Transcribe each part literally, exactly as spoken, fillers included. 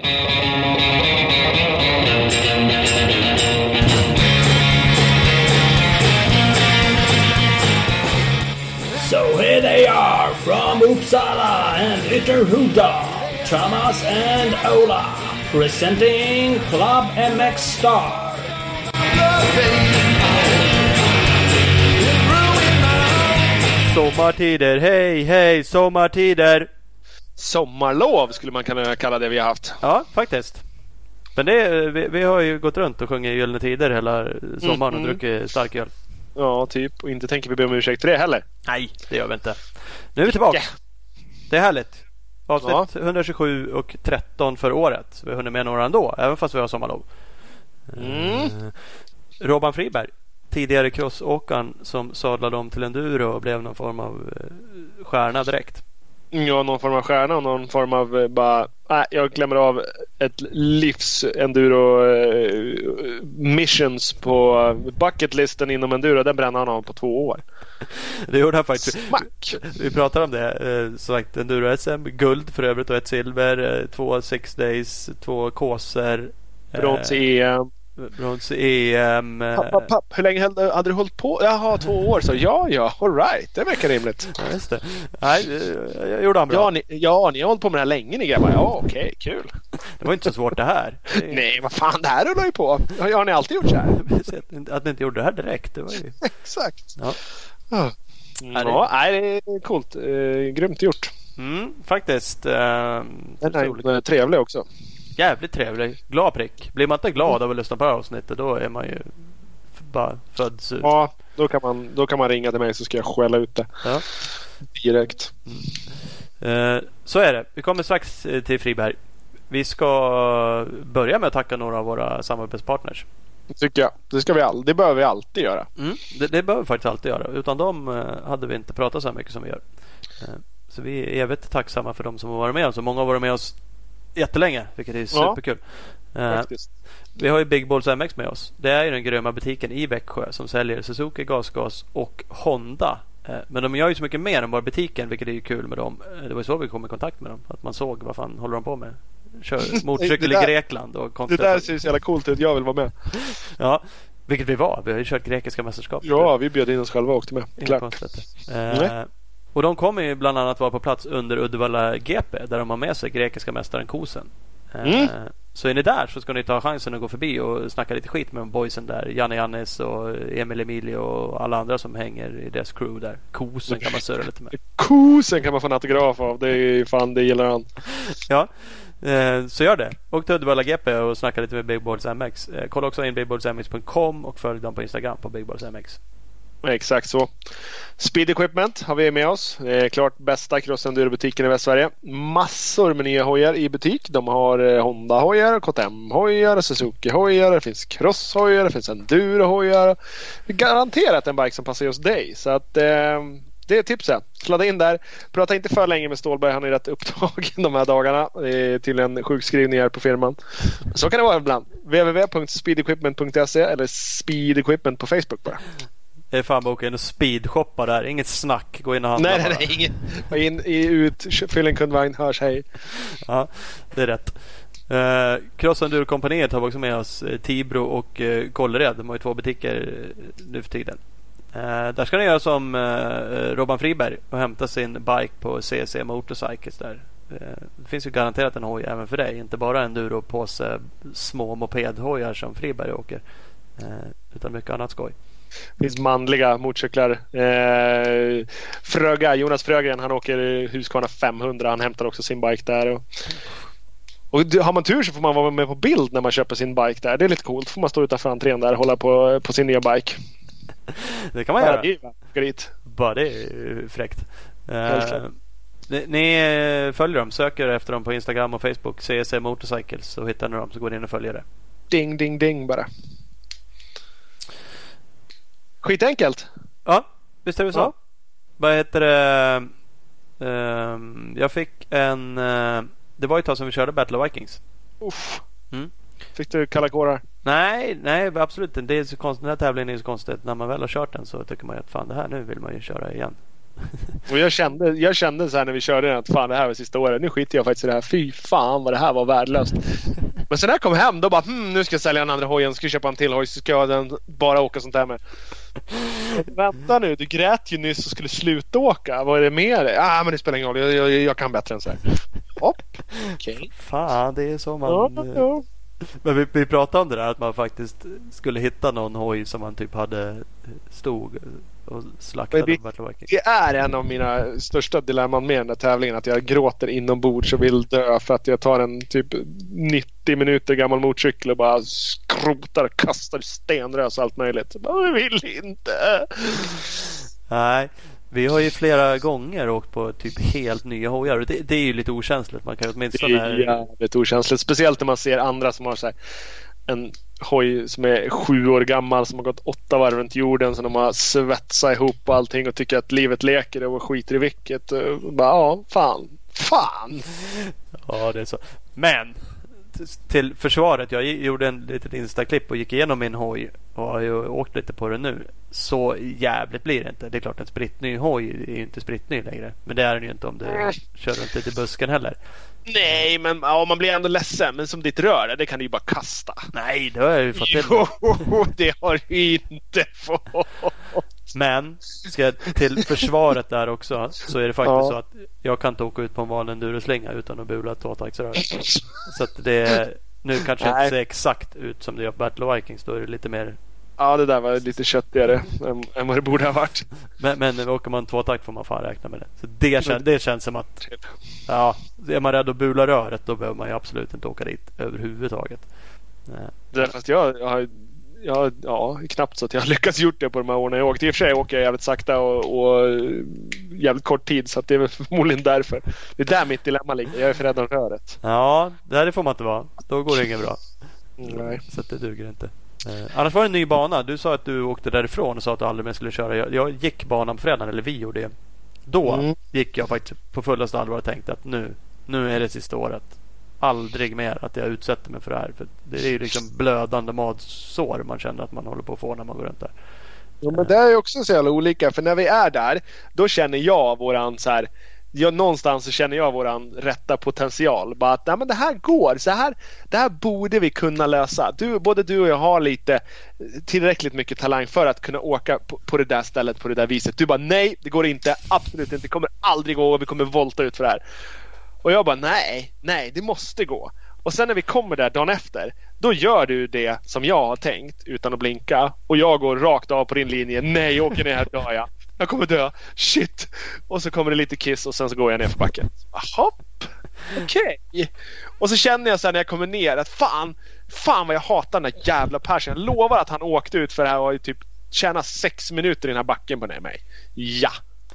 So here they are from Uppsala and Ytterhuda, Thomas and Ola, presenting Club M X Star. Sommartider, hej, hej, sommartider. Sommarlov skulle man kunna kalla det vi har haft. Ja, faktiskt. Men det, vi, vi har ju gått runt och sjungit Gyllene Tider hela sommaren och Mm. druckit starköl. Ja, typ. Och inte tänker vi be om ursäkt för det heller. Nej, det gör vi inte. Nu är vi tillbaka. Det är härligt. Avsnitt Ja. etthundratjugosju och tretton för året. Så vi har hunnit med några ändå, även fast vi har sommarlov. Mm. Eh, Robban Friberg, tidigare crossåkaren som sadlade om till enduro och blev någon form av eh, stjärna direkt. Ja, någon form av stjärna och någon form av eh, bara... Nej, jag glömmer av ett livs enduro eh, missions på bucketlisten inom enduro. Den bränner han av på två år. Det gjorde han faktiskt. Smack! Vi pratar om det. Eh, sagt, enduro-S M, guld för övrigt och ett silver, eh, två six days, två kåser. Brons i E M. Brons E M. Eh, Papp, papp, papp. Hur länge hade, hade du hållit på? Jaha, två år. Så ja, ja, all right. Det verkar rimligt. ja, just det. Nej, eh, jag gjorde han bra. Ja ni, ja, ni har hållit på med det här länge, ni grabbar. Ja, okej, okay, kul. Det var inte så svårt det här. Det... Nej, vad fan, det här rullar ju på. Har ni alltid gjort så här? Att ni inte gjorde det här direkt, det var ju... Exakt. Ja. Ja, ja nej, det är coolt. Eh, grymt gjort. Mm, faktiskt. Eh, Den är trevlig också. Jävligt trevlig. Glad prick. Blir man inte glad av att lyssna på det här avsnittet, då är man ju f- bara född sur. Ja, då kan, man, då kan man ringa till mig så ska jag skälla ut det. Ja. Direkt. Mm. Eh, så är det. Vi kommer strax eh, till Friberg. Vi ska börja med att tacka några av våra samarbetspartners. Det tycker jag. Det, ska vi all, det behöver vi alltid göra. Mm, det, det behöver vi faktiskt alltid göra. Utan dem eh, hade vi inte pratat så här mycket som vi gör. Eh, så vi är evigt tacksamma för de som har varit med oss. Och många har varit med oss jättelänge, vilket är superkul. Ja, eh, vi har ju Big Balls M X med oss. Det är ju den gröna butiken i Växjö som säljer Suzuki, gasgas och Honda. Eh, men de gör ju så mycket mer än bara butiken, vilket är ju kul med dem. Eh, det var ju så vi kom i kontakt med dem. Att man såg vad fan håller de på med. Kör motorcykel i Grekland och konstigt. Det där ser så jävla coolt ut. Jag vill vara med. Ja, vilket vi var. Vi har ju kört grekiska mästerskap. Ja, vi bjöd in oss själva och åkte med. Klart. Eh, och de kommer ju bland annat vara på plats under Uddevalla G P, där de har med sig grekiska mästaren Kosen. Eh, mm. Så är ni där så ska ni ta chansen att gå förbi och snacka lite skit med de boysen där. Janne Jannis och Emil Emilio och alla andra som hänger i deras crew där. Kosen kan man surra lite med. Kosen kan man få en autograf av. Det är fan, det gillar han. Ja. Eh, så gör det. Åk till Uddevalla G P och snacka lite med Big Balls M X. Eh, kolla också in big balls m x punkt com och följ dem på Instagram på Big Balls M X. Exakt så. Speed Equipment har vi med oss. Det är klart bästa cross-enduro-butiken i Västsverige. Massor med nya hojar i butik. De har eh, Honda-hojar, K T M-hojar, Suzuki-hojar, det finns cross-hojar, det finns enduro-hojar. Garanterat en bike som passar just dig. Så att eh, det är tipset. Sladda in där. Prata inte för länge med Stålberg. Han är rätt upptagen de här dagarna. Till en sjukskrivning här på firman. Så kan det vara ibland. w w w punkt speed equipment punkt s e eller Speed Equipment på Facebook bara. Det är fan bara åka in och speedshoppa där. Inget snack. Gå in och handla. Nej, nej, nej. Inget. In, i, ut, fyll en kundvagn, hörs, hej. Ja, det är rätt. Uh, Cross Enduro-kompaniet har också med oss uh, Tibro och uh, Kållered. De har ju två butiker uh, nu för tiden. Uh, där ska ni göra som uh, Robban Friberg och hämta sin bike på C C Motorcycles där. Uh, det finns ju garanterat en hoj även för dig. Inte bara enduro på sig, små mopedhojar som Friberg åker. Uh, utan mycket annat skoj. Det finns manliga motorcyklar. Eh, Fröga, Jonas Frögren, han åker Husqvarna femhundra. Han hämtar också sin bike där. Och, och har man tur så får man vara med på bild när man köper sin bike där. Det är lite coolt. Får man stå utanför entrén där och hålla på, på sin nya bike. Det kan man göra. Ja, bara det är fräckt. Uh, ni, ni följer dem, söker efter dem på Instagram och Facebook. C S Motorcycles, så hittar ni dem, så går ni in och följer det. Ding, ding, ding bara. Skitenkelt. Ja, visst är det så. Ja. Vad heter det? Uh, jag fick en... Uh, det var ju ett tag som vi körde Battle of Vikings. Uff. Mm. Fick du kalla kårar? Nej, nej, absolut inte. Det är så konstigt. Den här tävlingen är så konstigt. När man väl har kört den så tycker man att fan, det här nu vill man ju köra igen. Och jag kände, jag kände så här när vi körde den att fan, det här var sista året. Nu skiter jag faktiskt i det här. Fy fan vad det här var värdelöst. Men sen när jag kom hem då bara, hm, nu ska jag sälja en andra hojen. Ska jag köpa en till hoj så ska jag den bara åka sånt här med. Vänta nu, du grät ju nyss och skulle sluta åka. Vad är det med det? Ah, men det spelar ingen roll. Jag, jag, jag kan bättre än så här. Hopp. Okej. Okay. Fan, det är så man... Ja, ja. Men vi, vi pratade om det där att man faktiskt skulle hitta någon hoj som man typ hade stod och slaktade. Det, det är en av mina största dilemman med den här tävlingen, att jag gråter inombords och vill dö för att jag tar en typ nittio minuter gammal motorcykel och bara skrotar och kastar stenrös och allt möjligt. Jag vill inte. Nej. Vi har ju flera gånger åkt på typ helt nya hojar. Det, det är ju lite okänsligt. Man kan ju åtminstone... Det är jävligt okänsligt. Speciellt när man ser andra som har så här, en hoj som är sju år gammal, som har gått åtta varv runt jorden, som de har svetsat ihop och allting och tycker att livet leker och skiter i vilket. Och bara, ja, fan. Fan! Ja, det är så. Men till försvaret, jag gjorde en litet Insta-klipp och gick igenom min hoj och har ju åkt lite på det nu. Så jävligt blir det inte. Det är klart, en spritny hoj är ju inte spritny längre. Men det är den ju inte om du kör runt lite i busken heller. Nej, men ja, man blir ändå ledsen. Men som ditt rör, det kan du ju bara kasta. Nej, det har jag ju fått till. Jo, det har du inte fått. Men ska jag till försvaret där också, så är det faktiskt ja. så att jag kan inte åka ut på en vanlig enduroslinga utan att bula tvåtaktsrör. Så att det nu kanske inte ser exakt ut som det gör på Battle of Vikings. Då är det lite mer... Ja, det där var lite köttigare än, än vad det borde ha varit. Men, men åker man tvåtakt får man fan räkna med det. Så det, kän, det känns som att ja, är man rädd att bula röret, då behöver man ju absolut inte åka dit överhuvudtaget. Det är fast jag, jag har Ja, ja, knappt så att jag har lyckats gjort det på de här åren jag åkt. I och för sig åker jag jävligt sakta och, och jävligt kort tid, så att det är väl förmodligen därför. Det är där mitt dilemma ligger. Jag är för rädd om röret. Ja, det får man inte vara. Då går det inget bra. Nej. Så att det duger inte. Eh, annars var det en ny bana. Du sa att du åkte därifrån och sa att du aldrig mer skulle köra. Jag, jag gick banan på fredagen, eller vi gjorde det. Då mm. gick jag faktiskt på fullaste allvar och tänkte att nu, nu är det sista året. Aldrig mer att jag utsätter mig för det här. För det är ju liksom blödande madsår man känner att man håller på att få när man går runt där. Ja, men det är ju också så jävla olika. För när vi är där, då känner jag våran så här... Jag, någonstans så känner jag våran rätta potential. Bara att nej, men det här går. Så här, det här borde vi kunna lösa. Du, både du och jag har lite tillräckligt mycket talang för att kunna åka på, på det där stället på det där viset. Du bara nej, det går inte. Absolut inte. Det kommer aldrig gå och vi kommer volta ut för det här. Och jag bara nej, nej, det måste gå. Och sen när vi kommer där dagen efter, då gör du det som jag har tänkt utan att blinka. Och jag går rakt av på din linje. Nej, jag åker ner här, dör jag. Jag kommer dö. Shit. Och så kommer det lite kiss och sen så går jag ner för backen. Hopp. Okej. Okay. Och så känner jag sen när jag kommer ner att fan, fan vad jag hatar den där jävla Persson. Jag lovar att han åkte ut för det här och typ tjäna sex minuter i den här backen på ner mig. Ja.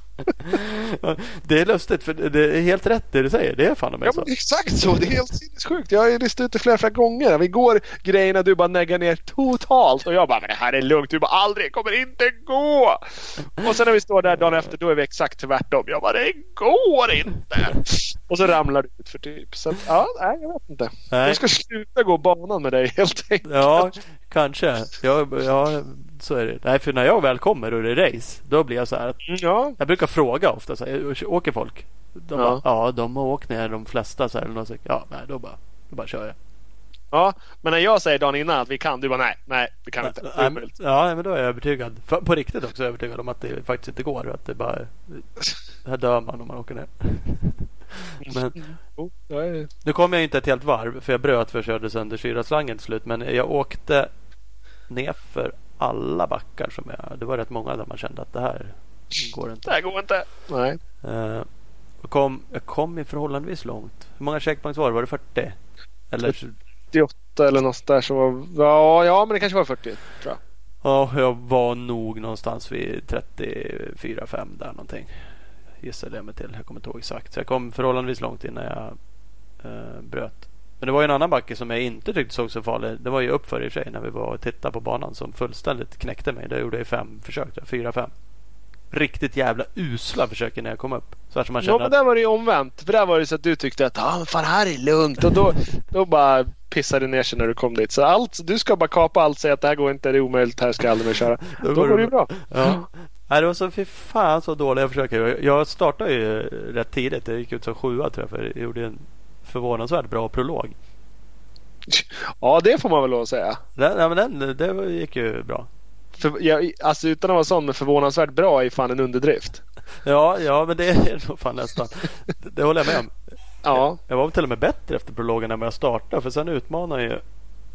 Det är lustigt, för det är helt rätt det du säger. Det är fan ja, så. Exakt så, det är helt sinnessjukt. Jag har ju listat ut det flera, flera gånger. Vi går grejerna, du bara neggar ner totalt. Och jag bara, men det här är lugnt. Du bara, aldrig, kommer inte gå. Och sen när vi står där dagen efter, då är vi exakt tvärtom. Jag bara, det går inte. Och så ramlar du ut för typ. Så ja, nej, jag vet inte. Nej. Jag ska sluta gå banan med dig helt enkelt. Ja, kanske. Jag, ja, så är det. Nej, för när jag väl kommer och det är race, då blir jag så här att ja. Jag brukar fråga ofta så här, åker folk? De ja. Bara, ja, de har åkt ner de flesta så här, eller något så, ja, nej, då bara, då bara kör jag. Ja, men när jag säger dagen innan att vi kan, du bara nej, nej, vi kan inte. Ja, men, ja, men då är jag övertygad. För, på riktigt också är jag övertygad om att det faktiskt inte går, att det bara här dör man om man åker ner. Men nu kom jag inte ett helt varv, för jag bröt för jag körde sönder syraslangen till slut, men jag åkte ner för alla backar som jag, det var rätt många där man kände att det här går inte. Det här går inte. Nej. Uh, och kom, jag kom i förhållandevis långt. Hur många checkpoints var det? Var det fyrtio? Eller fyrtioåtta eller något där som var, ja, ja, men det kanske var fyrtio, tror jag. Ja, jag var nog någonstans vid trettiofyra fem där någonting. Gissade jag mig till. Jag kommer inte ihåg exakt. Så jag kom förhållandevis långt innan jag uh, bröt. Men det var ju en annan backe som jag inte tyckte såg så farlig. Det var ju uppför i sig när vi var och tittade på banan som fullständigt knäckte mig. Det gjorde jag fem försök, fyra, fem. Riktigt jävla usla försök när jag kom upp. Så här som man känner. Ja, men där var det ju omvänt. För där var det så att du tyckte att ah, fan, här är lugnt. Och då, då bara pissade ner sig när du kom dit. Så allt, du ska bara kapa allt, säga att det här går inte, det är omöjligt, här ska jag aldrig mer köra. Då, då går det ju bra. Ja. Nej, det var så för fan så dåliga försök. Jag startade ju rätt tidigt. Jag gick ut som sjua tror jag. För jag gjorde en förvånansvärt bra prolog. Ja, det får man väl lov att säga. Den, ja, men den, det gick ju bra. För, jag, alltså utan att vara sån, men förvånansvärt bra är fan en underdrift. Ja, ja men det är nog fan nästan. Det, det håller jag med om. Ja. Jag var till och med bättre efter prologen när jag startade. För sen utmanade ju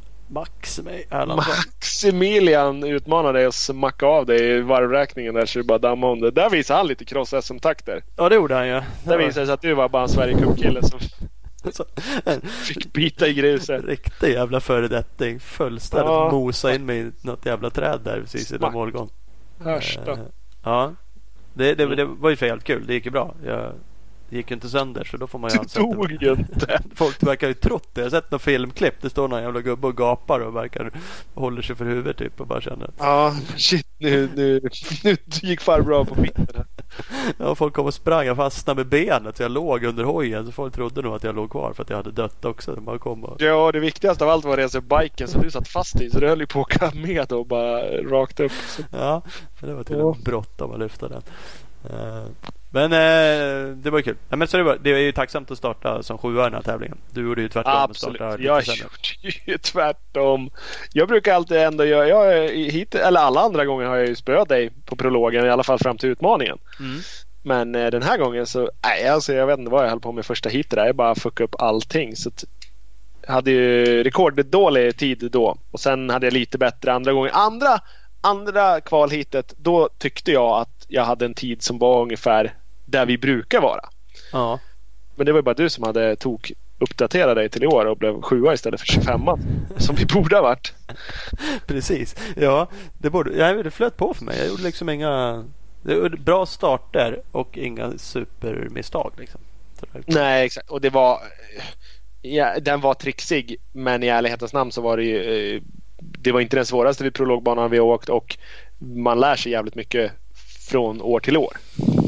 Max mig. Erlandsson. Maximilian utmanade dig att smacka av dig i varvräkningen där, så du bara dammade om det. Där visade han lite cross-S M-takter. Ja, det gjorde han ju. Där visade sig att du var bara en Sverige-cup-kille som så, fick bita i gruset. Riktig jävla föredetting. Fullständigt ja. Mosa in mig i något jävla träd där precis i den målgång. Värsta. Uh, ja. Det, det, det var ju för helt kul. Det gick ju bra. Jag gick ju inte sönder, så då får man ju ansett. Du tog ju inte. Folk verkar ju trott det. Jag har sett någon filmklipp. Det står någon jävla gubbe och gapar och verkar håller sig för huvudet typ och bara känner. Ja, shit. Nu, nu, nu gick farbror av på mitten här. Ja, folk kom och sprang. Jag fastnade med benet så jag låg under hojen. Så folk trodde nog att jag låg kvar för att jag hade dött också. De bara kom och... Ja, det viktigaste av allt var att resa biken som du satt fast i. Så du höll ju på att åka med och bara rakt upp. Så. Ja, det var till och med bråttom att lyfta den. Uh, men uh, det var ju kul. Ja, men så det, var, det är ju tacksamt att starta som sjua i den här tävlingen. Du gjorde ju tvärtom. Absolut, jag gjorde ju tvärtom. Jag brukar alltid ändå göra jag, hit, eller alla andra gånger har jag ju spöat dig på prologen, i alla fall fram till utmaningen. Mm. Men uh, den här gången så, nej alltså jag vet inte vad jag höll på med första hit där. Jag bara fuckade upp allting. Så att, jag hade ju rekorddålig tid då. Och sen hade jag lite bättre andra gången. Andra Andra kvalhitet, då tyckte jag att jag hade en tid som var ungefär där vi brukar vara. Ja. Men det var bara du som hade tok uppdaterat dig till i år och blev sjua istället för tjugofem som vi borde ha varit. Precis. Ja, det borde ja, det flöt på för mig. Jag gjorde liksom inga det var bra starter och inga supermisstag liksom. Nej, exakt. Och det var ja, den var trixig, men i ärlighetens namn så var det ju eh, det var inte den svåraste vid prologbanan vi har åkt, och man lär sig jävligt mycket från år till år.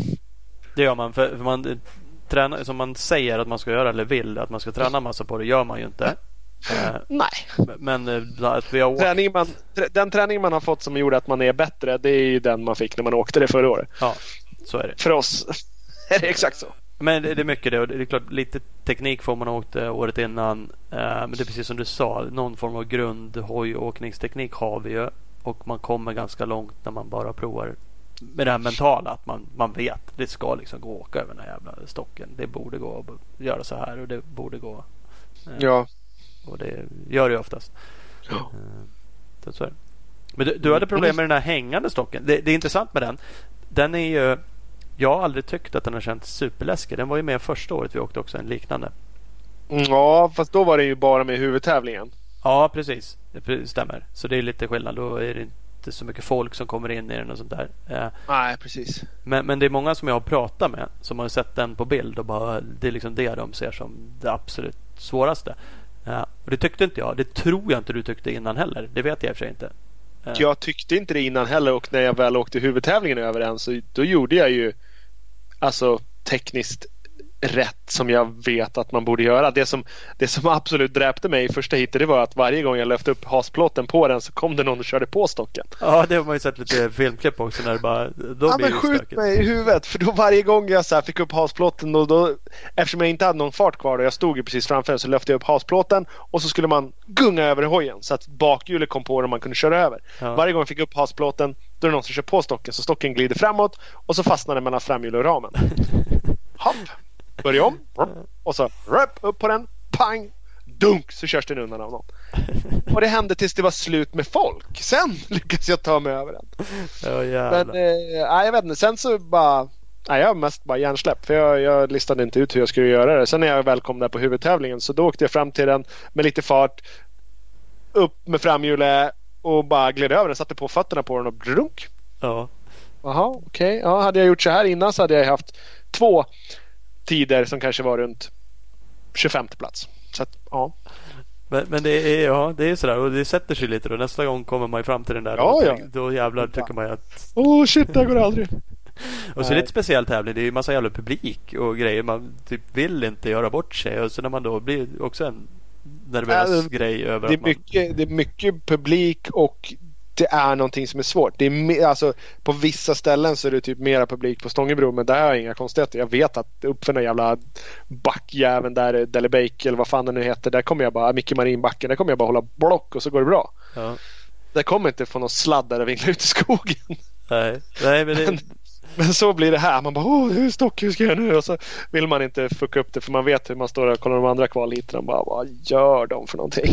Det gör man, för, för man tränar, som man säger att man ska göra eller vill att man ska träna massa på, det gör man ju inte. Eh, Nej. Men att vi har åkt... träning man, den träning man har fått som gjorde att man är bättre, det är ju den man fick när man åkte det förra året. Ja, så är det. För oss är det exakt så. Men det är mycket det, och det är klart lite teknik får man ha åkt året innan, men det är precis som du sa, någon form av grundhojåkningsteknik har vi ju, och man kommer ganska långt när man bara provar med det här mentala, att man, man vet det ska liksom gå och åka över den här jävla stocken, det borde gå att göra så här och det borde gå ja. Och det gör det ju oftast. Ja. Så, så är det. Men du, du hade problem med den här hängande stocken. Det, det är intressant med den. Den är ju, jag har aldrig tyckt att den har känts superläskig. Den var ju med första året vi åkte också, en liknande. Ja, fast då var det ju bara med huvudtävlingen. Ja, precis. Det stämmer. Så det är lite skillnad. Då är det inte så mycket folk som kommer in i den och sånt där. Nej, precis. Men, men det är många som jag har pratat med som har sett den på bild och bara, det är liksom det de ser som det absolut svåraste. Och det tyckte inte jag. Det tror jag inte du tyckte innan heller. Det vet jag i och för sig inte. Jag tyckte inte det innan heller, och när jag väl åkte huvudtävlingen över den, så då gjorde jag ju alltså tekniskt rätt som jag vet att man borde göra. Det som, det som absolut dräpte mig i första hitet, det var att varje gång jag lyfte upp hasplåten på den så kom det någon och körde på stocken. Ja, det har man ju sett lite filmklipp också när det bara, då ja, blir men skjut stökigt. Mig i huvudet, för då varje gång jag så här fick upp hasplåten, och då, eftersom jag inte hade någon fart kvar och jag stod ju precis framför den, så lyfte jag upp hasplåten och så skulle man gunga över hojen så att bakhjulet kom på och man kunde köra över. Ja. Varje gång jag fick upp hasplåten, då är det någon som kör på stocken, så stocken glider framåt och så fastnar den mellan framhjul och ramen. Hopp! Börja om och så röp upp på den, pang, dunk, så körs den undan av någon. Och det hände tills det var slut med folk. Sen lyckades jag ta mig över den. Oh, men eh, jag vet inte, sen så bara nej, jag mest bara hjärnsläpp, för jag, jag listade inte ut hur jag skulle göra det. Sen när jag väl kom där på huvudtävlingen, så då åkte jag fram till den med lite fart, upp med framhjulet och bara gled över den, satte på fötterna på den och drunk. Ja. Jaha, okej. Okay. Ja, hade jag gjort så här innan så hade jag haft två tider som kanske var runt tjugofemte plats. Så att, ja. Men, men det är ja, det är sådär, och det sätter sig lite, och nästa gång kommer man ju fram till den där, ja, då, ja. då jävlar tycker man ju att åh oh, shit, det går aldrig. Och så är det lite speciellt tävling, det är ju massa jävla publik och grejer, man typ vill inte göra bort sig, och så när man då blir också en nervös äh, grej över det är att man... mycket, det är mycket publik och det är någonting som är svårt. Det är me- alltså, på vissa ställen så är det typ mera publik på Stångebro, men där har jag inga konstigheter. Jag vet att upp för den jävla backjäveln där, Delibake eller vad fan det nu heter, där kommer jag bara, Micke Marinbacken, där kommer jag bara hålla block och så går det bra. Ja. Där kommer inte få någon sladd där och vingla ut i skogen. Nej, Nej men, det... men, men så blir det här. Man bara, åh, hur stock, hur ska jag nu? Och så vill man inte fucka upp det, för man vet hur man står och kollar de andra kvalheterna. Bara, vad gör de för någonting?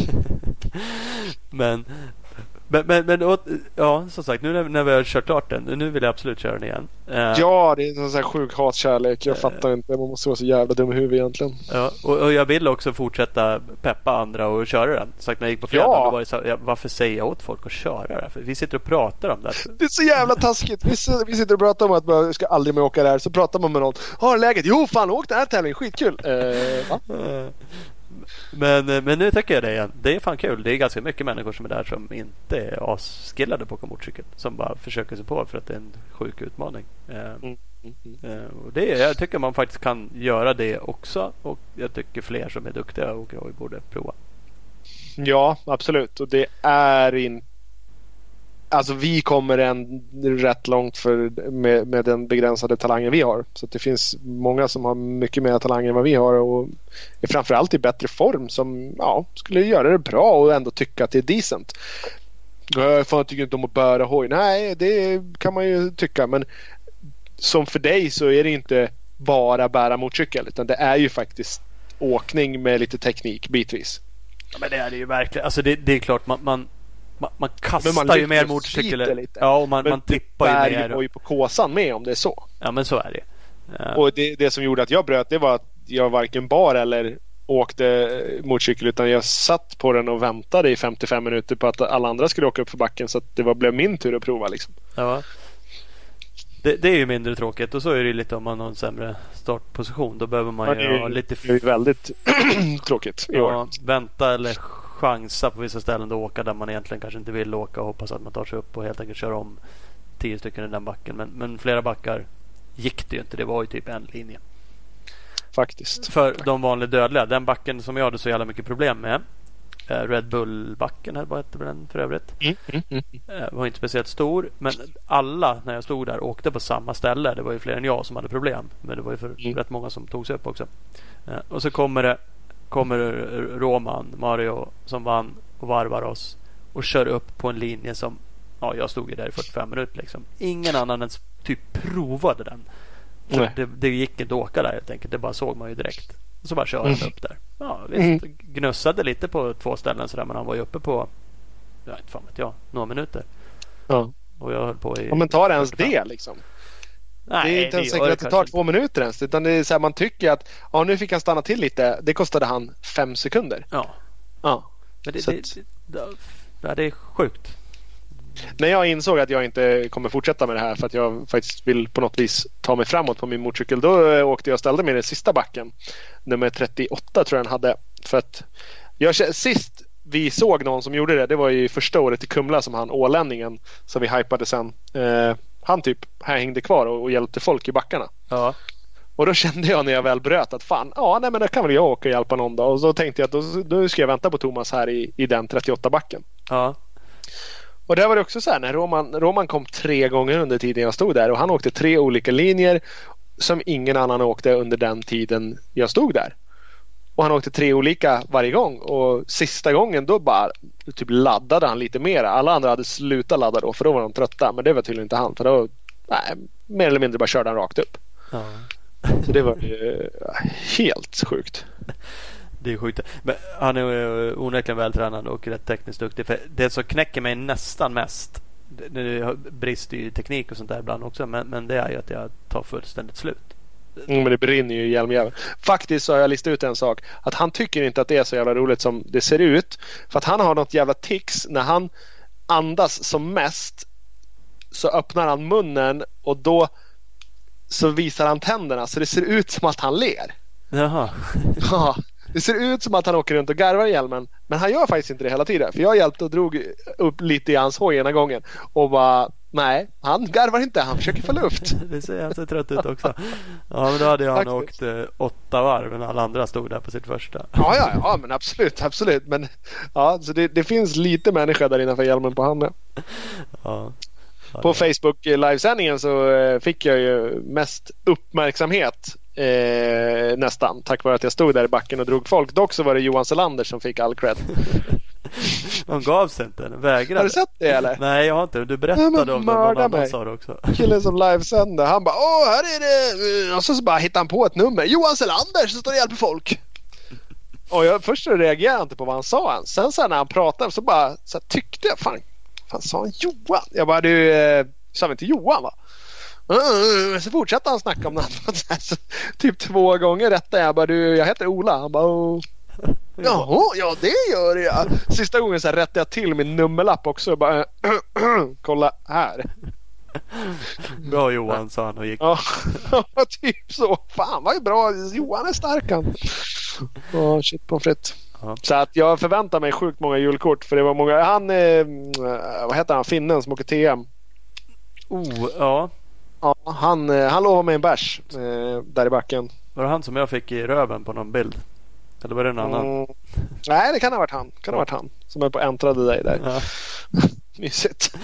men Men, men, men ja, som sagt, nu när, när vi har kört klart den, nu vill jag absolut köra den igen. Uh, ja, det är en sån här sjuk hatkärlek. Jag uh, fattar inte, man måste vara så jävla dum i huvudet egentligen. Ja, och, och jag vill också fortsätta peppa andra och köra den. Sagt när jag gick på fredag, ja. Då var det så, ja, varför säger jag åt folk att köra det? För vi sitter och pratar om det. Det är så jävla taskigt. Vi, vi sitter och pratar om att man ska aldrig mer åka där. Så pratar man med någon. Har läget? Jo, fan, åk den här tävlingen. Skitkul. Uh, va? Uh. Men, men nu tycker jag det igen. Det är fan kul. Det är ganska mycket människor som är där som inte är asskillade på motorcykel, som bara försöker sig på för att det är en sjuk utmaning. Mm. Mm. Och det är, jag tycker man faktiskt kan göra det också, och jag tycker fler som är duktiga och jag borde prova. Ja, absolut. Och det är inte, alltså vi kommer en rätt långt för, med, med den begränsade talangen vi har. Så att det finns många som har mycket mer talanger än vad vi har och är framförallt i bättre form, som ja, skulle göra det bra och ändå tycka att det är decent. Jag tycker inte om att bära hoj. Nej, det kan man ju tycka, men som för dig så är det inte bara bära motorcykel, utan det är ju faktiskt åkning med lite teknik bitvis. Ja, men det är det ju verkligen. Alltså det, det är klart man, man Man, man kastar man ju mer motorcykel. Ja, och man, man tippar ju mer. Och ju på kåsan med, om det är så. Ja, men så är det. Uh. Och det, det som gjorde att jag bröt, det var att jag varken bar eller åkte motorcykel, utan jag satt på den och väntade i femtiofem minuter på att alla andra skulle åka upp för backen, så att det var, blev min tur att prova liksom. Ja. Det, det är ju mindre tråkigt, och så är det lite om man har en sämre startposition. Då behöver man ja, ju det, ha lite... Det är väldigt tråkigt i ja, år. Vänta eller chansa på vissa ställen att åka där man egentligen kanske inte vill åka, och hoppas att man tar sig upp och helt enkelt kör om tio stycken i den backen. Men, men flera backar gick det ju inte. Det var ju typ en linje. Faktiskt. För de vanliga dödliga. Den backen som jag hade så jävla mycket problem med, Red Bull-backen, vad hette den för övrigt? Mm, mm, mm. Var inte speciellt stor, men alla när jag stod där åkte på samma ställe. Det var ju fler än jag som hade problem, men det var ju för mm. rätt många som tog sig upp också. Och så kommer det kommer Roman, Mario, som vann och varvar oss och kör upp på en linje som, ja, jag stod ju där i fyrtiofem minuter liksom. Ingen annan ens typ provade den. För det, det gick inte att åka där helt enkelt. Det bara såg man ju direkt. Och så bara körde han mm. upp där. Ja, visst, mm. gnussade lite på två ställen sådär, men han var ju uppe på, ja, inte fan vet jag, några minuter. Ja. Och jag höll på i... Ja, men tar det ens det liksom? Nej, det är inte ens säkert att det tar två minuter ens, utan det är så här, man tycker att ja, nu fick han stanna till lite. Det kostade han fem sekunder. Ja. Ja. Men det, det, det, det, det är sjukt. När jag insåg att jag inte kommer fortsätta med det här för att jag faktiskt vill på något vis ta mig framåt på min motorcykel, då åkte jag och ställde mig i den sista backen. Nummer trettioåtta tror jag den hade. För att jag, sist vi såg någon som gjorde det, det var ju första året i Kumla som han, ålänningen, som vi hypade sen. Eh, han typ här hängde kvar och, och hjälpte folk i backarna. Ja. Och då kände jag när jag väl bröt att fan, ja nej men då kan väl jag åka och hjälpa någon då. Och så tänkte jag att då, då ska jag vänta på Thomas här i, i den trettioåtta backen. Ja. Och där var det också så här, när Roman, Roman kom tre gånger under tiden jag stod där, och han åkte tre olika linjer som ingen annan åkte under den tiden jag stod där. Och han åkte tre olika varje gång, och sista gången då bara typ laddade han lite mer. Alla andra hade slutat ladda då, för då var de trötta, men det var tydligen inte han, för då nej, mer eller mindre bara körde han rakt upp. Ja. Så det var ju helt sjukt. Det är sjukt. Men han är onekligen vältränad och rätt tekniskt duktig. För det som knäcker mig nästan mest, det brister ju teknik och sånt där ibland också, men, men det är ju att jag tar fullständigt slut. Mm, men det brinner ju i hjälmjäveln. Faktiskt så har jag listat ut en sak, att han tycker inte att det är så jävla roligt som det ser ut, för att han har något jävla tics när han andas som mest, så öppnar han munnen och då så visar han tänderna, så det ser ut som att han ler. Jaha. Ja, det ser ut som att han åker runt och garvar i hjälmen, men han gör faktiskt inte det hela tiden. För jag hjälpte och drog upp lite i hans hoj ena gången och bara Nej, han garvar inte. Han försöker få luft. Det ser han så trött ut också. Ja, men då hade han åkt eh, åtta varv när alla andra stod där på sitt första. Ja, ja, ja, men absolut, absolut. Men ja, så det, det finns lite människa där innanför hjälmen på han med. Ja. Ja, på Facebook livesändningen så eh, fick jag ju mest uppmärksamhet eh, nästan tack vare att jag stod där i backen och drog folk. Dock så var det Johan Selander som fick all cred. Han gav sig inte, vägrade. Har du sett det eller? Nej, jag har inte. Du berättade ja, om det, någon annan sa det också. Killen som livesände, han bara, åh, här är det. Och så, så bara hittade han på ett nummer. Johan Selander som står och hjälper folk. Och jag först så reagerade jag inte på vad han sa än. Sen så när han pratade så bara så tyckte jag, fan, fan sa han Johan? Jag bara, du eh, sa vi inte Johan va? Uh, så fortsatte han snacka om något annat. Så, typ två gånger rättade jag bara, du, jag heter Ola. Han bara, oh. Jaha, ja det gör jag. Sista gången så rättade jag till min nummerlapp också och bara, kolla här. Bra Johan, sa han och gick. Ja, typ så. Fan vad bra, Johan är stark han. Ja, shit på fritt. Ja. Så att jag förväntar mig sjukt många julkort. För det var många, han eh, vad heter han, finnen som åker T M. Oh, ja. Ja, han, han lovade mig en bärs eh, där i backen. Var det han som jag fick i röven på någon bild? Eller var det en annan? Mm. Nej, det kan ha varit han. Kan ha varit han som är på äntrade dig där. Ja. Mysigt.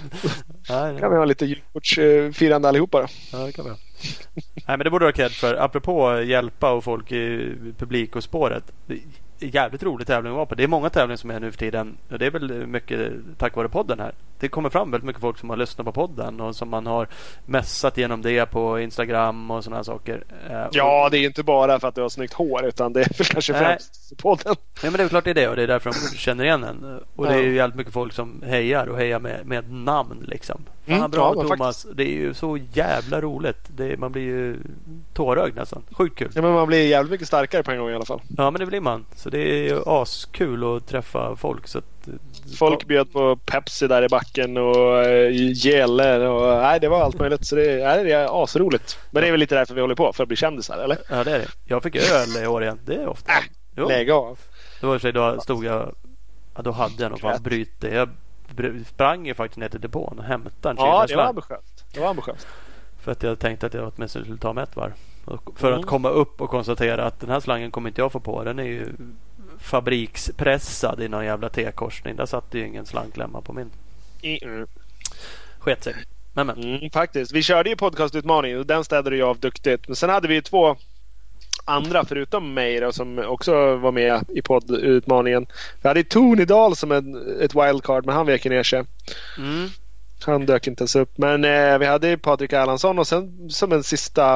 Nej, kan vi ha lite julkortsfirande allihopa då? Ja, det kan vi ha. Nej, men det borde vara kred för. Apropå hjälpa och folk i publik och spåret. Jävligt rolig tävling att vara på. Det är många tävlingar som är nu för tiden. Och det är väl mycket tack vare podden här. Det kommer fram väldigt mycket folk som har lyssnat på podden och som man har mässat genom det på Instagram och sådana saker. Ja, det är inte bara för att du har snyggt hår utan det är väl kanske främst podden. Ja, men det är klart det är det och det är därför de känner igen en. Och det är ju jävligt mycket folk som hejar och hejar med, med namn liksom. Fan mm, bra ja, Thomas. Faktiskt. Det är ju så jävla roligt. Det, man blir ju tårögd nästan. Sjukt kul. Ja, men man blir jävligt mycket starkare på en gång i alla fall. Ja, men det blir man. Så det är ju askul att träffa folk. Så att, folk bjöd på Pepsi där i backen och gäller och nej, det var allt möjligt. Så det, nej, det är asroligt. Men det är väl lite därför vi håller på, för att bli kändisar, eller? Ja, det är det. Jag fick öl i år igen. Det är ofta. Äh, lägg av. Det var sig då stod jag, ja, då hade jag nog fan bryt det. Jag sprang ju faktiskt ner till depån och hämtade en ja, det var ambitiöst. Det var ambitiöst. För att jag tänkte att jag åtminstone skulle ta med ett varv. Och för mm. att komma upp och konstatera att den här slangen kommer inte jag få på. Den är ju fabrikspressad i någon jävla T-korsning. Där satt ju ingen slangklämma på min. Mm. Sket sig. Men, men. Mm, faktiskt. Vi körde ju podcastutmaning och den städade jag av duktigt. Men sen hade vi ju två andra förutom mig då, som också var med i poddutmaningen. Vi hade Tony Dahl som en, ett wildcard, men han vek ner sig. Mm. Han dök inte ens upp. Men eh, vi hade Patrik Erlandsson och sen som en sista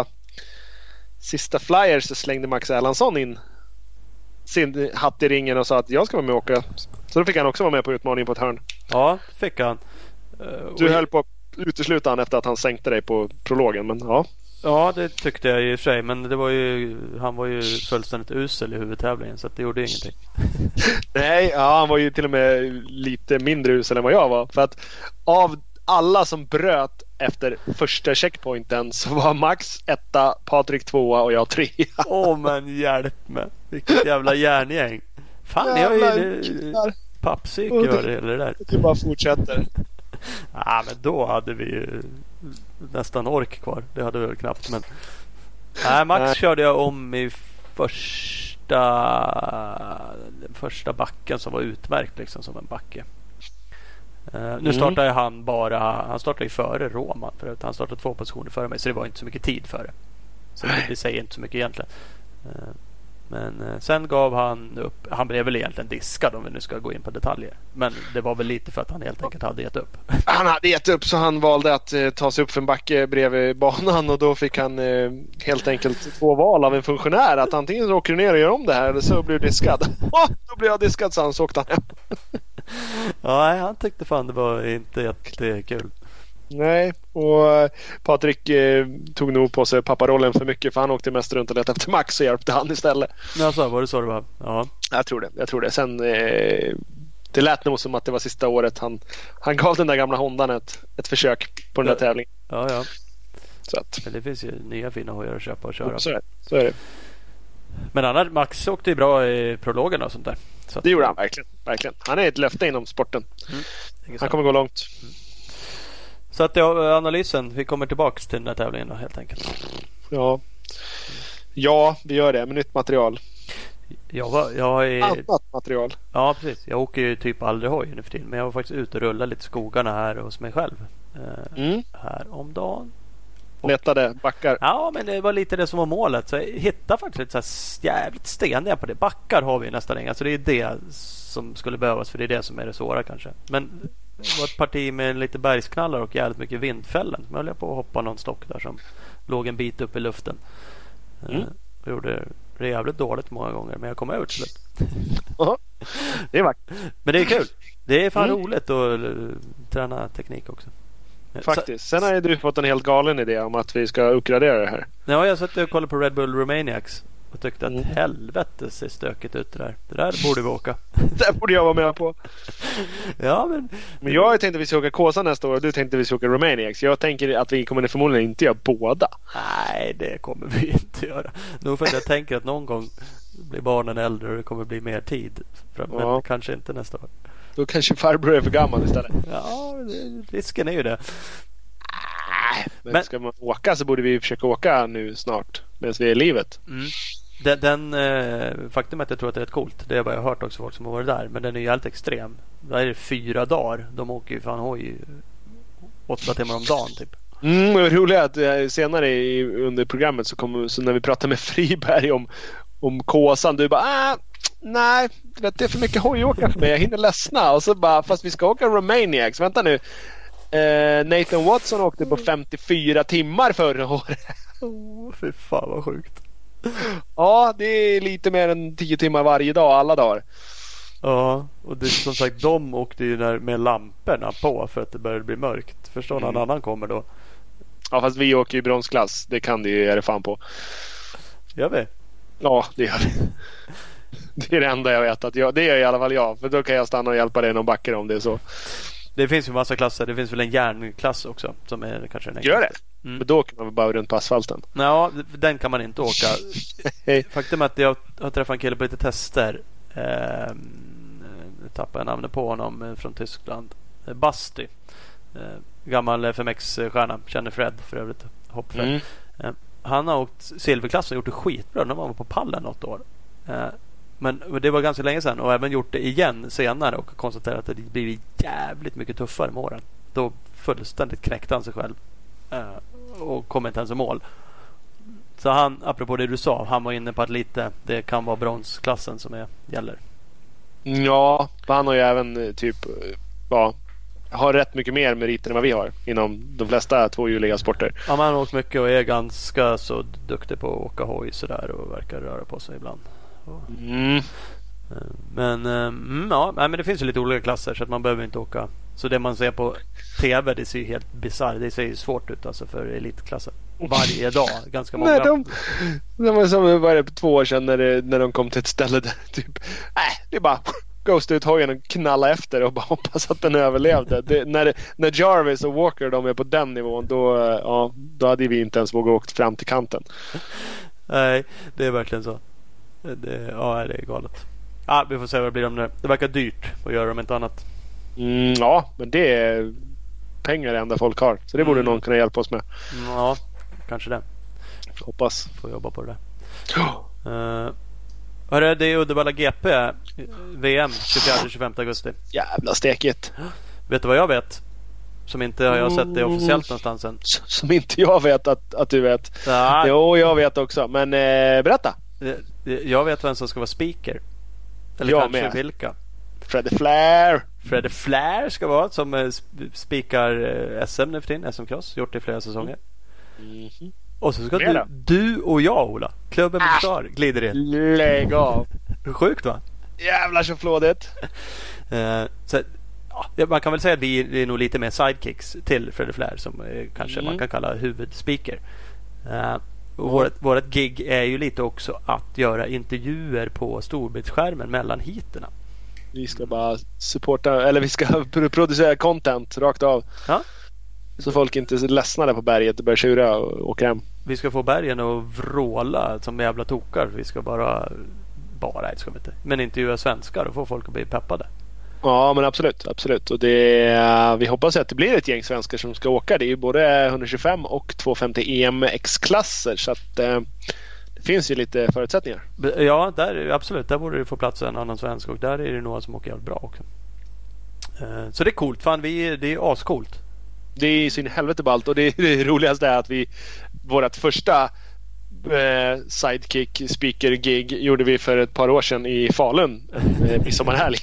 sista flyer så slängde Max Erlandsson in sin hatt i ringen och sa att jag ska vara med och åka. Så då fick han också vara med på utmaningen på ett hörn. Ja, fick han. Uh, du höll på att utesluta han efter att han sänkte dig på prologen, men ja. Ja, det tyckte jag i och för sig. Men det var ju, han var ju fullständigt usel i huvudtävlingen, så att det gjorde ingenting. Nej, ja, han var ju till och med lite mindre usel än vad jag var. För att av alla som bröt efter första checkpointen så var Max etta, Patrik tvåa och jag trea. Åh, oh, men hjälp mig. Vilket jävla järngäng. Fan, det har ju pappsyke var det eller det där. Det bara fortsätter. Ja, men då hade vi ju nästan ork kvar. Det hade vi väl knappt, men nej, Max nej. körde jag om i första första backen som var utmärkt liksom som en backe. Uh, nu mm. startade han bara han startade ju före Roman förut. Han startade två positioner före mig, så det var inte så mycket tid före. Så det, det säger inte så mycket egentligen. Uh, Men eh, sen gav han upp. Han blev väl egentligen diskad om vi nu ska gå in på detaljer. Men det var väl lite för att han helt enkelt hade gett upp. Han hade gett upp, så han valde att eh, ta sig upp för en backe bredvid banan. Och då fick han eh, helt enkelt två val av en funktionär. Att antingen åker du ner och gör om det här, eller så blir du diskad. Oh, då blev jag diskad, så han så åkte han hem. Ja, han tyckte fan det var inte jättekul. Nej, och Patrik eh, tog nog på sig papparollen för mycket, för han åkte mest runt och letade efter Max och hjälpte han istället. Alltså, var det så det var? Ja. Jag tror det, jag tror det. Sen eh, det lät nog som att det var sista året han, han gav den där gamla Hondan ett, ett försök på den ja. där tävlingen. Ja, ja. Så att. Men det finns ju nya fina hojar att köpa och köra. Så är det. Så är det. Men annars, Max åkte ju bra i prologen och sånt där. Så att, det gjorde han verkligen, verkligen. Han är ett löfte inom sporten. Mm. Han kommer gå långt. Mm. Så att ja, analysen, vi kommer tillbaka till den här tävlingen då, helt enkelt. Ja. Ja, vi gör det med nytt material. Jag var, jag är... Annat material. Ja, precis. Jag åker ju typ aldrig hoj nu för tiden. Men jag var faktiskt ute och rullade lite skogarna här hos mig själv. Eh, mm. Här om dagen. Och, letade backar. Ja, men det var lite det som var målet. Så jag hittade faktiskt lite så här jävligt steniga på det. Backar har vi nästan inga. Så det är det som skulle behövas. För det är det som är det svåra kanske. Men det var ett parti med lite bergsknallar och jävligt mycket vindfällen. Så jag höll på att hoppa någon stock där som låg en bit upp i luften. Mm. Eh, jag gjorde det jävligt dåligt många gånger. Men jag kom ut slut. Det är vackert. Men det är kul. Det är fan mm. roligt att träna teknik också. Faktiskt. Sen har du fått en helt galen idé om att vi ska uppgradera det här. Ja, jag satt och kollade på Red Bull Romaniacs och tyckte att mm. helvete ser stökigt ut det där. Det där borde vi åka. Det borde jag vara med på. Ja, men... Men jag tänkte att vi ska åka Kåsa nästa år och du tänkte att vi ska åka Romaniacs. Jag tänker att vi kommer förmodligen inte göra båda. Nej, det kommer vi inte göra. Nog för att jag tänker att någon gång blir barnen äldre och det kommer bli mer tid. Men ja. Kanske inte nästa år. Då kanske farbror är för gammal istället. Ja, risken är ju det. Men, men ska man åka så borde vi försöka åka nu snart medan vi är i livet. Mm. Den, den eh, faktum att jag tror att det är rätt coolt. Det är vad jag har hört också, folk som har varit där. Men den är ju helt extrem. Där är det fyra dagar. De åker ju fan hoj åtta timmar om dagen typ. Mm, det är roligt att senare i, under programmet så, kommer, så när vi pratar med Friberg om, om Kåsan, du bara ah, nej, det är för mycket hojåkare för mig, jag hinner ledsna. Och så bara, fast vi ska åka Romaniacs, vänta nu. eh, Nathan Watson åkte på femtiofyra timmar förra året. Oh, fy fan vad sjukt. Ja, det är lite mer än tio timmar varje dag, alla dagar. Ja, och det, som sagt, de åkte ju där med lamporna på för att det började bli mörkt. Förstår någon mm. annan kommer då. Ja, fast vi åker ju bronsklass. Det kan det ju, är det fan på. Gör vi? Ja, det gör vi. Det är det enda jag vet att jag, det gör i alla fall jag. För då kan jag stanna och hjälpa dig någon backare om det är så. Det finns ju massa klasser. Det finns väl en järnklass också som är kanske den Gör det? Mm. Men då åker man väl bara runt på asfalten. Ja, den kan man inte åka. Faktum är att jag har träffat en kille på lite tester. Eh, tappar jag namnet på honom från Tyskland. Basti. Eh, gammal F M X-stjärna. Känner Fred för övrigt. Hoppfred. Mm. Eh, han har åkt silverklass och gjort det skitbra när man var på pallen något år. Eh, men det var ganska länge sedan och även gjort det igen senare och konstaterat att det blivit jävligt mycket tuffare med åren. Då fullständigt knäckte han sig själv eh, och kom inte ens i mål. Så han, apropå det du sa, han var inne på att lite det kan vara bronsklassen som är, gäller. Ja, han har ju även typ ja, har rätt mycket mer meriter än vad vi har inom de flesta tvåhjuliga sporter. Ja, man har åkt mycket och är ganska så duktig på att åka hoj sådär och verkar röra på sig ibland. Mm. Men mm, ja, men det finns ju lite olika klasser så att man behöver inte åka. Så det man ser på tv, det ser ju helt bizarrt. Det ser ju svårt ut alltså för elitklassen. Varje dag, ganska många. Nej, de, de var som var det på två år sedan när, det, när de kom till ett ställe där typ, nej, det är bara ghost ut hojen och knalla efter och bara hoppas att den överlevde. Det, när, när Jarvis och Walker de är på den nivån, då, ja, då hade vi inte ens vågat åka fram till kanten. Nej, det är verkligen så. Det, ja, det är galet. Ja, vi får se vad det blir om det. Det verkar dyrt att göra om inte annat. Mm, ja, men det är pengar det enda folk har. Så det borde mm. någon kunna hjälpa oss med. Ja, kanske det. Hoppas. Får jobba på det där. Uh, hörru, det är Uddevalla G P V M tjugofjärde till tjugofemte augusti. Jävla stekigt. Vet du vad jag vet? Som inte har jag sett det officiellt någonstans än. Som inte jag vet att, att du vet. Ja. Jo, jag vet också. Men eh, berätta. Jag vet vem som ska vara speaker. Eller jag kanske med. Vilka. Freddie Flair. Freddie Flair ska vara som eh, speakar eh, S M nu för tiden. S M Cross. Gjort det i flera säsonger. Mm-hmm. Och så ska du, du och jag, Ola. Klubben ah, Star glider in. Lägg av. Sjukt va? Jävlar så flådigt. eh, så, ja, man kan väl säga att vi är nog lite mer sidekicks till Freddie Flair. Som eh, kanske mm. man kan kalla huvudspeaker. Eh, Och vårt, vårt gig är ju lite också att göra intervjuer på storbildsskärmen mellan heaterna. Vi ska bara supporta, eller vi ska producera content rakt av. Ja. Så folk inte är ledsna där på berget och börjar tjura och åka hem. Vi ska få bergen att vråla som jävla tokar. Vi ska bara, bara ska vi inte, men intervjua svenskar och få folk att bli peppade. Ja, men absolut, absolut. Och det, vi hoppas att det blir ett gäng svenskar som ska åka. Det är ju både etthundratjugofem och tvåhundrafemtio E M X-klasser, så att eh, det finns ju lite förutsättningar. Ja, där, absolut. Där borde det få plats en annan svensk, och där är det några som åker jävligt bra också. Eh, så det är coolt. Fan, vi, det är ascoolt. Det är sin helvete ballt, och det, det roligaste är att vi vårt första eh, sidekick speaker gig gjorde vi för ett par år sedan i Falun, en midsommarhelg.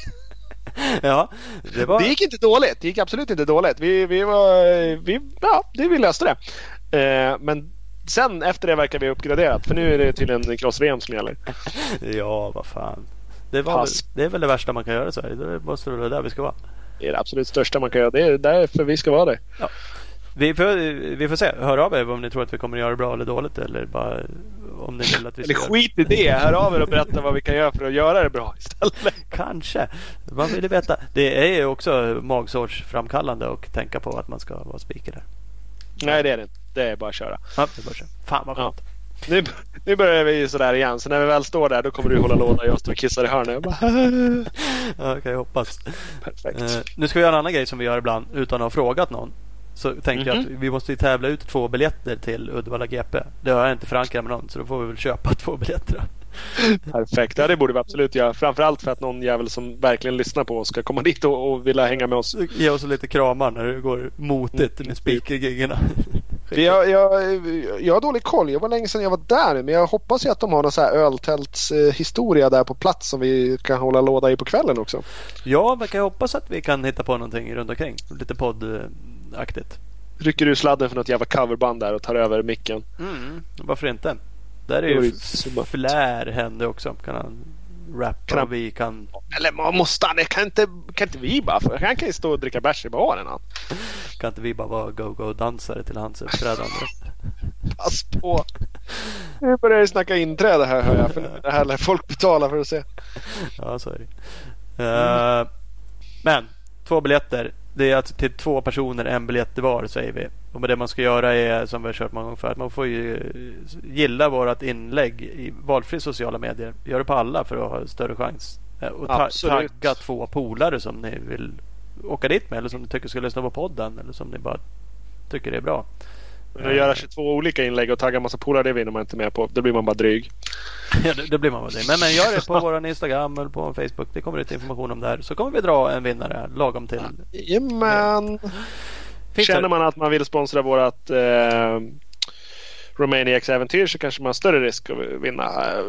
Ja, det, var... det gick inte dåligt. Det gick absolut inte dåligt. Vi, vi var vi, ja, det vi löste det. Eh, men sen efter det verkar vi uppgraderat, för nu är det tydligen cross-V M som gäller. Ja, vad fan. Det, var väl, det är väl det värsta man kan göra, så här. Det måste vara där vi ska vara. Det är det absolut största man kan göra. Det är därför vi ska vara där. Ja. Vi får, vi får se. Hör av er om ni tror att vi kommer att göra det bra eller dåligt, eller bara om ni vill att vi ska... Eller skit i det. Hör av er och berätta vad vi kan göra för att göra det bra istället. Kanske. Man vill veta. Det är ju också magsårsframkallande att tänka på att man ska vara speaker där. Nej, det är det inte. Det är bara att köra. Ja, det är bara att köra. Fan vad skönt. Ja. Nu, nu börjar vi sådär igen. Så när vi väl står där, då kommer du hålla låda. Jag står och kissar i hörnet. Bara... Ja, okej, okay, hoppas. Perfekt. Uh, nu ska vi göra en annan grej som vi gör ibland utan att ha frågat någon. Så tänkte mm-hmm. jag att vi måste tävla ut två biljetter till Uddevalla G P. Det har jag inte förankrat med någon, så då får vi väl köpa två biljetter. Perfekt, ja, det borde vi absolut göra. Framförallt för att någon jävel som verkligen lyssnar på oss ska komma dit och, och vilja hänga med oss. Ge oss lite kramar när det går motigt med speakergiggarna. Jag, jag, jag har dålig koll. Jag var länge sedan jag var där, men jag hoppas ju att de har någon så här öltältshistoria där på plats som vi kan hålla låda i på kvällen också. Ja, man kan ju hoppas att vi kan hitta på någonting runt omkring. Lite poddaktigt. Rycker du sladden för något jävla coverband där och tar över micken? Mm, varför inte? Där är ju Flär hände också. Kan han rappa kan... vi kan... Eller man måste han, kan inte, kan inte vi bara, för han kan ju stå och dricka bärs i baren. Han. Kan inte vi bara vara go-go-dansare till hans uppträdande? Pass på. Nu börjar jag snacka inträde här, hör jag. För det här lär folk betala för att se. Ja, så är det. Uh, mm. Men, två biljetter. Det är att till två personer en biljett var, säger vi. Och det man ska göra är, som vi har kört många gånger för, att man får ju gilla vårat inlägg i valfri sociala medier. Gör det på alla för att ha större chans. Och ta- tagga två polare som ni vill åka dit med, eller som ni tycker ska lyssna på podden, eller som ni bara tycker det är bra. Men att göra tjugotvå olika inlägg och tagga massa polare, det vinner man inte med på. Då blir man bara dryg. Ja, det, det blir man bara dryg. Men, men gör det på vår Instagram eller på Facebook. Det kommer ut information om det här. Så kommer vi dra en vinnare lagom till. Jajamän. Känner man att man vill sponsra vårat eh, Romaniacs-äventyr, så kanske man har större risk att vinna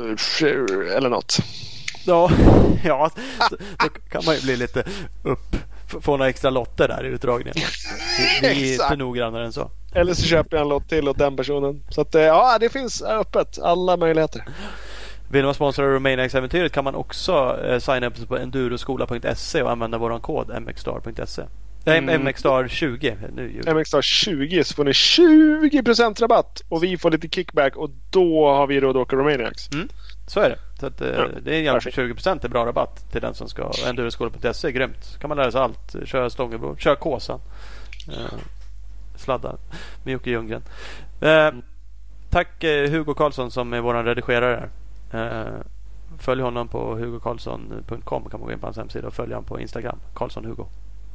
eh, eller något. Ja, ja, då kan man ju bli lite upp, få några extra lotter där i utdragningen. Vi, vi är inte noggrannare än så. Eller så köper jag en lott till åt den personen. Så att, ja, det finns öppet. Alla möjligheter. Vill man sponsra Romaniacs-äventyret kan man också eh, signa upp på enduroskola punkt se och använda våran kod m x star punkt se. Nej, mm. M X Star tjugo nu. M X Star tjugo, så får ni tjugo procent rabatt. Och vi får lite kickback. Och då har vi råd att åka Romaniacs. Mm. Så är det. Så att, ja, det är jävligt tjugo procent är bra rabatt till den som ska. enduroskola punkt se är grymt. Så kan man lära sig allt. Köra Stångebro, köra Kåsan. Eh, sladda med Jocke Ljunggren. Eh, tack eh, Hugo Karlsson som är våran redigerare. Eh, följ honom på hugo karlsson punkt com, kan man gå in på hans hemsida, och följ honom på Instagram, Karlsson Hugo.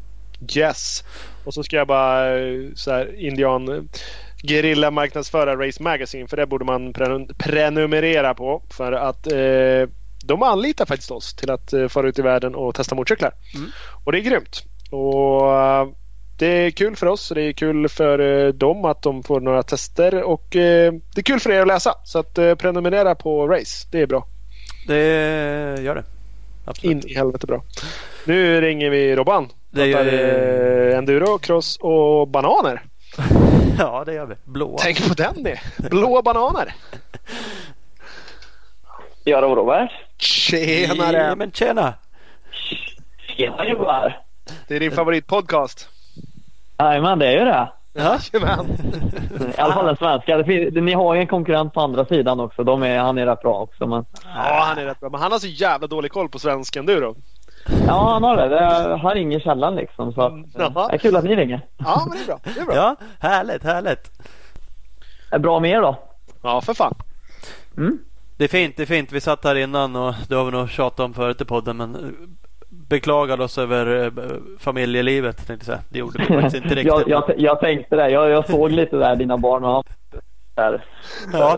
Yes. Och så ska jag bara så här, indian gerilla marknadsföra Race Magazine, för det borde man prenum- prenumerera på, för att eh, de anlitar faktiskt oss till att eh, fara ut i världen och testa motorcyklar. Mm. Och det är grymt. Och uh, det är kul för oss, och det är kul för uh, dem att de får några tester, och uh, det är kul för er att läsa. Så att uh, prenumerera på Race, det är bra. Det gör det. Absolut. In i helvete bra. Nu ringer vi Robban. Det gör vi. Enduro, cross och bananer. Ja, det gör vi. Blå. Tänk på den det. Blå bananer. Ja, då, Robert. Tjenare. Ja, men tjena. Tjena, Joar. Det är din favoritpodcast. Jajamän, det är ju det. Jajamän. I alla fall den svenska. Det finns, ni har ju en konkurrent på andra sidan också. De är, han är rätt bra också. Men... Ja, han är rätt bra. Men han har så jävla dålig koll på svensk enduro. Ja, han har det. Det har ingen källan liksom. Så att, det är kul att ni ringer. Ja, men det är bra. Det är bra. Ja, härligt, härligt. Är bra med er då? Ja, för fan. Mm. Det är fint, det är fint. Vi satt här innan och det har vi nog tjatat om förut i podden, men beklagade oss över eh, familjelivet, tänkte jag säga. Det gjorde vi faktiskt inte riktigt. jag, jag, jag tänkte det. Jag, jag såg lite där dina barn och där. Ja.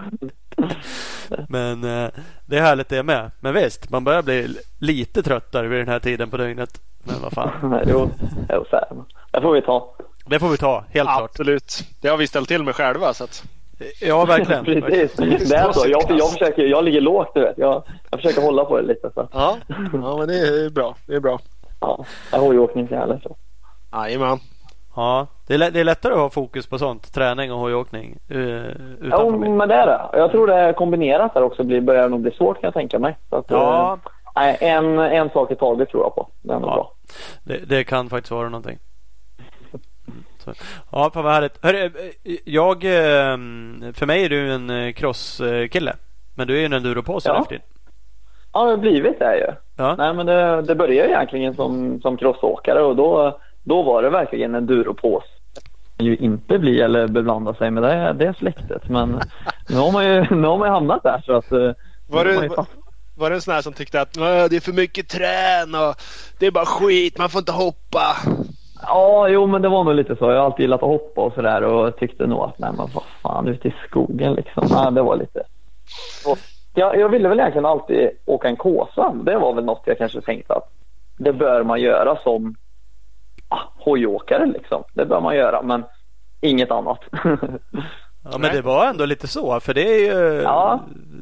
Men eh, det är härligt det med. Men visst, man börjar bli lite tröttare vid den här tiden på dygnet. Men vad fan. jo, jo, så här. Det får vi ta. Det får vi ta, helt klart. Absolut. Det har vi ställt till med själva. Så att... Ja, verkligen. Precis. Det är så. Jag, jag, försöker, jag ligger lågt, du vet. Jag, jag försöker hålla på det lite. Så. Ja. ja, men det är bra. Det är bra. Ja, jag har ju åkning till heller. Jajamän. Ja, det är, det är lättare att ha fokus på sånt. Träning och hojåkning. Uh, ja, men det är det. Jag tror det är kombinerat där också. Blir, börjar nog bli svårt, kan jag tänka mig. Så att, ja. uh, en, en sak i taget tror jag på. Det är nog ja. bra. Det, det kan faktiskt vara någonting. Så. Ja, fan vad härligt. Hörru, jag, för mig är du en crosskille. Men du är ju en enduropåse ja. efter. Ja, det har blivit det ju. Ja. Nej, men det, det började egentligen som, som crossåkare. Och då, då var det verkligen en enduropås. Ju inte bli eller beblanda sig med det, det släktet. Men nu har man ju, nu har man ju hamnat där. Så att, var, du, var, var det en sån här som tyckte att det är för mycket trän och det är bara skit, man får inte hoppa? Ja, jo, men det var nog lite så. Jag har alltid gillat att hoppa och sådär och tyckte nog att nej, men vad fan, ute i skogen liksom. Ja, det var lite. Och jag, jag ville väl egentligen alltid åka en kåsa. Det var väl något jag kanske tänkte att det bör man göra som ah, hojåkare liksom. Det bör man göra, men inget annat. Ja, men det var ändå lite så, för det är ju ja.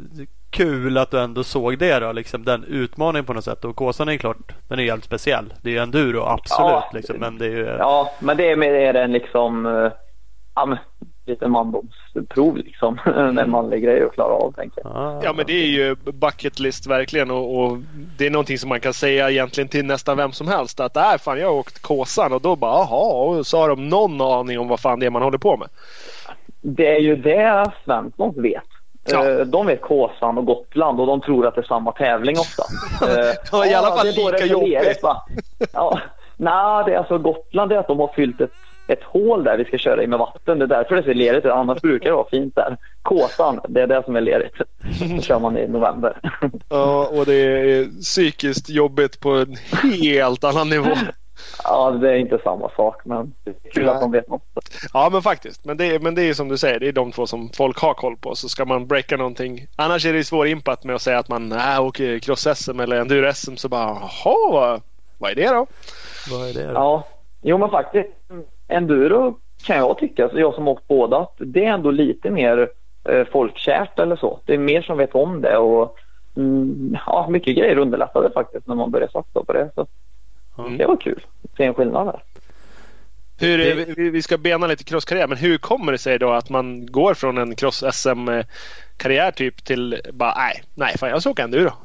kul att du ändå såg det då, liksom den utmaningen på något sätt. Och kåsan är klart, den är jävligt speciell. Det är ju enduro, absolut ja, liksom, men det är ju... Ja, men det är med en liksom uh, ja, lite mandomsprov liksom. Mm. En manlig grej att klara av, tänker jag. Ah. Ja, men det är ju bucket list verkligen, och, och det är någonting som man kan säga egentligen till nästan vem som helst, att äh, fan, jag har åkt kåsan, och då bara, aha, och så har de någon aning om vad fan det är man håller på med. Det är ju det Svensson vet. Ja. De vet Kåsan och Gotland, och de tror att det är samma tävling ofta. Ja, i alla fall lika jobbigt. Ja. Nej, det är alltså Gotland, det är att de har fyllt ett, ett hål där vi ska köra i med vatten. Det är därför det är så lerigt. Annars brukar det vara fint där. Kåsan, det är det som är lerigt. Så kör man i november. Ja, och det är psykiskt jobbigt på en helt annan nivå. Ja, det är inte samma sak, men det är kul att de vet något. Ja, men faktiskt. Men det, är, men det är som du säger, det är de två som folk har koll på. Så ska man breaka någonting. Annars är det svår impact med att säga att man äh, åker cross-S M eller enduro-S M. Så bara, jaha, vad, vad är det då? Vad är det då? Ja, jo men faktiskt. Enduro kan jag tycka, så jag som åkt båda, att det är ändå lite mer eh, folkkärt eller så. Det är mer som vet om det. Och mm, ja, mycket grejer underlättade faktiskt när man började satsa på det. Så. Mm. Det var kul. Se en skillnad där. Hur, vi, vi ska bena lite crosskarriär, men hur kommer det sig då att man går från en cross-S M-karriär typ till bara, nej, nej, fan jag så kan du då?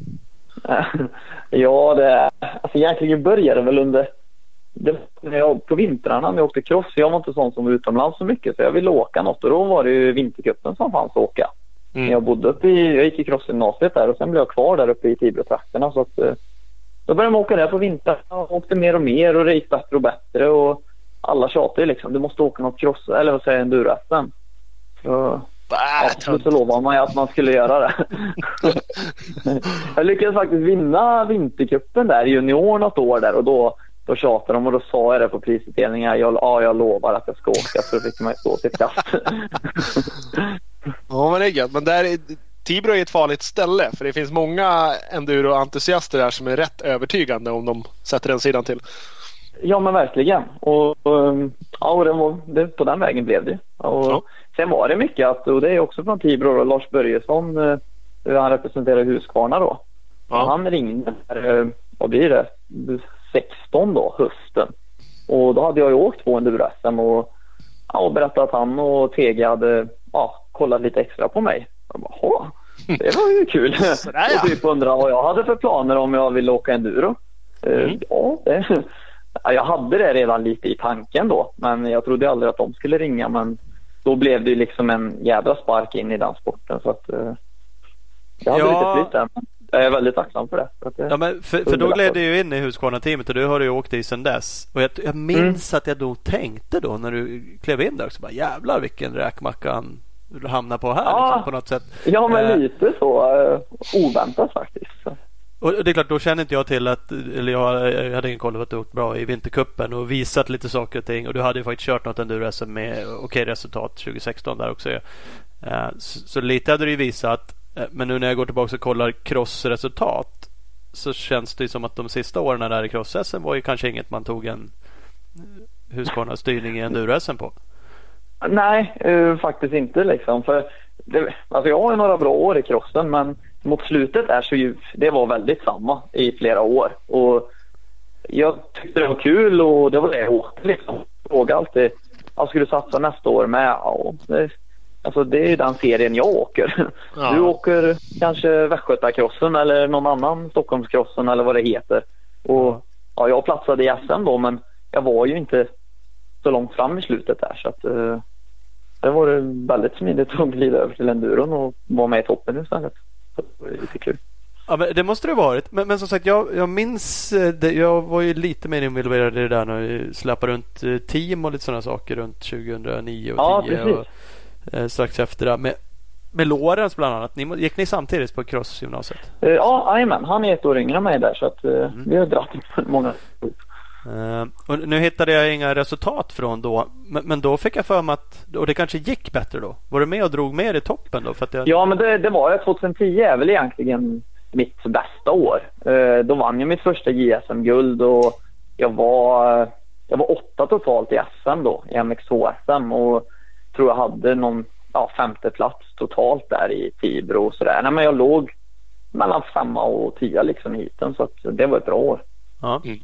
Ja, det, alltså egentligen började väl under det, när jag, på vintrarna när jag åkte cross. Jag var inte sån som var utomlands så mycket, så jag ville åka något, och då var det ju vintercupen som fanns att åka. Mm. Jag bodde uppe i, jag gick i crossgymnasiet där, och sen blev jag kvar där uppe i Tibro-trakterna, så att då började man åka där på vintern och åkte mer och mer, och det gick bättre och bättre, och alla tjatade liksom, du måste åka något cross, eller vad säger en enduro-S M. Så, ja, så lovade man ju att man skulle göra det. Jag lyckades faktiskt vinna vintercupen där i junior något år där, och då, då tjatade de, och då sa jag det på prisutdelningen, jag, ja, jag lovar att jag ska åka, så fick man ju stå till kast. Ja, men det är gött, men där är Tibro är ett farligt ställe, för det finns många enduro-entusiaster där som är rätt övertygande om de sätter den sidan till. Ja, men verkligen. Och, ja, och det var, det, på den vägen blev det. Och ja. Sen var det mycket att, och det är också från Tibro och Lars Börjesson, han representerar Husqvarna då. Ja. Han ringde, vad blir det? sexton då, hösten. Och då hade jag ju åkt på enduro-S M och, ja, och berättat att han och T G hade ja, kollat lite extra på mig. Jaha, det var ju kul. Sådär, ja. Och typ undra vad jag hade för planer om jag ville åka enduro. Mm. Ja, det, jag hade det redan lite i tanken då, men jag trodde aldrig att de skulle ringa, men då blev det ju liksom en jävla spark in i den sporten, så att jag hade ja. lite flyt där, men jag är väldigt tacksam för det. För, att det, ja, men för, för då gled du ju in i Husqvarna-teamet, och du har ju åkt i sedan dess. Och jag, jag minns mm. att jag då tänkte då när du klev in där också, bara jävlar vilken räkmacka han hamnar på här ja. Liksom, på något sätt. Ja, men lite så uh, oväntat faktiskt. Så. Och det är klart, då känner inte jag till att, eller jag, jag hade ingen koll på att du åkt bra i vintercupen och visat lite saker och ting, och du hade ju faktiskt kört något enduro-S M med okej resultat tjugo sexton där också. Så, så lite hade du ju visat, men nu när jag går tillbaka och kollar crossresultat så känns det ju som att de sista åren där i cross-S M var ju kanske inget man tog en Husqvarna-styrning i enduro-S M på. Nej, uh, faktiskt inte liksom. För det, alltså jag har ju några bra år i crossen, men mot slutet är så ju, det var väldigt samma i flera år. Och jag tyckte det var kul och det var det jag åkte liksom. Fråga alltid, jag skulle satsa nästa år med. Ja, det, alltså det är ju den serien jag åker. Ja. Du åker kanske Västgötakrossen eller någon annan Stockholmskrossen eller vad det heter. Och ja, jag platsade i S M då, men jag var ju inte så långt fram i slutet där, så att uh, det var väldigt smidigt att glida över till enduron och vara med i toppen istället. Så det var lite kul. Ja, men det måste det ha varit. Men, men som sagt, jag, jag minns det, jag var ju lite mer involverad i det där när vi släppade runt eh, team och lite sådana saker runt tjugohundranio och ja, tio och, eh, strax efter det. Med, med Lorenz bland annat. Ni, gick ni samtidigt på crossgymnasiet? Uh, ja, amen. Han är ett år yngre än mig där, så att uh, mm. vi har dratt många. Uh, och nu hittade jag inga resultat från då, men, men då fick jag för mig att, och det kanske gick bättre då. Var du med och drog med i toppen då? För att jag... Ja, men det, det var jag. tjugohundratio är väl egentligen mitt bästa år. Uh, då vann jag mitt första J S M-guld och jag var, jag var åtta totalt i S M då, i M X två S M, och tror jag hade någon ja, femte plats totalt där i Tibro och sådär. Nej, men jag låg mellan femma och tio liksom i hiten, så att det var ett bra år. Ja. Mm.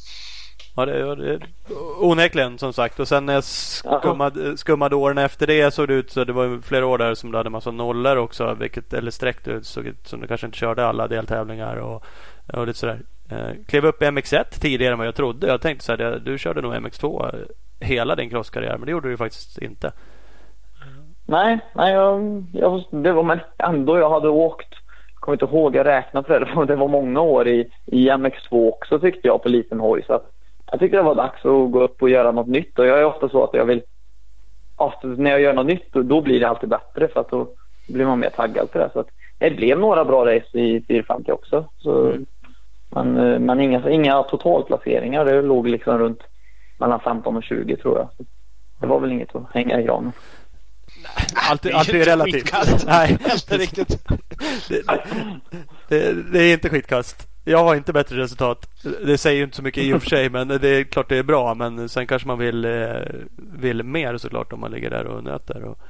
Ja, det, det onekligen som sagt. Och sen när jag skummade, skummade åren efter det såg det ut så det var flera år där som du hade massa nollor också, vilket, eller streck det såg ut som du kanske inte körde alla deltävlingar och, och lite sådär. Eh, klev upp i M X ett tidigare än vad jag trodde. Jag tänkte så här, du körde nog M X två hela din crosskarriär, men det gjorde du faktiskt inte. Nej, nej jag, jag, det var men ändå jag hade åkt, jag kommer inte ihåg, jag räknade för det, det var, det var många år i, i M X två också tyckte jag på liten hoj, så att jag tyckte det var dags att gå upp och göra något nytt. Och jag är ofta så att jag vill, ofta när jag gör något nytt då blir det alltid bättre, för att då blir man mer taggad för det. Så att det blev några bra race i fyrahundrafemtio också, så, mm. men, men inga, inga totalplaceringar, det låg liksom runt mellan femton och tjugo tror jag. Så det var väl inget att hänga i granen. Allt, allt är relativt. Nej, inte riktigt. Det, det, det är inte skitkast. Jag har inte bättre resultat. Det säger ju inte så mycket i och för sig, men det är klart det är bra. Men sen kanske man vill, vill mer såklart om man ligger där och nöter. Och,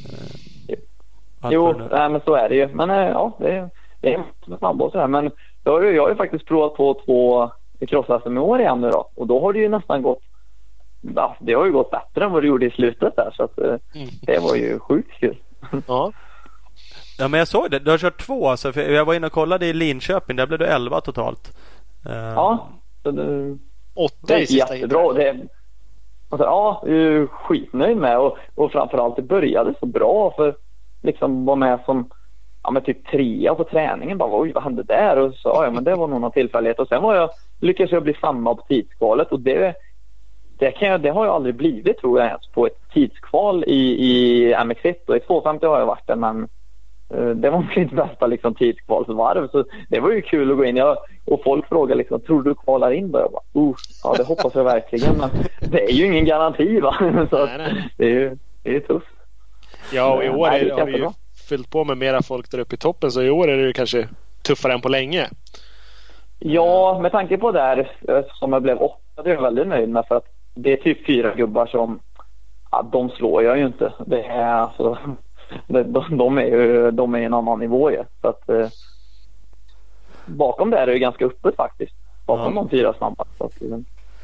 eh, jo, nej, men så är det ju. Men eh, ja, det är, det är snabbt och sådär. Men jag har, ju, jag har ju faktiskt provat på två cross-S M i år igen nu då. Och då har det ju nästan gått, ja, det har ju gått bättre än vad det gjorde i slutet där. Så att, eh, det var ju sjukt kul. Ja. Ja, men jag såg det. Du har kört två. Alltså, för jag var inne och kollade i Linköping. Där blev du elva totalt. Ja. Så det, åtta i sista jättebra. Det, alltså, ja, jag är skitnöjd med. Och, och framförallt det började så bra. För liksom var med som ja, men typ trea på träningen. Bara, oj, vad hände där? Och så, ja, men det var nog någon tillfällighet. Och sen var jag, lyckades jag bli samma på tidskvalet. Och det, det, kan jag, det har jag aldrig blivit, tror jag, ens på ett tidskval i, i M X ett. Och i tvåhundrafemtio har jag varit där, men det var mitt bästa liksom, tidskvalsvarv, så det var ju kul att gå in. Jag, och folk frågar liksom, tror du kvalar in då? Jag bara, oh, ja, det hoppas jag verkligen, men det är ju ingen garanti va? Så nej, nej. Det är ju det är tufft. Ja, och i år är, har vi ju fyllt på med mera folk där uppe i toppen, så i år är det ju kanske tuffare än på länge. Ja, med tanke på det här som jag blev åtta, det är jag väldigt nöjd med, för att det är typ fyra gubbar som ja, de slår jag ju inte. Det är alltså De, de är ju de är en annan nivå ju. Så att eh, bakom det är det ju ganska öppet faktiskt. Bakom ja. de fyra snabba. Så att, eh.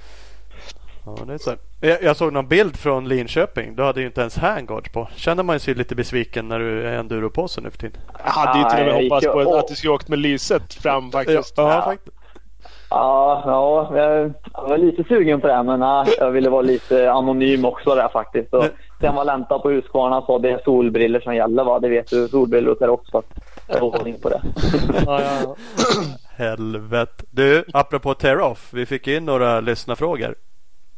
Ja, det är så. Jag, jag såg någon bild från Linköping. Du hade ju inte ens handguard på. Känner man sig lite besviken när du är enduro på sig nu för tiden? Jag hade ju till och med hoppats på att, att du skulle åkt med lyset fram faktiskt. Ja, ja, faktiskt. Ja, ja jag, jag var lite sugen på det, men nej, jag ville vara lite anonym också där faktiskt. Och sen var Lenta på Husqvarna sa det är solbriller som gäller, va? Det vet du, solbriller och terrox, så jag var in på det. Ja, ja. Helvete. Du, apropå tear-off, vi fick in några lyssnarfrågor.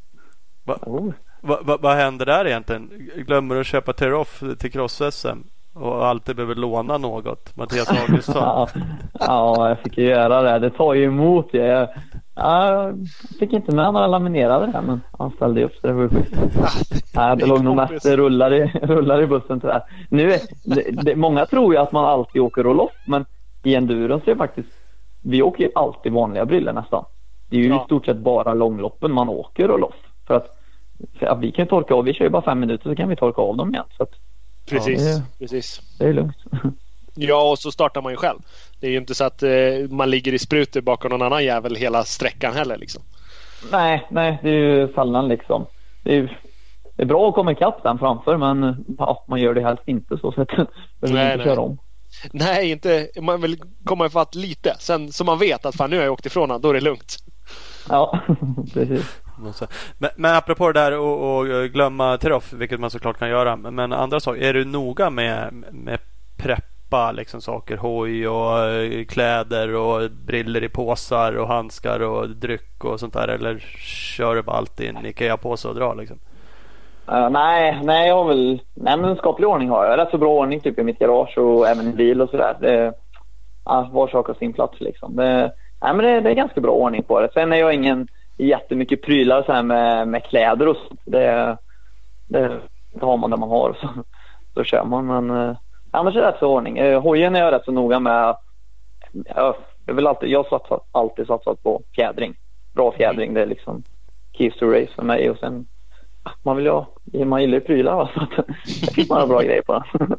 Va, oh. va, va, vad händer där egentligen? Glömmer du att köpa tear-off till cross-S M? och alltid behöver låna något. Mattias Augustsson. ja, ja, jag fick ju göra det. Det tar ju emot. Jag, jag fick inte med några laminerade där, men han ställde upp så det var schysst. Ja, det låg nog mest rullar i, rullar i bussen tyvärr. Nu är, det, det, många tror ju att man alltid åker roll-off, men i enduron så är det faktiskt, vi åker ju alltid vanliga briller nästan. Det är ju ja. i stort sett bara långloppen man åker roll-off. För att, för att vi kan torka av, vi kör ju bara fem minuter så kan vi torka av dem igen. Så att, precis, ja, det, precis. Det är lugnt. Ja, och så startar man ju själv. Det är ju inte så att eh, man ligger i sprutor bakom någon annan jävel hela sträckan heller liksom. Nej, nej, det är ju sällan liksom. Det är ju det är bra att komma ikapp den framför, men ja, man gör det helst inte så, så att man vill nej, inte nej. köra om. Nej, inte. Man vill komma ifatt lite. Sen så man vet att fan, nu har jag åkt ifrån han, då är det lugnt. Ja, precis. Men, men apropå det där och, och glömma Teroff, vilket man såklart kan göra. Men andra saker, är du noga med, med preppa liksom saker, hoj och kläder och briller i påsar och handskar och dryck och sånt där, eller kör du bara alltid en Ikea-påse och drar liksom? Uh, nej, nej, jag har väl nej, men en skaplig ordning har jag. Rätt så bra ordning typ i mitt garage och även i bil och sådär. Det, ja, var sak har sin plats liksom. Det, nej, men det, det är ganska bra ordning på det. Sen är jag ingen jättemycket prylar så här med, med kläder och sånt. Det, det, det har man där man har, så, så kör man. Men uh, annars är det rätt så ordning. Uh, hojen är jag rätt så noga med. Uh, jag vill alltid, jag har satsat, alltid satsat på fjädring. Bra fjädring, det är liksom keys to race för mig. Och sen man vill ju, man gillar ju prylar, va? Så att det finns några bra grejer på den.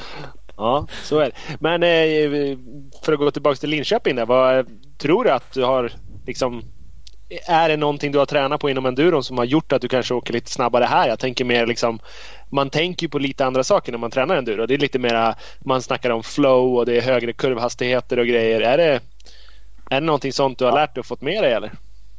Ja, så är det. Men eh, för att gå tillbaka till Linköping där, vad tror du att du har liksom, är det någonting du har tränat på inom enduron som har gjort att du kanske åker lite snabbare här? Jag tänker mer liksom, man tänker ju på lite andra saker när man tränar enduro. Det är lite mera, man snackar om flow och det är högre kurvhastigheter och grejer. Är det, är det någonting sånt du har lärt dig och fått med dig eller?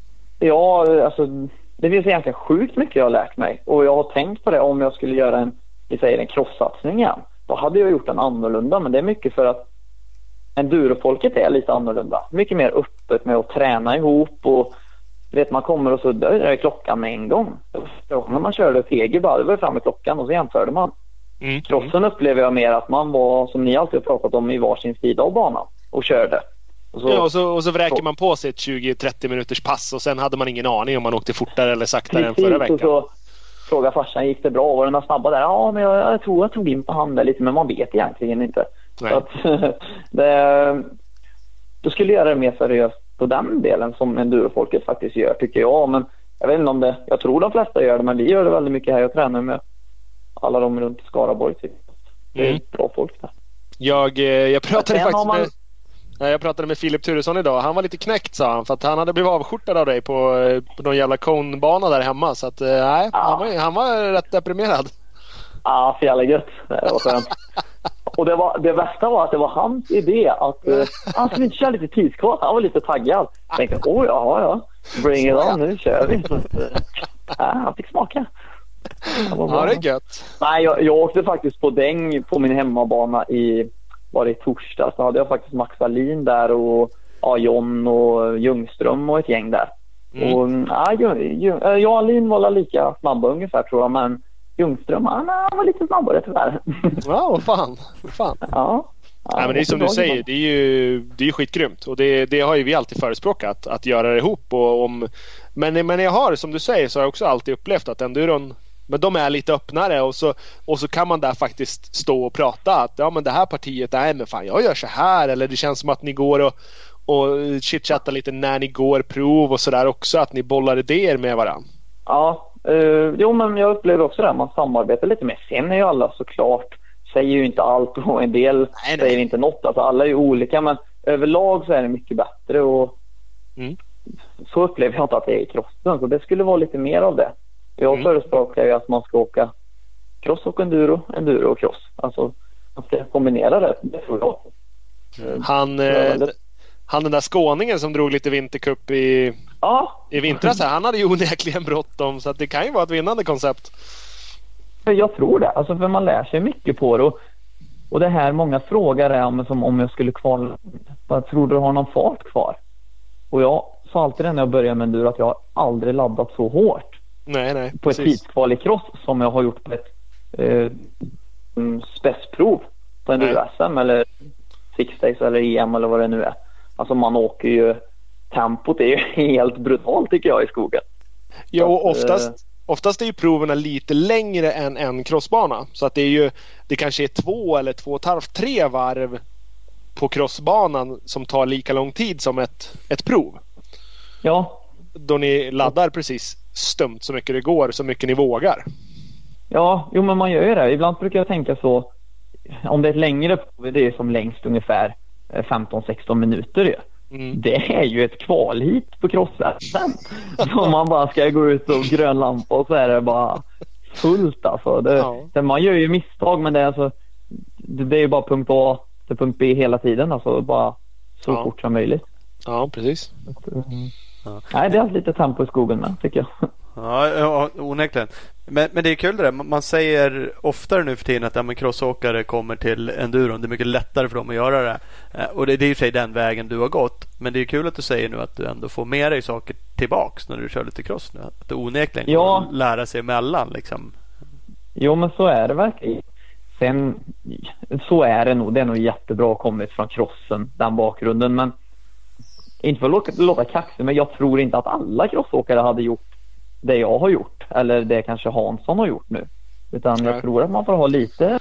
Ja, alltså det finns egentligen sjukt mycket jag har lärt mig. Och jag har tänkt på det om jag skulle göra en, vi säger en crosssatsning igen. Då hade jag gjort den annorlunda. Men det är mycket för att endurofolket är lite annorlunda. Mycket mer öppet med att träna ihop. Och vet man kommer och så dör klockan med en gång. Så när man körde P G bara, det var fram med klockan och så jämförde man. Mm. Crossen upplever jag mer att man var, som ni alltid har pratat om, i varsin sida av banan och körde. Och så, ja, och så, och så vräker man på sig ett tjugo till trettio minuters pass och sen hade man ingen aning om man åkte fortare eller saktare än förra veckan. Och så frågade farsan, gick det bra? Var den där snabba där? Ja, men jag, jag tror jag tog in på handen lite, men man vet egentligen inte. Så att, det, då skulle jag göra det mer seriöst på den delen som endurofolket faktiskt gör, tycker jag. Men jag vet inte om det, jag tror de flesta gör det, men vi gör det väldigt mycket här. Jag tränar med alla de runt Skaraborg. Typ. Det är mm. bra folk där. Jag, jag pratade faktiskt man... med... Jag pratade med Filip Turesson idag. Han var lite knäckt, sa han, för att han hade blivit avskjutad av dig på, på någon jävla konbana där hemma. Så att, nej, ja. han, var, han var rätt deprimerad. Ja, fjällegött. Det var skönt. Och det, var, det värsta var att det var hans idé att uh, han skulle inte köra lite tidskvar. Han var lite taggad. Jag tänkte, åh ja, ja. Bring it on, nu kör vi. Så att, uh, ja, han fick smaka. Ja, det är gött. Nej, jag, jag åkte faktiskt på däng på min hemmabana i... var det i torsdag, så hade jag faktiskt Max Wallin där och ja, John och Ljungström och ett gäng där. Mm. Och ja, jag och Wallin var lika snabba ungefär, tror jag, men Ljungström, han, han var lite snabbare tyvärr. Ja, vad fan. fan. Ja. Ja, Nej, men det är som du säger, det är ju, det är ju skitgrymt. Och det, det har ju vi alltid förespråkat, att göra det ihop. Och om, men, men jag har, som du säger, så har jag också alltid upplevt att enduron, men de är lite öppnare och så, och så kan man där faktiskt stå och prata att ja, men det här partiet, nej men fan jag gör så här, eller det känns som att ni går och, och chitchattar lite när ni går prov och sådär också, att ni bollar idéer med varandra. Ja, eh, jo men jag upplever också det här, man samarbetar lite mer. Sen är ju alla såklart, säger ju inte allt och en del nej, nej. säger inte något, alltså alla är ju olika, men överlag så är det mycket bättre och mm. så upplever jag inte att det är i crossen, så det skulle vara lite mer av det. Jag mm. förespråkar ju att man ska åka cross och enduro, enduro och cross. Alltså man ska kombinera det, det tror jag. Han, eh, han den där skåningen som drog lite vintercup i, ja. i vintras här, han hade ju onekligen bråttom, så att det kan ju vara ett vinnande koncept. Jag tror det, alltså för man lär sig mycket på det. Och, och det här många frågar är om, som om jag skulle kvala, vad tror du har någon fart kvar? Och jag sa alltid det när jag började med enduro att jag har aldrig laddat så hårt. Nej, nej, på ett tidskval i cross som jag har gjort på ett eh, spetsprov. på en U-S M eller Six Days eller E M eller vad det nu är. Alltså man åker ju, tempot är ju helt brutalt tycker jag i skogen. Ja, och oftast, oftast är ju proverna lite längre än en crossbana. Så att det är ju, det kanske är två eller två och ett halvt, tre varv på crossbanan som tar lika lång tid som ett, ett prov. Ja. Då ni laddar precis stumt så mycket det går, så mycket ni vågar. Ja, jo men man gör ju det. Ibland brukar jag tänka så, om det är ett längre prov, det är som längst ungefär femton sexton minuter ju. Mm. Det är ju ett kvalhit på crossvärlden. Så man bara ska gå ut och grön lampa och så är det bara fullt alltså. Det, ja. det, man gör ju misstag men det är alltså det, det är ju bara punkt A till punkt B hela tiden alltså bara så ja. fort som möjligt. Ja, precis. Mm. Ja. Nej, det är lite tempo i skogen med tycker jag. Ja, ja onekligen. Men, men det är kul det där. Man säger oftare nu för tiden att ja, men crossåkare kommer till enduron. Det är mycket lättare för dem att göra det. Och det, det är ju sig den vägen du har gått. Men det är kul att du säger nu att du ändå får med dig saker tillbaks när du kör lite cross nu. Att du onekligen ja. kan lära sig emellan liksom. Jo, men så är det verkligen. Sen så är det nog. Det är nog jättebra kommit från crossen, den bakgrunden. Men inte för att låta, låta kaxig, men jag tror inte att alla crossåkare hade gjort det jag har gjort eller det kanske Hansson har gjort nu, utan jag tror att man får ha lite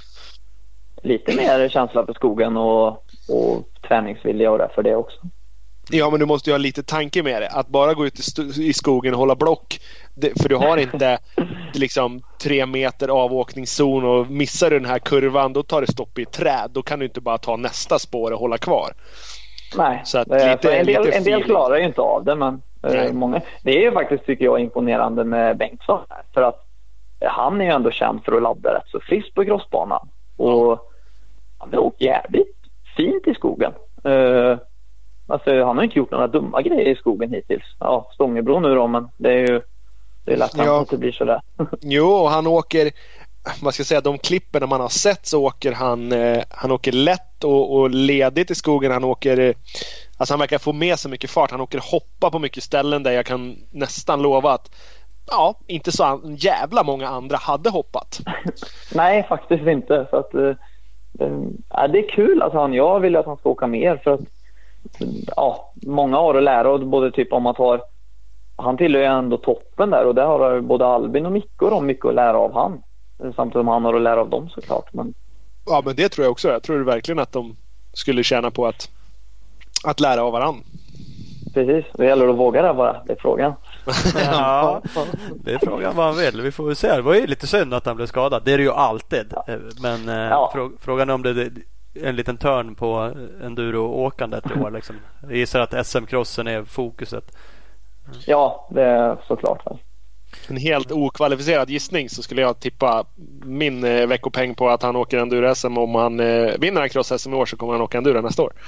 lite mer känsla för skogen och, och träningsvilja och det för det också. Ja, men du måste ju ha lite tanke med det. Att bara gå ut i, st- i skogen och hålla block, det, för du har inte liksom tre meter avåkningszon och missar du den här kurvan då tar det stopp i ett träd. Då kan du inte bara ta nästa spår och hålla kvar. Nej, så att det, lite, en, del, lite en del klarar ju inte av det, men eh, många, det är ju faktiskt tycker jag imponerande med Bengtsson här, för att eh, han är ju ändå känd för att ladda rätt så friskt på crossbanan och han har åkt jävligt fint i skogen. Eh, alltså han har inte gjort några dumma grejer i skogen hittills. Ja, Stångebro nu då, men det är ju det är lätt ja. att det blir sådär. Jo, han åker, vad ska jag säga, de klippen man har sett så åker han eh, han åker lätt och, och ledigt i skogen. Han åker eh, alltså han verkar få med så mycket fart. Han åker hoppa på mycket ställen där jag kan nästan lova att ja, inte så an- jävla många andra hade hoppat. Nej, faktiskt inte. Så att, eh, det är kul att han, jag vill att han ska åka mer för att ja, många har att lära och både typ om man tar han tillhör ju ändå toppen där och där har både Albin och Mikko de mycket att lära av han. Samtidigt som han har att lära av dem såklart. Men... Ja, men det tror jag också. Jag tror verkligen att de skulle tjäna på att, att lära av varandra. Precis, det gäller att våga det bara. Det är frågan. Ja, det är frågan vad han vill. Vi får väl se. Det var ju lite synd att han blev skadad. Det är det ju alltid. Ja. Men ja. frå- frågan är om det är en liten törn på enduro-åkandet i år. Liksom. Jag gissar att S M-crossen är fokuset. Ja, det är såklart. En helt okvalificerad gissning så skulle jag tippa min eh, veckopeng på att han åker enduro-S M. Om han eh, vinner en cross-S M i år så kommer han åka enduro nästa år.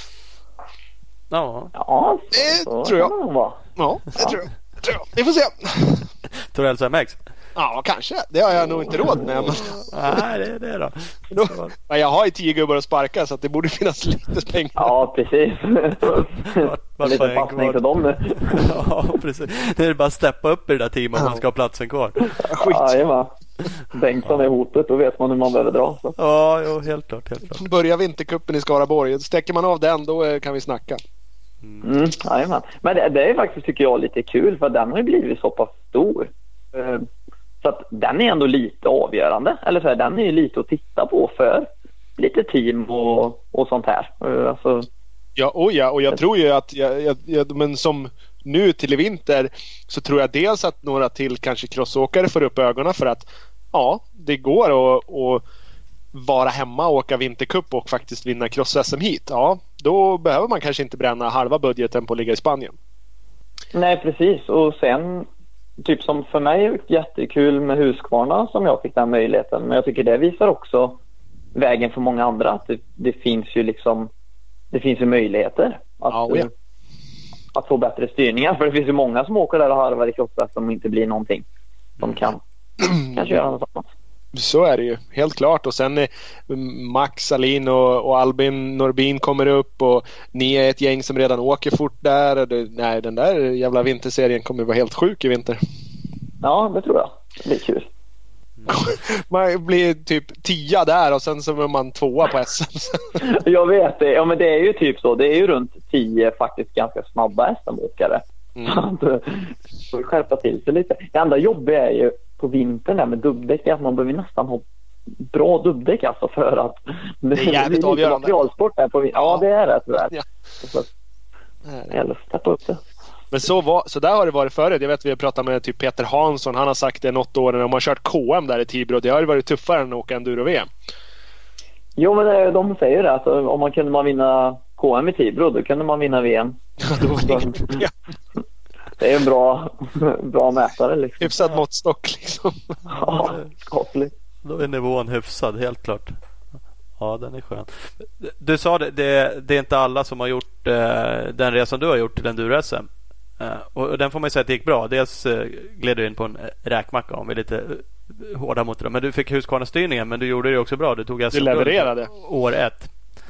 Ja, ja det så tror jag. Det ja, det ja. tror jag. Det tror jag. Vi får se. Torells M X? Ja, kanske. Det har jag nog inte råd med. Men... Nej, det är det då. då. Men jag har ju tio gubbar att sparka så att det borde finnas lite pengar. Ja, precis. Var, lite passning till dem nu. Ja, precis. Det är bara att steppa upp i det där teamet om man ska ha platsen kvar. Skit. Ja, Bengtsson är hotet, då vet man hur man behöver dra. Så. Ja, jo, helt klart, helt klart. Börjar vintercupen i Skaraborg. Stäcker man av den, då kan vi snacka. Mm. Mm, jajamän. Men det, det är faktiskt, tycker jag, lite kul för den har ju blivit så pass stor. Så att den är ändå lite avgörande. Eller så här, den är ju lite att titta på för lite team och, och sånt här. Alltså, ja, och ja, och jag tror ju att jag, jag, jag, men som nu till i vinter så tror jag dels att några till kanske crossåkare får upp ögonen för att ja, det går att, att vara hemma och åka vintercup och faktiskt vinna cross-S M hit. Ja, då behöver man kanske inte bränna halva budgeten på att ligga i Spanien. Nej, precis. Och sen typ som för mig är jättekul med Husqvarna som jag fick den möjligheten. Men jag tycker det visar också vägen för många andra. Att det, det finns ju liksom det finns ju möjligheter att, ja, ja. att få bättre styrningar. För det finns ju många som åker där och harvar i kroppen som inte blir någonting. De kan kanske göra något annat. Så är det ju, helt klart. Och sen eh, Max, Alin och, och Albin Norbin kommer upp och ni är ett gäng som redan åker fort där. Och det, nej, den där jävla vinterserien kommer vara helt sjuk i vinter. Ja, det tror jag. Det blir kul. Man blir typ tia där och sen så är man tvåa på S M. Jag vet det. Ja, men det är ju typ så. Det är ju runt tio faktiskt ganska snabba S M-åkare. Mm. Så får skärpa till sig lite. Det enda jobbiga är ju på vintern där med dubbdäck, att man behöver nästan ha bra dubbdäck alltså, för att det är jävligt det är avgörande. Materialsport där på vintern. Ja, det är det tyvärr. Ja. Så eller steppa upp det. Men så, var, så där har det varit förut. Jag vet att vi har pratat med typ Peter Hansson. Han har sagt det något år när de har kört K M där i Tibro. Det har ju varit tuffare än att åka enduro-V M. Jo, men det, de säger det. Alltså, om man kunde man vinna K M i Tibro, då kunde man vinna V M. Ja, det var inget problem. Det är en bra, bra mätare liksom. Hyfsad måttstock liksom. Ja, skapligt. Då är nivån hyfsad, helt klart. Ja, den är skön. Du sa det, det, det är inte alla som har gjort eh, den resan du har gjort till enduro-S M. Eh, och den får man ju säga att det gick bra. Dels eh, gled du in på en räkmacka om vi är lite eh, hårda mot det. Men du fick Husqvarna-styrningen, men du gjorde det också bra. Du tog du levererade. År ett.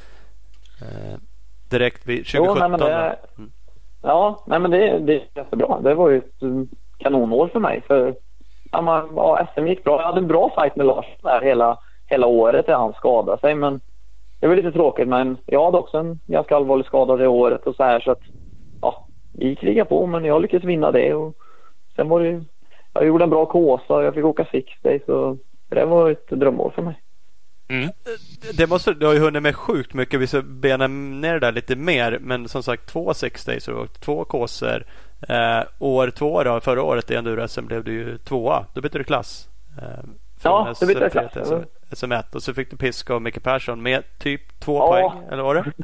Eh, direkt vid tjugohundrasjutton. Jo, nej, men det, mm. Ja, nej, men det, det är jättebra. Det var ju ett kanonår för mig. För ja, man, ja, S M gick bra. Jag hade en bra fight med Lars där hela hela året där han skadade sig, men det var lite tråkigt, men jag hade också en ganska allvarlig skada det året och så här, så att ja, vi krigade på, men jag lyckades vinna det och sen var det, jag gjorde en bra kåsa och jag fick åka six days, så det var ett drömmål för mig. Mm. Det måste, du har ju hunnit med sjukt mycket. Vi ska bena ner det där lite mer, men som sagt två six days och två kåsor. Eh, år två då, förra året i enduro-S M blev du ju tvåa. Då bytte du klass. Eh, Ja, det bytte jag klass. S M ett och så fick du piska av Micke Persson med typ två ja. poäng, eller var det?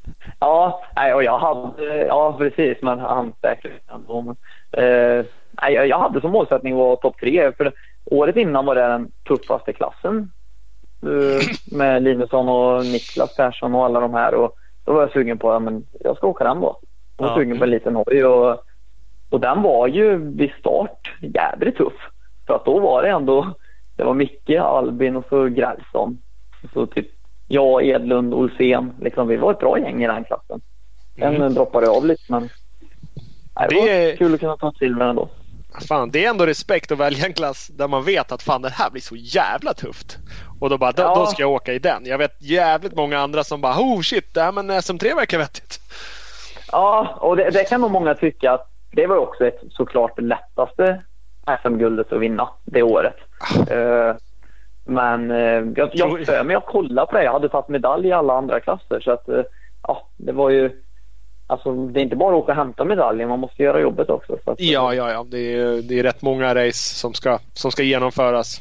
Ja, nej, och jag hade, ja precis, men han säkert ändå. Eh, nej, jag hade som målsättning att vara topp tre, för det, året innan var det den tuffaste klassen eh, med Linusson och Niklas Persson och alla de här, och då var jag sugen på att men jag ska åka den då. Jag var ja. sugen på en liten hoj, och, och den var ju vid start jävligt tuff, för att då var det ändå det var Micke, Albin och så Grälsson. Så typ jag, Edlund, Olsen. Liksom, vi var ett bra gäng i den klassen. Den mm. droppade av lite, men nej, det, det var är... kul att kunna ta silver ändå. Fan, det är ändå respekt att välja en klass där man vet att fan, det här blir så jävla tufft. Och då bara, då, ja. då ska jag åka i den. Jag vet jävligt många andra som bara, oh shit, det här med S M tre verkar vettigt. Ja, och det, det kan nog många tycka att det var också ett såklart det lättaste S M-guldet att vinna det året. Uh, men uh, jag, jag för mig att kolla på det. Jag hade tagit medalj i alla andra klasser, så att uh, ja, det var ju alltså, det är inte bara att åka och hämta medaljen, man måste göra jobbet också, så att, ja, ja, ja. Det är, det är rätt många race som ska, som ska genomföras.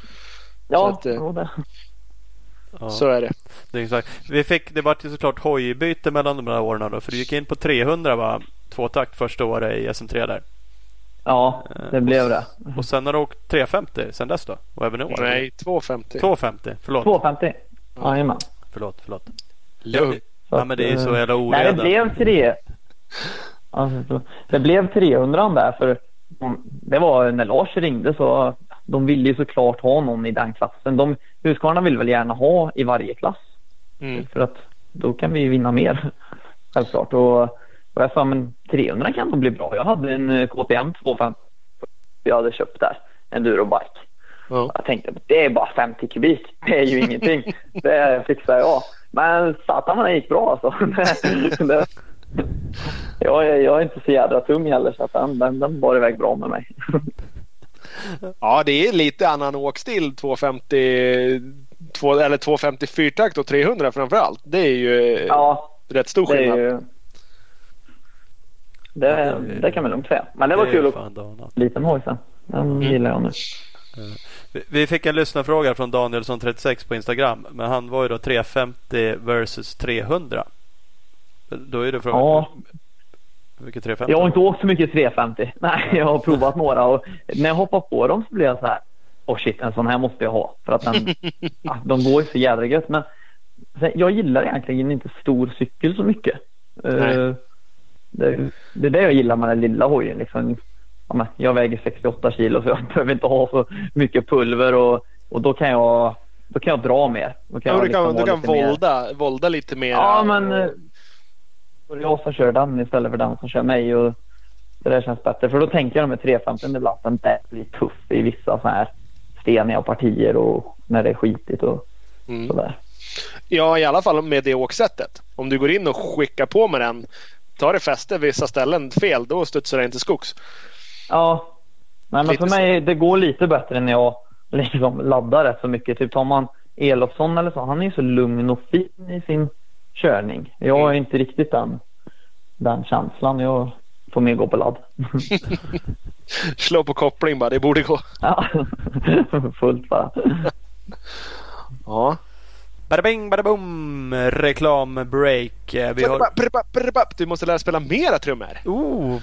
Ja, så, att, uh, det. Ja, så är det. Det är exakt. Vi fick, det var ju såklart hojbyte mellan de här åren då, för du gick in på trehundra, va? Tvåtakt första året i S M tre där. Ja, det blev det. Och sen har du åkt trehundrafemtio sen dess då? Och även i år? Nej, tvåhundrafemtio. tvåhundrafemtio, förlåt. tvåhundrafemtio, ja, jajamän. Förlåt, förlåt. Lugn. Ja, men det är så jävla oreda. Nej, det blev tre. Alltså, det blev trehundra där, för det var när Lars ringde, så de ville ju såklart ha någon i den klassen. De, Husqvarna vill väl gärna ha i varje klass. Mm. För att då kan vi vinna mer. Självklart. Och Och jag sa, men trehundra kan nog bli bra. Jag hade en K T M tvåhundrafemtio jag hade köpt där. En Durobike. Mm. Jag tänkte, det är bara femtio kubik. Det är ju ingenting. Det fixar jag. Men satan, det gick bra alltså. det, jag, jag är inte så jävla tung heller, så att den, den, den var iväg bra med mig. Ja, det är lite annan åkstil. tvåhundrafemtio två, eller tvåhundrafemtio fyrtakt och trehundra framförallt. Det är ju ja, rätt stor skillnad. Det, ju, det, det kan man lugnt säga. Men det var det kul att liten hoj sen. Den mm. gillar jag nu. Vi fick en lyssnarfråga från Danielsson trettiosex på Instagram. Men han var ju då trehundrafemtio versus trehundra. Då är det frågan. Ja. Mycket trehundrafemtio. Jag har inte åkt så mycket trehundrafemtio. Nej, jag har provat några. Och när jag hoppar på dem så blir jag så här. Åh oh shit, en sån här måste jag ha. För att den, ja, de går ju så jävla gött. Men jag gillar egentligen inte stor cykel så mycket. Uh, det, det är det jag gillar med den lilla hojen. Liksom. Ja, men jag väger sextioåtta kilo, så jag behöver inte ha så mycket pulver. Och, och då kan jag då kan jag dra mer. Då kan ja, jag du kan, liksom du kan volda, volda lite mer. Ja, men och jag som kör den istället för den som kör mig. Och det där känns bättre. För då tänker jag med trehundrafemtio ibland att det blir tuff i vissa så här steniga partier och när det är skitigt och mm. sådär. Ja, i alla fall med det åksättet. Om du går in och skickar på med den, tar det fäste vissa ställen fel, då studsar det inte skogs. Ja, nej, men för mig det går lite bättre när jag liksom laddar rätt så mycket. Typ tar man Elofsson eller så, han är ju så lugn och fin i sin körning. Jag har mm. inte riktigt den, den känslan. Jag får mer gå på ladd. Slå på koppling bara, det borde gå. Ja, fullt bara. Ja. Bada bing, bada boom. Reklambreak. Vi har... Du måste lära spela mera trummor. Oh.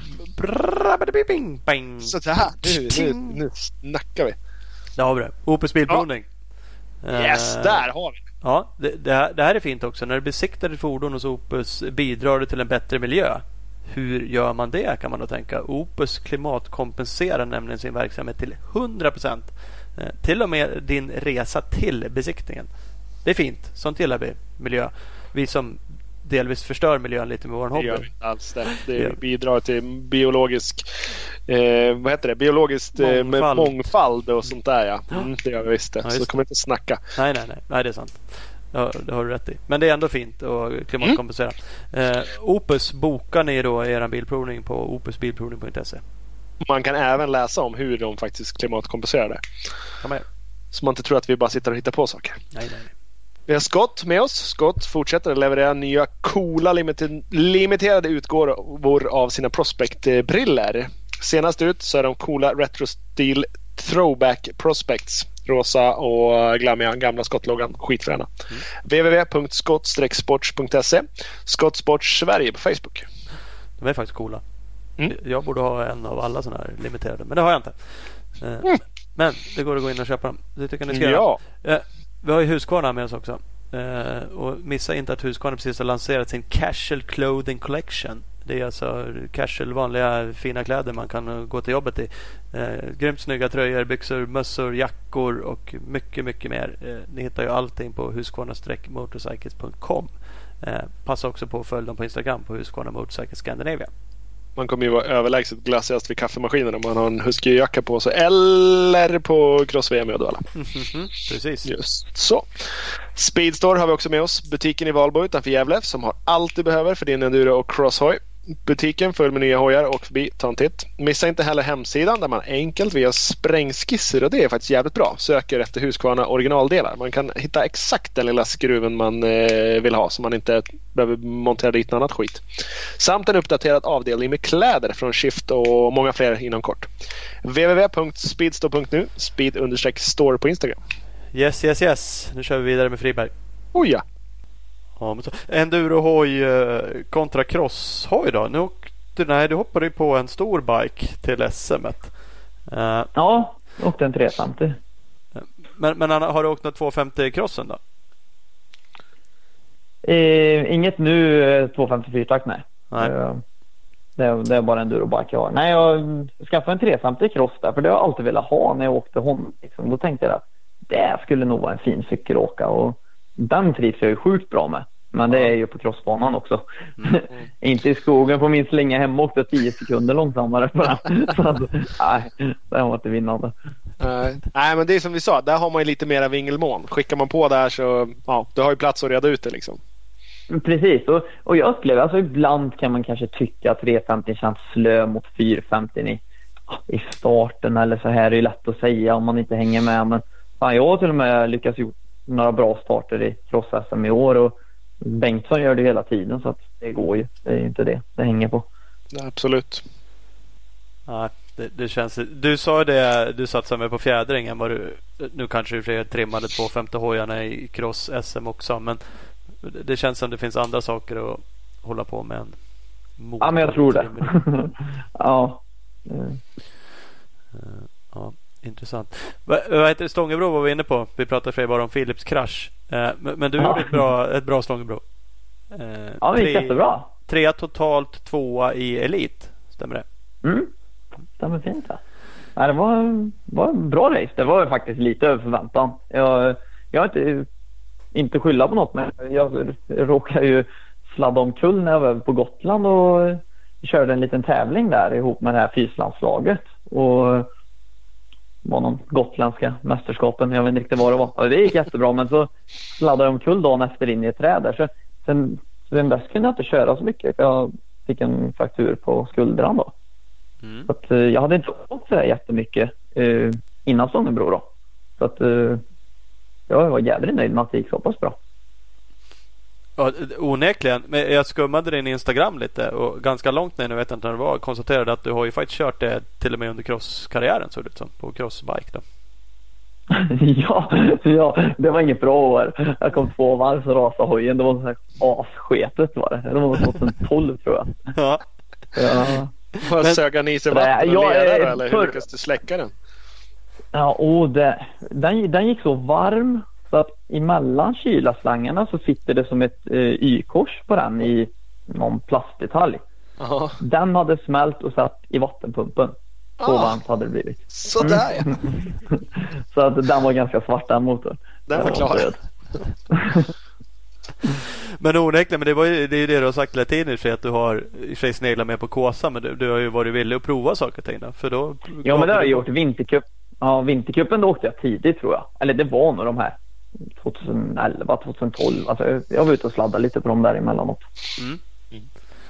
Bing, bing. Så här, nu, nu, nu snackar vi. Där har vi det. Opus Bilprovning. Ja. Yes, uh, där har vi. Ja, det, det, här, det här är fint också. När du besiktar ditt fordon hos Opus bidrar det till en bättre miljö. Hur gör man det, kan man då tänka. Opus klimatkompenserar nämligen sin verksamhet till hundra procent. Eh, till och med din resa till besiktningen. Det är fint. Sånt gillar vi. Miljö. Vi som delvis förstör miljön lite med vår hobby. Det gör vi inte alls det. Det bidrar till biologisk eh, vad heter det? Biologiskt eh, mångfald. mångfald och sånt där, ja. Mm, det gör vi visst det. Ja, så kommer inte snacka. Nej, nej, nej. Nej, det är sant. Ja, det har du rätt i. Men det är ändå fint att klimatkompensera. Mm. Eh, Opus bokar ni då er bilprovning på opus bilprovning punkt se. Man kan även läsa om hur de faktiskt klimatkompenserar det. Ja, så man inte tror att vi bara sitter och hittar på saker. Nej, nej, nej. Vi har Scott med oss. Scott fortsätter att leverera nya coola limiter- limiterade utgåvor av sina Prospect-briller. Senast ut så är de coola Retro Steel Throwback Prospects. Rosa och glammiga gamla Scott-loggan. Skitfräna. Mm. w w w punkt scott sports punkt se. Scott Sports Sverige på Facebook. De är faktiskt coola. Mm. Jag borde ha en av alla sådana här limiterade, men det har jag inte. Mm. Men det går att gå in och köpa dem. Det tycker jag ni ska ja. göra. Vi har ju Husqvarna med oss också. Och missa inte att Husqvarna precis har lanserat sin Casual Clothing Collection. Det är alltså casual, vanliga fina kläder man kan gå till jobbet i. Eh, grymt snygga tröjor, byxor, mössor, jackor och mycket, mycket mer. Eh, ni hittar ju allting på husqvarna motorcycles punkt com. Eh, passa också på att följa dem på Instagram på Husqvarna Motorcycles Scandinavia. Man kommer ju vara överlägset glassigast vid kaffemaskinen om man har en husky-jacka på sig eller på Cross-V M i Uddevalla. Mm-hmm. Precis. Just så. Speedstore har vi också med oss. Butiken i Valbo utanför Gävle som har allt du behöver för din enduro och crosshoj. Butiken full med nya hojar, och förbi, ta en titt. Missa inte heller hemsidan där man enkelt via sprängskisser, och det är faktiskt jävligt bra, söker efter Husqvarna originaldelar. Man kan hitta exakt den lilla skruven man eh, vill ha, så man inte behöver montera dit något annat skit. Samt en uppdaterad avdelning med kläder från Shift och många fler inom kort. w w w punkt speedstore punkt nu, speed-store på Instagram. Yes, yes, yes. Nu kör vi vidare med Friberg. Oh ja. Ja, men så. Endurohoj kontra crosshoj då. Nu åkte, nej, du hoppade ju på en stor bike till S M-et. Uh, ja, jag åkte en trehundrafemtio. Men, men har du åkt något tvåhundrafemtio crossen då? Eh, inget nu tvåhundrafemtiofyra-takt, nej. nej. Uh, det, är, det är bara en endurobike jag har. Nej, jag skaffade en trehundrafemtio cross där, för det har jag alltid velat ha när jag åkte Honda. Liksom. Då tänkte jag att det skulle nog vara en fin cykel att åka, och den trivs jag ju sjukt bra med. Men det är ju på crossbanan också. Mm. Inte i skogen på min slinga hemma, åkte tio sekunder långsammare på den. Så att, nej, det var inte vinnande. Uh, nej, men det är som vi sa, där har man ju lite mera vingelmån. Skickar man på där så, ja, du har ju plats att reda ut det liksom. Precis, och, och jag upplever, alltså ibland kan man kanske tycka att trehundrafemtio känns slö mot fyrahundrafemtio i, i starten eller så här. Det är lätt att säga om man inte hänger med, men fan, jag har till och med lyckats gjort några bra starter i cross-S M i år, och Bengtsson gör det hela tiden, så att det går ju. Det är ju inte det det hänger på. Ja, absolut. Ja, det, det känns. Du sa det, du satsade med på fjädringen. Var du, nu kanske du fler trimmade tvåhundrafemtio hojarna i cross-S M också, men det känns som det finns andra saker att hålla på med. En ja, men jag tror det. Ja. Mm. Ja. Intressant. Vad heter det? Stångebro var vi inne på. Vi pratade för bara om Philips krasch. Eh, men, men du ja. gjorde ett bra, ett bra Stångebro. Eh, ja, det gick jättebra. Tre totalt, tvåa i elit. Stämmer det? Mm. Stämmer fint. Ja. Ja, det var, var en bra race. Det var faktiskt lite över förväntan. Jag, jag har inte, inte skylla på något, men jag råkade ju sladda omkull när jag var på Gotland och körde en liten tävling där ihop med det här fyslandslaget. Och var någon gotländska mästerskapen. Jag vet inte riktigt vad det var. Och det gick jättebra, men så laddade jag omkull dagen efter in i ett träd där. Så sen, sen dess kunde jag inte köra så mycket. För jag fick en fraktur på skuldran då. Mm. Så att, jag hade inte fått så jättemycket uh, innan Sångebro då. Så att uh, jag var jävligt nöjd med att det gick så pass bra. Ja, onekligen. Men jag skummade din Instagram lite och ganska långt ner, nu vet jag inte när det var, konstaterade att du har ju faktiskt kört det till och med under crosskarriären, såg det ut som, på crossbike då. ja, ja, det var inget bra år. Jag kom två varv så rasade hojen. Det var så här assketet var det. Det var tjugotolv tror jag. Ja. Ja. Vad sög ni sig vatten och lera eller hur lyckas du släcka den? Ja, och det, den, den gick så varm så att emellan kylaslangarna så sitter det som ett eh, y-kors på den i någon plastdetalj. Aha. Den hade smält och satt i vattenpumpen. Så ah, varmt hade det blivit. Sådär ja. Så att den var ganska svart, den motorn. Den var klar. Men onekligen, men det, var ju, det är ju det du har sagt hela tiden, för att du har i sig sneglat med på Kåsa, men du, du har ju varit villig att prova saker och ting. För då, ja, men det har jag gjort. Vintercup, ja, Vintercupen då åkte jag tidigt tror jag. Eller det var nog de här tjugoelva, tjugotolv. Alltså, jag var ute och sladdade lite på dem där emellanåt. Mm. Mm.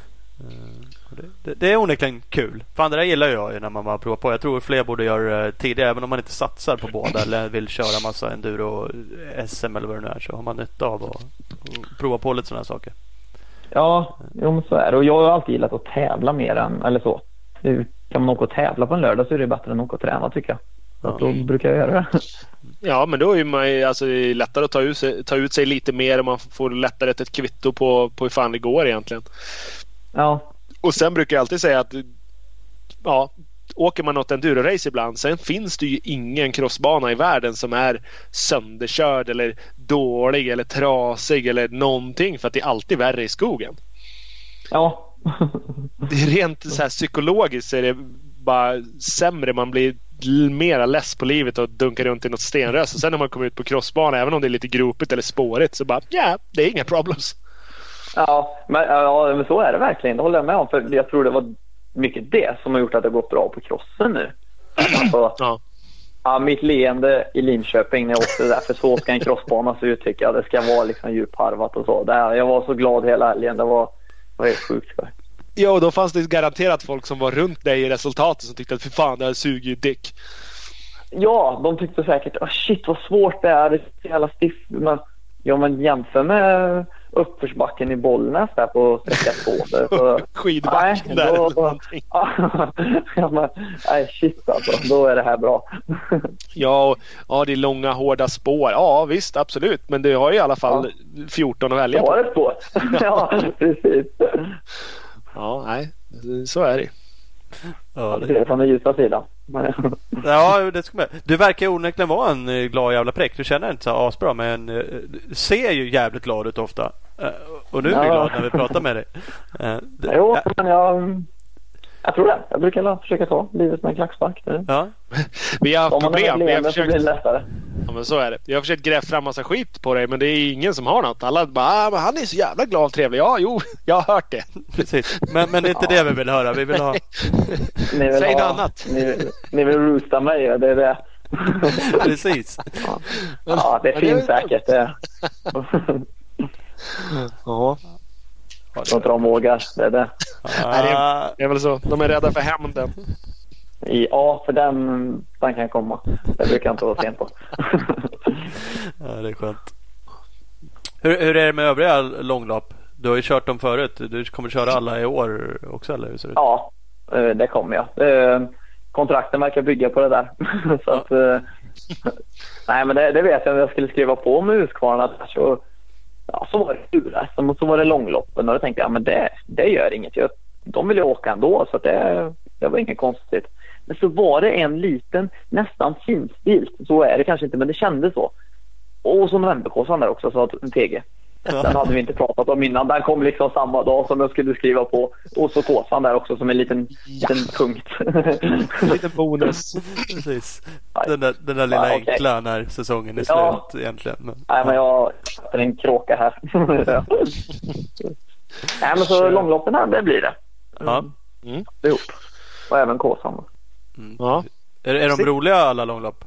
Uh. Det, det, det är onekligen kul. För andra gillar jag ju när man bara provar på. Jag tror fler borde göra det tidigare, även om man inte satsar på båda eller vill köra massa enduro S M eller vad det nu är, så har man nytta av att prova på lite sådana saker. Ja, jo, men så är det. Och jag har alltid gillat att tävla mer än, eller så. Nu kan man åka och tävla på en lördag så är det bättre än att åka och träna, tycker jag. Så ja. Då brukar jag göra det. Ja, men då är man alltså, det är lättare att ta ut, sig, ta ut sig lite mer och man får lättare ett kvitto på, på hur fan det går egentligen. Ja. Och sen brukar jag alltid säga att ja, åker man något enduro-race ibland, sen finns det ju ingen crossbana i världen som är sönderkörd eller dålig eller trasig eller någonting, för att det är alltid värre i skogen. Ja. Det är rent så här psykologiskt så är det bara sämre, man blir mera less på livet och dunkar runt i något stenrös, och sen när man kommer ut på crossbana, även om det är lite gropigt eller spårigt, så bara, ja, det är inga problems. Ja men, ja, men så är det verkligen. Det håller jag med om. För jag tror det var mycket det som har gjort att det gått bra på crossen nu. Alltså, ja. Ja, mitt leende i Linköping när jag åkte där, för så ska en crossbana se ut, tycker jag. Det ska vara liksom djupharvat och så. Där, jag var så glad hela helgen. Det var, var helt sjukt. Ja, och då fanns det garanterat folk som var runt dig i resultatet som tyckte att för fan, det här suger ju dick. Ja, de tyckte säkert, oh, shit vad svårt det är. Det är så jävla stiff. Men, ja, men jämför med uppförsbacken i Bollnäs där på sträcka två. Skidbacken där då, eller någonting. Ja, men, nej, shit alltså. Då är det här bra. Ja, och, ja, det är långa hårda spår. Ja, visst, absolut. Men du har i alla fall ja. fjorton att välja på. Ja, det är spår. Ja, precis. Ja, nej. Så är det. Ja, det är från den ljusa sidan. Ja, det ska man. Du verkar onekligen vara en glad jävla prick. Du känner inte så asbra, men uh, ser ju jävligt glad ut ofta. Uh, och nu är vi ja. glad när vi pratar med dig. Uh, det, jo, ja. men jag, jag tror det. Jag brukar försöka ta livet med en klackspark. Ja. Vi har haft problem. Vi har försökt... blir det lättare. Ja, men så är det. Jag har försökt gräva fram massa skit på dig, men det är ingen som har något. Alla bara, ah, men han är så jävla glad och trevlig. Ja, jo, jag har hört det. Precis. Men, men det är inte ja. det vi vill höra. Vi vill ha... Ni vill Säg ha... något annat. Ni, ni vill roosta mig, det är det. Precis. Ja, ja det finns det säkert det. Ja. Jag tror inte de vågar, det är det. Nej, det, är, det är väl så. De är rädda för hämnden. Ja, för den, den kan komma. Det brukar jag inte vara sen på. Ja, det är skönt. Hur, hur är det med övriga långlopp? Du har ju kört dem förut. Du kommer köra alla i år också, eller hur ser det ut? Ja, det kommer jag. Kontrakten verkar bygga på det där. Så ja. att, nej, men det, det vet jag när jag skulle skriva på med Huskvarna. Så, ja, så var det ur och så var det långloppen. Och då tänkte jag, men det, det gör inget. Jag, de vill ju åka ändå, så det, det var inget konstigt. Men så var det en liten, nästan finstilt. Så är det kanske inte, men det kändes så. Och så novemberkåsan där också, så att en T G. Ja. Den hade vi inte pratat om innan. Den kom liksom samma dag som jag skulle skriva på. Och så kåsan där också som en liten, ja. liten punkt. En liten bonus. Precis. Den där, den där lilla ja, okay. enkla när säsongen är ja. slut egentligen. Men, Nej, men jag har en kråka här. Nej, men så långloppen här, det blir det. Ja. Mm. Ihop. Och även kåsan. Mm. Ja. Är, är de roliga alla långlopp?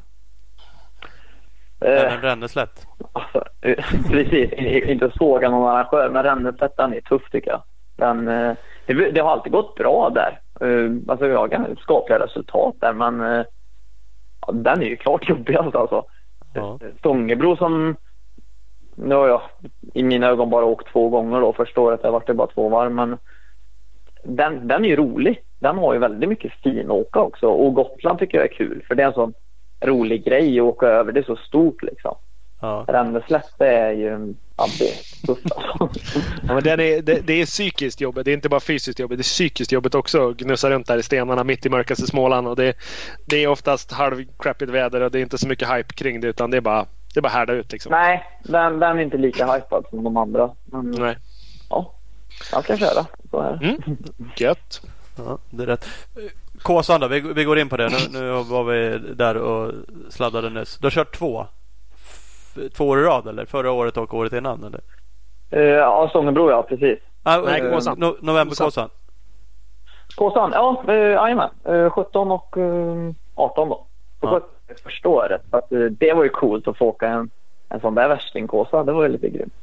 Även Ränneslätt. Alltså, precis, inte såga någon arrangör, men Ränneslätt är tuff tycker jag. Den, det, det har alltid gått bra där. Alltså jag har skapliga resultat där, men ja, den är ju klart jobbigast alltså. Ja. Stångebro som nu har jag i mina ögon bara åkt två gånger då. Första året har varit det bara två varv, men den, den är ju rolig. Den har ju väldigt mycket fin åka också. Och Gotland tycker jag är kul, för det är en sån rolig grej att åka över. Det är så stort liksom. Ja. Ränneslätt är ju ja, det är tufft alltså. Ja, men den är, det, det är psykiskt jobbet. Det är inte bara fysiskt jobbet. Det är psykiskt jobbet också. Gnussa runt där i stenarna mitt i mörkaste Småland. Och det, det är oftast halvcrappigt väder och det är inte så mycket hype kring det, utan det är bara, det är bara härda ut liksom. Nej, den, den är inte lika hypad som de andra. Men, nej. Ja, jag kan köra. Så här. Mm. Gött. Ja, det är rätt. Kåsan då, vi, vi går in på det. Nu, nu var vi där och sladdade nyss. Du har kört två. Två år i rad eller? Förra året och året innan eller? Uh, ja, Stångebro, ja, precis. Ah, Nej, Kåsan. No, November-Kåsan. Kåsan, ja, jajamän. Uh, sjutton och uh, arton då. Och ja. Första året. Så att, uh, det var ju coolt att få åka en, en sån där värstingkåsa. Det var ju lite grymt.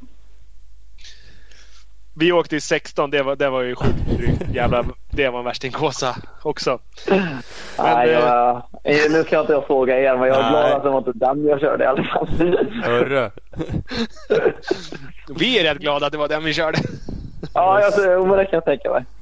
Vi åkte i sexton, det var, det var ju sjukt jävla, det var en värstingkåsa också. Men, nej, jag, nu ska jag inte fråga er, men jag är nej. glad att det var inte den jag körde i alla fall. Hörru. Vi är rätt glada att det var den vi körde. Ja, jag tror, men det kan jag tänka mig.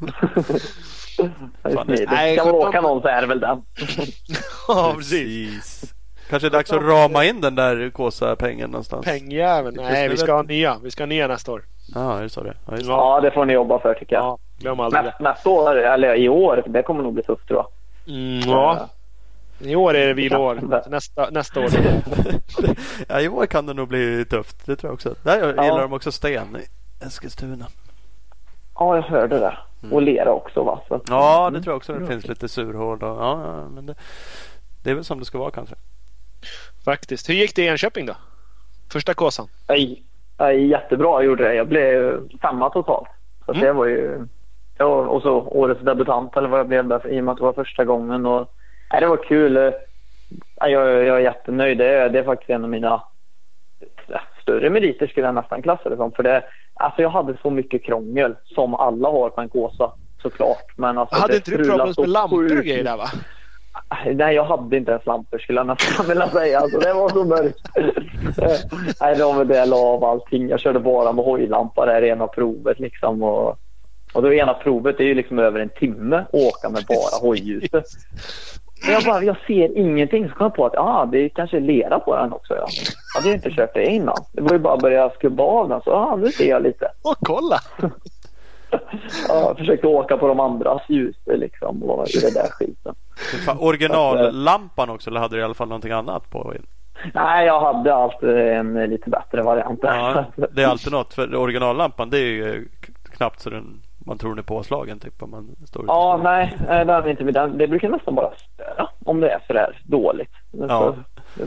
Nej, kan man åka någon så är det väl den. Ja, precis. Kanske är det dags att rama in den där kåsa-pengen någonstans. Pengjäveln, nej, vi ska ha nya. Vi ska ha nya nästa år. Ja, är det så det? Ja, det. Ja, det får ni jobba för tycker jag. Ja, glöm aldrig Nästa, nästa år, eller i år, det kommer nog bli tufft tror jag. Mm, ja. I år är det vilår. Nästa, nästa år. Ja, i år kan det nog bli tufft. Det tror jag också. Där gillar ja. de också sten i Eskilstuna. Ja, jag hörde det. Mm. Och lera också, va? Så. Ja, det tror jag också. Det finns lite surhård. Och, ja, ja, men det, det är väl som det ska vara kanske. Faktiskt. Hur gick det i Enköping då? Första kåsan? Nej, nej, jättebra jag gjorde det. Jag blev femma totalt. Så mm. det var ju... Ja, och så årets debutant eller vad jag blev där, i och med att det var första gången. Och, nej, det var kul. Jag, jag är jättenöjd. Det är, det är faktiskt en av mina större meriter skulle jag nästan klassa det som. För det, alltså jag hade så mycket krångel som alla har på en kåsa, såklart. Men alltså, hade inte du problem med lampor och grejer där, va? Nej, jag hade inte ens lampor skulle jag nästan vilja säga. Alltså, det var så mörkt. Nej, det var med det jag la av allting. Jag körde bara med hojlampa där, ena provet liksom. Och, och då ena provet är ju liksom över en timme att åka med bara hojljuset. Men jag bara, jag ser ingenting. Så kom jag på att ah, det är kanske lera på den också. Ja. Jag hade inte kört det innan. Det var ju bara att börja skubba av den. Så ah, nu ser jag lite. Och kolla! Ja, jag försökte åka på de andras ljus liksom. Och i det där skiten. Originallampan också, eller hade du i alla fall någonting annat på? Nej, jag hade alltid en lite bättre variant. Ja, det är alltid något. För originallampan, det är ju knappt så den, man tror den är påslagen typ, om man står ja, ut. Nej, det, är inte, det, det brukar nästan bara störa om det är så där dåligt. Ja. Så, det,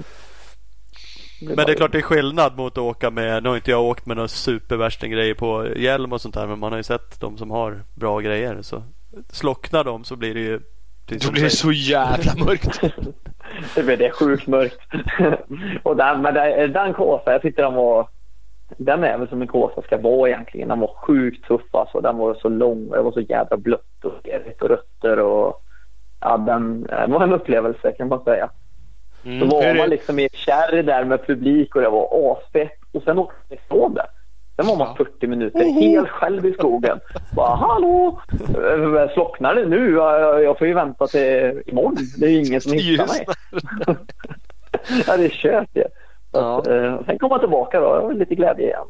det men det är klart det är skillnad mot att åka med, nu har inte jag åkt med någon supervärsting grejer på hjälm och sånt där, men man har ju sett de som har bra grejer, så slocknar de så blir det ju då blir det så jävla mörkt. Det blir det sjukt mörkt. Och den, men den, den kåsa, jag tyckte den var, den är väl som en kåsa ska vara egentligen. Den var sjukt tuff alltså. Den var så lång och det var så jävla blött och, och rötter och ja, den, den var en upplevelse kan man säga. Mm, så var man liksom i ett kärr där med publik och det var asfett. Och sen åkte jag ifrån det. Sen var man fyrtio minuter helt själv i skogen. Bara, hallå! Slocknar det nu? Jag får ju vänta till imorgon. Det är ju ingen som hittar mig. Ja, det är kört det. Ja. Sen kommer man tillbaka då. Jag har lite glädje igen.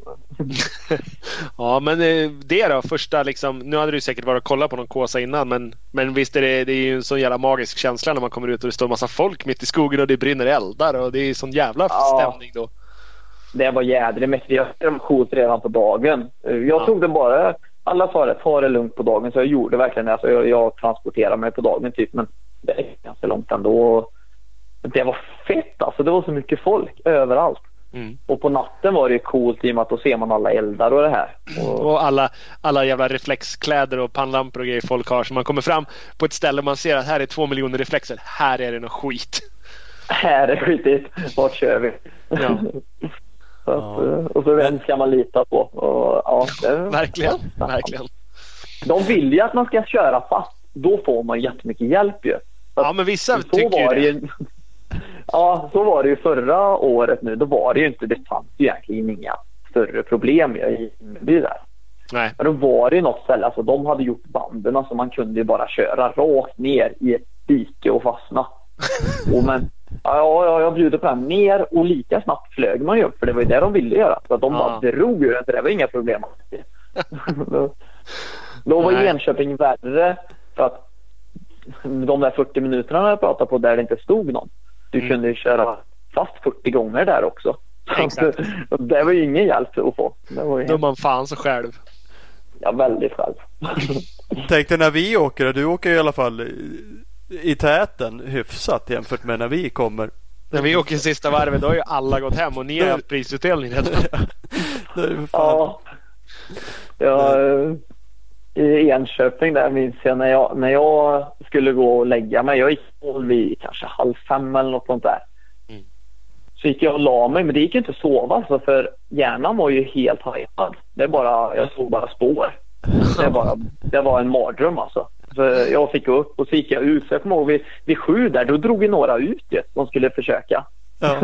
Ja, men det då, första liksom, nu hade du säkert varit och kollat på någon kåsa innan, men, men visst är det, det är ju en sån jävla magisk känsla när man kommer ut och det står en massa folk mitt i skogen och det brinner eldar och det är sån jävla ja. stämning då. Det var jädrigt mäktigt. Jag hade skjut redan på dagen. Jag ja. tog det bara, alla sa det, ta det lugnt på dagen, så jag gjorde verkligen det. Alltså jag, jag transporterade mig på dagen typ, men det är ganska långt ändå. Det var fett alltså, det var så mycket folk överallt. Mm. Och på natten var det ju coolt i och med att då ser man alla eldar och det här. Och, och alla, alla jävla reflexkläder och pannlampor och grejer folk har. Så man kommer fram på ett ställe och man ser att här är två miljoner reflexer. Här är det något skit. Här är skitigt. Vart kör vi? Ja. Så att, ja. Och så vem ska man lita på? Och, ja, det, verkligen, ja. verkligen. De vill ju att man ska köra fast. Då får man jättemycket hjälp ju. Ja, men vissa tycker ju det. Ju, ja, så var det ju förra året nu. Då var det ju inte, det fanns ju egentligen inga större problem i det där. Nej. Men då var det ju något ställe, alltså de hade gjort banden, alltså man kunde ju bara köra rakt ner i ett dike och fastna. Och men, ja, ja, jag bjuder på den ner och lika snabbt flög man ju upp, för det var ju det de ville göra. Så att de ja. bara drog ju, det var inga problem. då, då var Nej. Enköping värre, för att de där fyrtio minuterna jag pratade på där det inte stod någon. Du mm. kunde ju köra fast fyrtio gånger där också. Exakt. Det var ju ingen hjälp att få. Det var ju då man fan så själv. Ja, väldigt själv. Tänk dig när vi åker, och du åker i alla fall i, i täten hyfsat jämfört med när vi kommer. När vi åker sista varvet, då har ju alla gått hem och ni har haft prisutdelning. Ja. Ja, i Enköping där minns jag när jag, när jag skulle gå och lägga mig. Jag gick vid kanske halv fem eller något sånt där. Mm. Så gick jag och la mig, men det gick inte att sova alltså, för hjärnan var ju helt hajpad. Det är bara, jag såg bara spår. Det, bara, det var en mardröm alltså. Så jag fick upp och så gick jag ut. Så jag kommer ihåg vid, vid sju där, då drog vi några ut ju. De skulle försöka. Ja.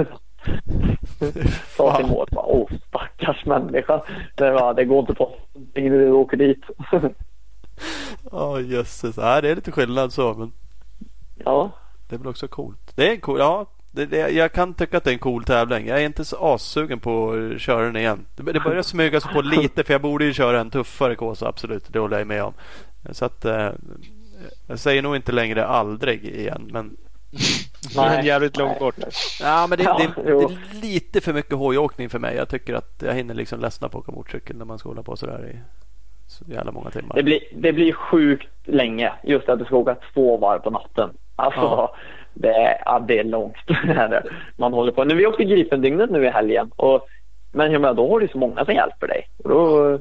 Sa till mål, åh stackars människa. Det, var, det går inte på när du åker dit. Ja, oh, jösses. Ja, det är lite skillnad så, men ja. Det är väl också coolt. Det är en cool, ja. Det, det, jag kan tycka att det är en cool tävling. Jag är inte så assugen på att köra den igen. Det, det börjar smyga sig på lite, för jag borde ju köra en tuffare kåsa, absolut. Det håller jag med om. Så att eh, jag säger nog inte längre aldrig igen, men nej, jävligt långt bort. Ja, men det, det, det, det är lite för mycket hojåkning för mig. Jag tycker att jag hinner liksom ledsna på åka motorcykel när man ska hålla på sådär i så jävla många timmar. Det blir, det blir sjukt länge just att du ska åka två varv på natten. Alltså ja. det, är, ja, det är långt. Man håller på. Nu vi åkte Gripendygnet nu i helgen. Och, men jag menar, då har du så många som hjälper dig. Och då,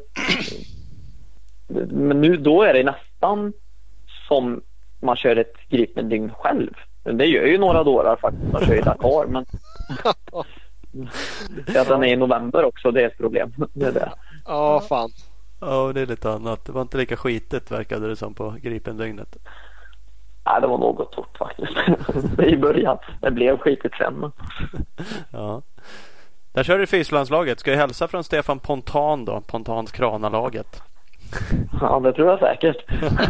men nu då är det nästan som man kör ett Gripendygn själv. Det gör ju några dårar faktiskt. Man kör i Dakar, men att den är i november också, det är ett problem. Det är det. Ja, fan. Ja, det är lite annat. Det var inte lika skitigt verkade det som på Gripendygnet. Nej, det var något torrt faktiskt. I början. Det blev skitigt sen. Ja. Där kör du Fyslandslaget. Ska jag hälsa från Stefan Pontan då? Pontans Kranalaget. Ja, det tror jag säkert.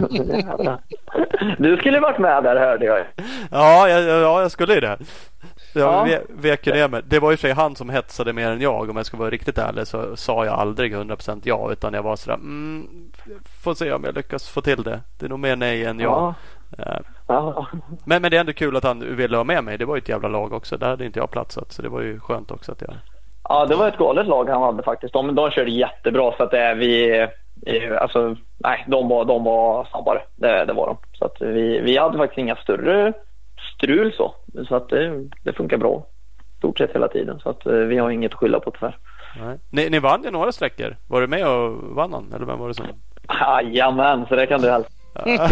Du skulle varit med där, hörde jag. Ja, jag, ja, jag skulle ju det. Jag ja. vek ner mig. Det var ju sig han som hetsade mer än jag. Om jag ska vara riktigt ärlig så sa jag aldrig hundra procent ja, utan jag var sådär mm, får se om jag lyckas få till det. Det är nog mer nej än ja. Ja. Ja. Men, men det är ändå kul att han ville ha med mig. Det var ju ett jävla lag också. Där hade inte jag platsat, så det var ju skönt också att jag... Ja, det var ett galet lag han hade faktiskt. De, de körde jättebra, så att det är vi... Alltså, nej, de var, de var snabbare. Det, det var de. Så att vi, vi hade faktiskt inga större strul så. Så att det, det funkar bra. Stort sett hela tiden. Så att vi har inget att skylla på tyvärr. Nej. Ni, ni vann ju några sträckor. Var du med och vann han? Eller vem var det som? Jajamän, så det kan du hälsa.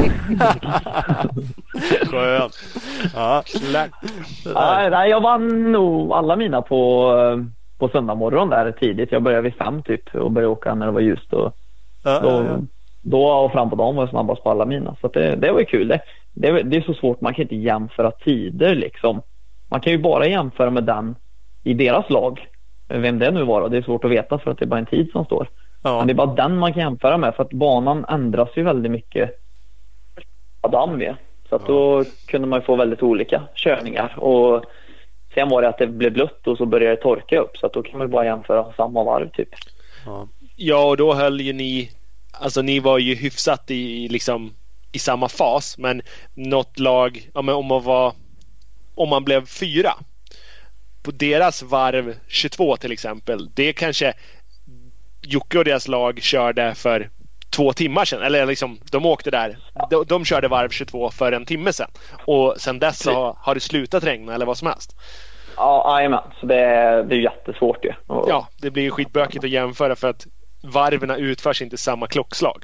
Skönt. Ja. Nej, nej, jag vann nog alla mina på, på söndag morgon där tidigt. Jag började vid fem typ och började åka när det var ljust. Och ja, då, ja, ja. då och fram på dagen var jag snabbast på alla mina. Så det, det var ju kul. Det, det, det är så svårt, man kan inte jämföra tider liksom. Man kan ju bara jämföra med den i deras lag. Vem det nu var då. Det är svårt att veta för att det är bara en tid som står. Ja. Men det är bara den man kan jämföra med, för att banan ändras ju väldigt mycket damm med. Så att ja. Då kunde man få väldigt olika körningar. Och sen var det att det blev blött och så började det torka upp. Så att då kan man bara jämföra samma varv typ. Ja, ja, och då höll ju ni, alltså ni var ju hyfsat i, liksom, i samma fas. Men något lag, ja, men om man var, om man blev fyra på deras varv tjugotvå till exempel, det kanske Jocke och deras lag körde för två timmar sedan, eller liksom de åkte där, ja. de, de körde varv tjugotvå för en timme sedan, och sen dess så har, har det slutat regna eller vad som helst. Ja, jajamän. Så det är, det är jättesvårt ju. Och... Ja, det blir ju skitbökigt att jämföra för att varven utförs inte samma klockslag.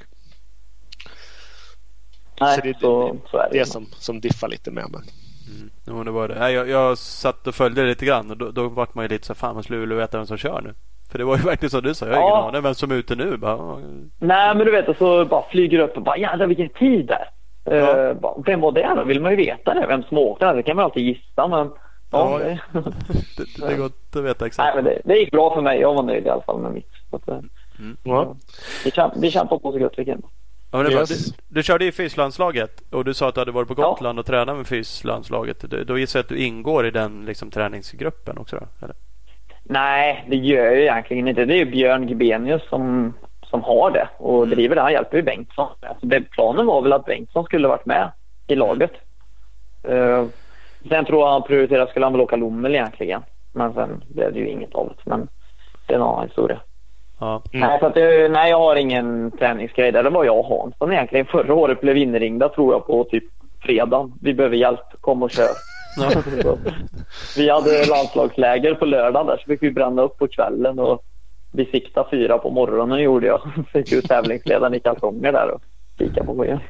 Nej, så det, så, det, så är det, det som, som diffar lite med. Men... Mm. Jo, det var det. Jag, jag satt och följde lite grann och då, då var man ju lite så fan, man skulle vilja veta vem som kör nu. För det var ju verkligen så du sa, jag har ja. ingen aning vem som är ute nu. Bara, nej, men du vet, så bara flyger upp och bara, jävlar vilken tid där. Ja. Uh, bara, vem var det då? Vill man ju veta det, vem som åkte där. Det kan man alltid gissa, men... Ja, ja. det, det, det är gott att veta exakt. Nej, men det, det gick bra för mig. Jag var nöjd i alla fall med mitt. Så att, mm. ja. vi, kämp, vi kämpar på så gott vi kan. Ja, men det var, du, du körde i fyslandslaget och du sa att du hade varit på Gotland ja. och tränat med fyslandslaget. Då gissar jag att du ingår i den liksom, träningsgruppen också då, eller? Nej, det gör jag egentligen inte. Det är Björn Gibenius som, som har det och mm. driver det. Han hjälper ju Bengtsson. Alltså, det, planen var väl att Bengtsson skulle varit med i laget. Mm. Uh, sen tror jag han prioriterade skulle han väl åka Lommel egentligen. Men sen blev det ju inget av det. Men det är en annan historia. Ja. Mm. Nej, för att det, nej, jag har ingen träningsgrej där. Det var jag och Hansson egentligen. Förra året blev inringda tror jag på typ fredag. Vi behöver hjälp. Kom och kör. Ja. Vi hade landslagsläger på lördagen där så fick vi bränna upp på kvällen och vi siktade fyra på morgonen gjorde jag. Fick ut tävlingsledaren i kalsonger där och kika på mig.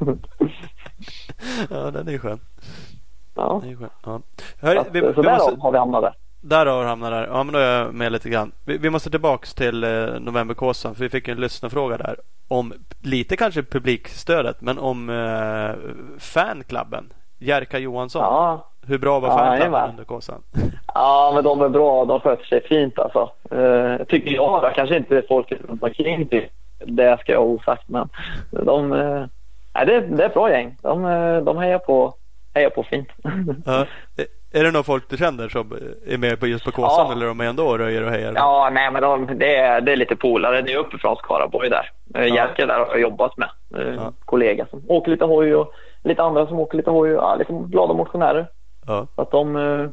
Ja, den är skön. Ja. Det är skön. Ja. Hör, så vi, så vi där måste... har vi hamnat där. Där har vi hamnat där. Ja, men då är jag med lite grann. Vi, vi måste tillbaks till eh, Novemberkåsan för vi fick en lyssnarfråga där om lite kanske publikstödet men om eh, fanklubben. Jerka Johansson. Ja. Hur bra var ja, fanklubben under Kåsan? Ja, men de är bra. De sköter sig fint alltså. Uh, tycker jag då. Kanske inte folket runt omkring det. Det ska jag ha osagt. Men de, uh, nej, det, det är ett bra gäng. De, uh, de hejar på, hejar på fint. Ja. Är det någon folk du känner som är med på just på Kåsan ja. eller de är ändå och röjer och hejar? Ja, nej men de, det, är, det är lite polare. Det är uppifrån Skaraborg där. Ja. Jerka där har jag jobbat med. Uh, ja. Kollega som åker lite hoj och lite andra som åker lite hoj och ja, liksom glada motionärer. Ja. Så att de,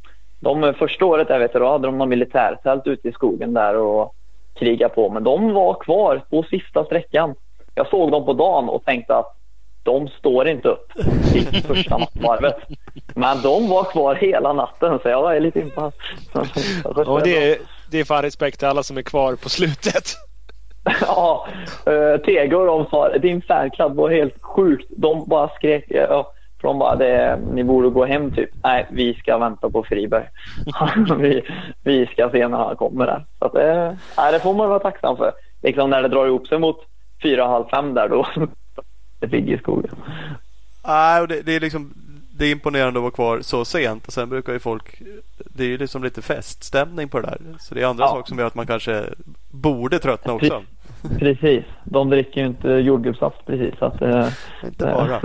de första året där vet du, då hade de någon militärtält ute i skogen där och kriga på. Men de var kvar på sista sträckan. Jag såg dem på dagen och tänkte att de står inte upp i första nattvarvet. Men de var kvar hela natten så jag var lite inpass. Och det är, det är fan respekt till alla som är kvar på slutet. Ja, uh, Tegor de sa din fanklubb var helt sjukt. De bara skrek ja, från bara det, ni borde gå hem typ. Nej, vi ska vänta på Friberg. vi, vi ska se när han kommer där. Så att det, nej, det får man vara tacksam för. Liksom när det drar ihop sig mot fyra, halv fem där då. Det ligger i skogen. Nej, och det, det är liksom det är imponerande att vara kvar så sent och sen brukar ju folk det är ju liksom lite feststämning på det där. Så det är andra ja. saker som gör att man kanske borde tröttna också. Precis. De dricker ju inte jordgubbssaft precis så att eh, inte bara.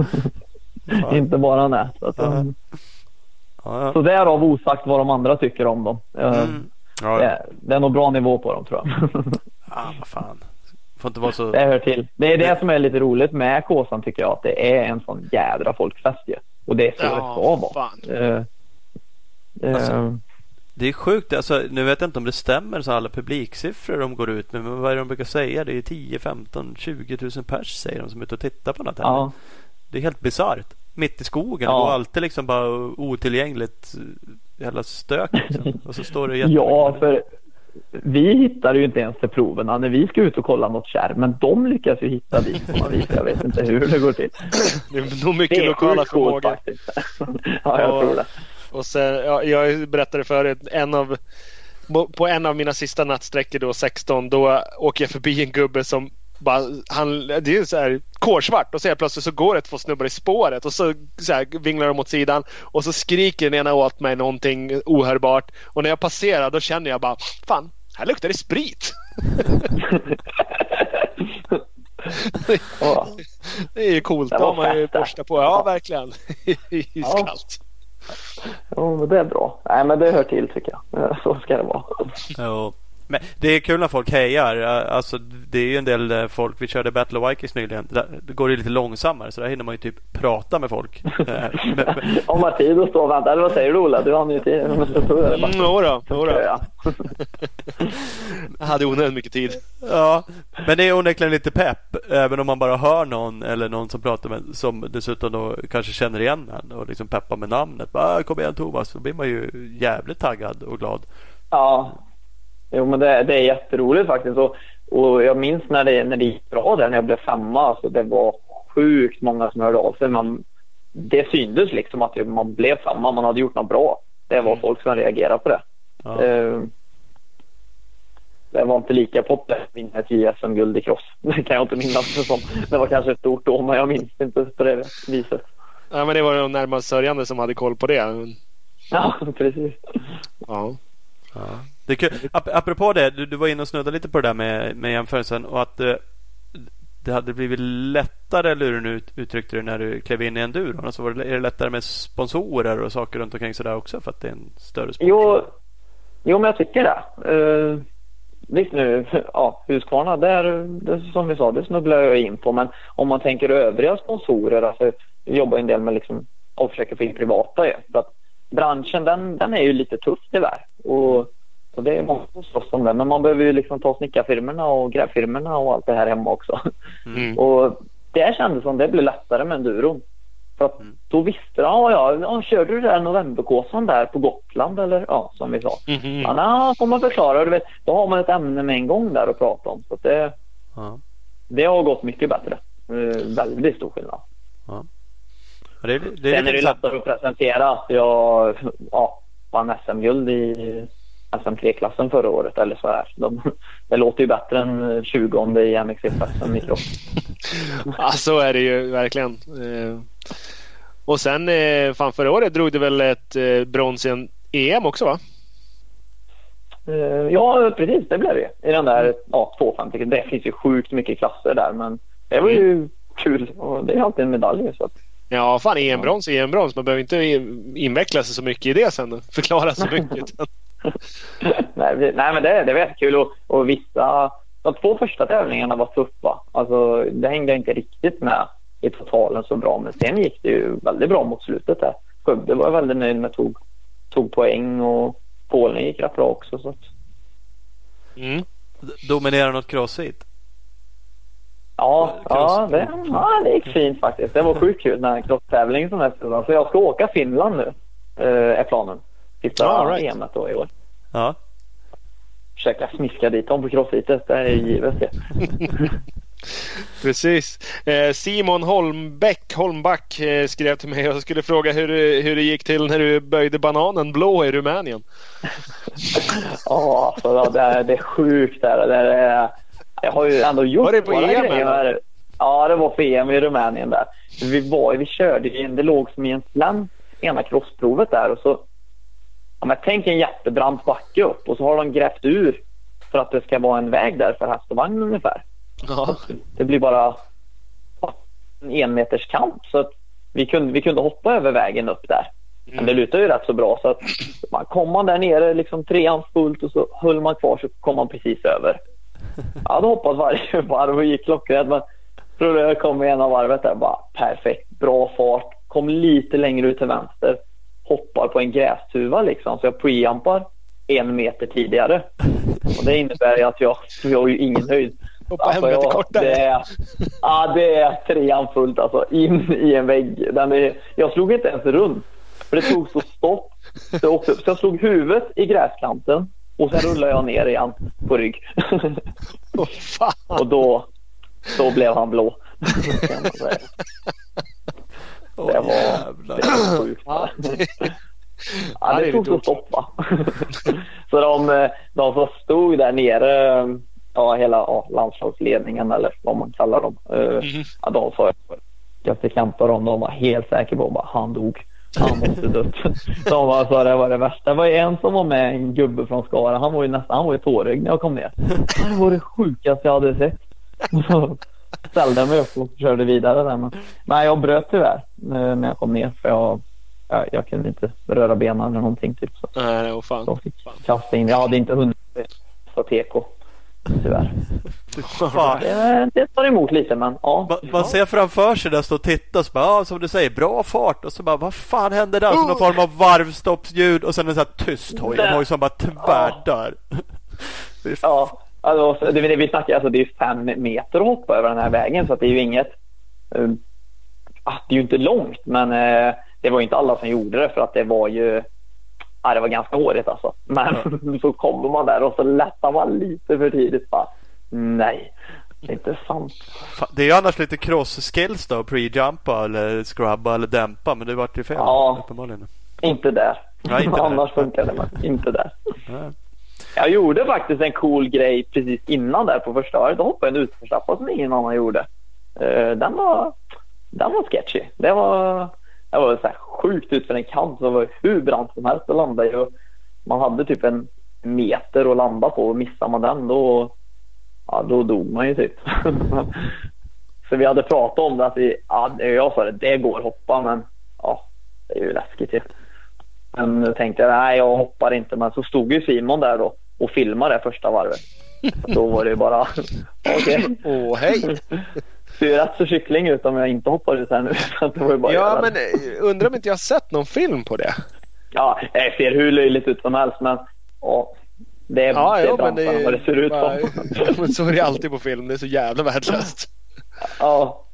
inte bara nej. Så, att, uh-huh. ja, ja. Så därav osagt vad de andra tycker om dem. Mm. Ja, det, är, det är nog bra nivå på dem tror jag. Ja, vad fan. Får inte vara så... Det hör till. Det är det som är lite roligt med Kåsan tycker jag. Att det är en sån jädra folkfest ju. Och det är så ja, det ska vara. Uh, uh, alltså, det är sjukt. Alltså, nu vet jag inte om det stämmer så alla publiksiffror de går ut med. Men vad är det de brukar säga? Det är tio, femton, tjugo tusen pers säger de som är ute och tittar på något här. Ja. Det är helt bizarrt. Mitt i skogen. Ja. Och alltid liksom bara otillgängligt hela stök. Liksom. Och så står det ja, för vi hittar ju inte ens till proverna när vi ska ut och kolla något kärr. Men de lyckas ju hitta dit. Jag vet inte hur det går till. Det är nog mycket lokala förmågor. Ja, jag tror det. Och sen, ja, jag berättade förut en av, på en av mina sista nattsträckor då sexton, då åker jag förbi en gubbe som bara, han, det är ju så här kolsvart och så plötsligt så går det två snubbar i spåret och så, så här, vinglar de åt sidan och så skriker den ena åt mig någonting ohörbart och när jag passerar då känner jag bara fan, här luktar det sprit. Det är ju coolt, då har man ju borsta på. Ja, verkligen. Iskallt. Ja, men det är bra. Nej, men det hör till tycker jag. Så ska det vara. Ja. Men det är kul när folk hejar. Alltså, det är ju en del folk. Vi körde Battle of Vikings nyligen. Det går ju lite långsammare så där hinner man ju typ prata med folk. Om man har tid att stå och vänta. Eller vad säger du Ola? Du har ju tid. Mm, jodå, jodå. Jag hade onödigt mycket tid. Ja, men det är onekligen lite pepp. Även om man bara hör någon eller någon som pratar med, som dessutom då kanske känner igen en och liksom peppar med namnet. Bara, kom igen Thomas, så blir man ju jävligt taggad och glad. Ja, jo, men det, det är jätteroligt faktiskt. Och, och jag minns när det, när det gick bra där, när jag blev femma. Så det var sjukt många som hörde av sig. Man, det syntes liksom att man blev femma, man hade gjort något bra. Det var folk som reagerade på det. Ja. Uh, det var inte lika populärt att vinna ett S M-guld i cross. Det kan jag inte minnas det som. Det var kanske stort då, men jag minns inte på det viset. Ja, men det var de närmast sörjande som hade koll på det. Ja, precis. Ja. Ja. Det är kul. Ap- apropå det, du, du var inne och snuddade lite på det där med, med jämförelsen och att uh, det hade blivit lättare, eller hur du nu uttryckte det, när du klev in i enduron. Alltså var det, är det lättare med sponsorer och saker runt omkring sådär också för att det är en större sport? Jo, jo men jag tycker det. Uh, visst nu, ja, Husqvarna, där, det, som vi sa, det snubblar jag in på. Men om man tänker övriga sponsorer, alltså jag jobbar en del med liksom och försöker få in privata. Ja, för att branschen, den, den är ju lite tuff tyvärr. Och så det är många som slåss om det. Men man behöver ju liksom ta snickarfirmorna och grävfirmorna och allt det här hemma också. Mm. Och det kändes som det blev lättare med enduron. För att Mm. då visste jag, ja, ja, körde du där novemberkåsan där på Gotland eller ja, som vi sa. Mm-hmm. Ja, na, får man förklara, du vet, då har man ett ämne med en gång där att prata om. Så att det, Ja. det har gått mycket bättre. Uh, väldigt stor skillnad. Ja. Det är, det är Sen är det lite lättare att presentera att jag ja, vann S M-guld i S M tre-klassen förra året eller så här. De, det låter ju bättre än tjugonde i M X F S M i cross. Ja, så är det ju verkligen. Eh, och sen eh, fan förra året drog du väl ett eh, brons i en E M också, va? Uh, ja, precis, det blev det. I den där ja, tvåhundrafemtio. Det finns ju sjukt mycket klasser där, men det var ju kul. Och det är alltid en medalj. Så att... Ja, fan, E M-brons, E M-brons. Man behöver inte inveckla sig så mycket i det sen. Förklara så mycket. nej, vi, nej, men det, det var kul. Och, och vissa... De två första tävlingarna var tuffa. Alltså, det hängde inte riktigt med i totalen så bra. Men sen gick det ju väldigt bra mot slutet där. Skövde var jag väldigt nöjd med. Tog, tog poäng och Polen gick rätt bra också. Så att... mm. Dominerar något crossfit? Ja, ja, det, ja, det gick fint faktiskt. Det var sjukt kul när crosstävling som helst. Så jag ska åka Finland nu, äh, är planen. Sista ah, right. E M då i år. Ja. Försöka smiska dit dem på crossfitet, det är givet det. Precis. Eh, Simon Holmbäck, Holmback eh, skrev till mig och skulle fråga hur, hur det gick till när du böjde bananen blå i Rumänien. Ja, alltså, det, är, det är sjukt där. Det är, jag har ju ändå gjort var det på E M eller? Ja, det var på E M i Rumänien där. Vi, var, vi körde ju, det låg som i en slänt, ena crossprovet där och så ja, men tänk en jättebrant backe upp och så har de grävt ur för att det ska vara en väg där för häst och vagn ungefär. Ja. Det blir bara en enmeters kant så att vi kunde, vi kunde hoppa över vägen upp där. Mm. Men det lutar ju rätt så bra så att man kom man där nere liksom treans fullt och så höll man kvar så kom man precis över. Jag hade hoppat varje varv och gick klockrädd men tror jag kom i en av varvet där bara perfekt, bra fart, kom lite längre ut till vänster, hoppar på en grästuva liksom så jag preampar en meter tidigare och det innebär att jag, jag har ju ingen höjd. Alltså, en meter kortare. Det är, ja, det är trean fullt alltså, in i en vägg. Den är, jag slog inte ens runt för det tog så stopp så jag, åkte, så jag slog huvudet i gräskanten och sen rullade jag ner igen på rygg. Oh, fan. Och då då blev han blå. Oh, det var det var sjukt. Ja, det, ja, det tog så stopp va? Så de, de som stod där nere, ja, hela ja, landslagsledningen eller vad man kallar dem, mm-hmm. ja, de sa jag fick hämta dem, de var helt säkra på att han dog. Han måste dött. De var så det var det värsta. Det var en som var med, en gubbe från Skara. Han var ju nästan, han var ju tårögd när jag kom ner. Det var det sjukaste jag hade sett. Så ställde mig upp och körde vidare där. Men nej, jag bröt tyvärr när jag kom ner. För jag, jag, jag kunde inte röra benen eller någonting typ. Så, nej, det var fan. så fick kasta in. Jag hade inte hunnit för P K. Tyvärr. Det, det tar emot lite men ja. Man, man ser framför sig där stå och titta och så bara, ja, som du säger, bra fart och så bara, vad fan hände där? Så någon form av varvstoppsljud och sen en sån här tyst hoj, en hoj som bara tvärdör. Ja, Alltså, det, det vi snackar, alltså det är fem meter att hoppa över den här vägen, så att det är ju inget uh, det är ju inte långt, men uh, det var ju inte alla som gjorde det, för att det var ju ja, det var ganska hårigt alltså. Men mm. så kommer man där och så lättar man lite för tidigt bara, nej, det är inte sant. Det är ju annars lite cross-skills då, pre-jumpa eller scrubba eller dämpa, men det vart ju fel. Ja, uppenbarligen. Inte där. Nej, inte annars där. funkar det, men inte där. Nej. Jag gjorde faktiskt en cool grej precis innan där på första året. Då hoppade en utförslappa som ingen annan gjorde. Uh, den var den var sketchy. Det var det var så här sjukt ut för en kant, så var hur brant som helst att landa i. Man hade typ en meter att landa på, och missar man den då ja, då dog man ju typ. Så vi hade pratat om det, att vi, ja, jag sa det, det går att hoppa, men ja, det är ju läskigt ju. Men jag tänkte, nej jag hoppar inte, men så stod ju Simon där då och filmade det första varvet. Då var det ju bara okej. Okay. Åh, oh, hej! Det är rätt så kyckling ut om jag inte hoppar ut här nu. Det var ju bara ja, men undrar om inte jag har sett någon film på det. Ja, det ser hur löjligt ut som helst, men ja, det är, ja, det är ja, brant det, vad det ser ut bara, som. Men så är det alltid på film, det är så jävla värdelöst. Ja,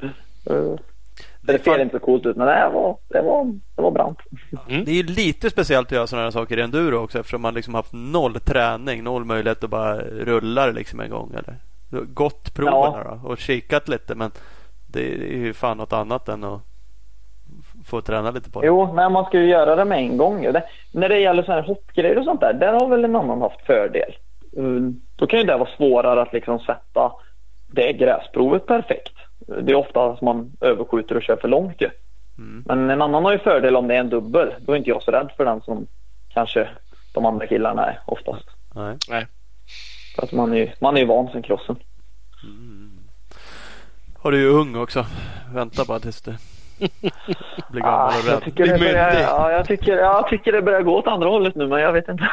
det ser inte så coolt ut, men det var, det var, det var brant. Mm. Det är ju lite speciellt att göra sådana här saker i enduro också, eftersom man liksom haft noll träning, noll möjlighet att bara rulla det liksom en gång, eller gått proverna ja. Då, och kikat lite, men det är ju fan något annat än att få träna lite på det. Jo, men man ska ju göra det med en gång. Det, när det gäller sådana här hoppgrejer och sånt där, där har väl en annan haft fördel. Mm, då kan ju det vara svårare att liksom sätta det gräsprovet perfekt. Det är ofta som man överskjuter och kör för långt ju. Mm. Men en annan har ju fördel om det är en dubbel. Då är inte jag så rädd för den som kanske de andra killarna är oftast. Nej. Nej. För att man är ju, man är ju van sen crossen. Mm. Har du ju ung också. Vänta bara tills det blir gammal ah, och rädd. Jag tycker, det börjar, ja, jag, tycker, jag tycker det börjar gå åt andra hållet nu, men jag vet inte.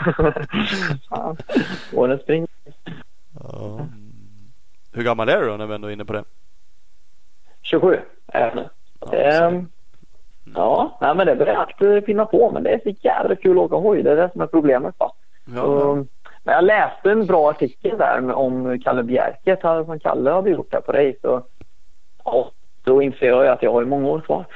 Åren springer. Ja. Hur gammal är du då när vi ändå är inne på det? tjugosju är jag nu. Ja, ehm, ja nej, men det börjar alltid finna på, men det är så jävla kul att åka hoj. Det är det som är problemet. Va? Ja, och, men jag läste en bra artikel där om Kalle Bjerket som Kalle hade gjort där på race. Och, ja, då inser jag att jag har ju många år kvar.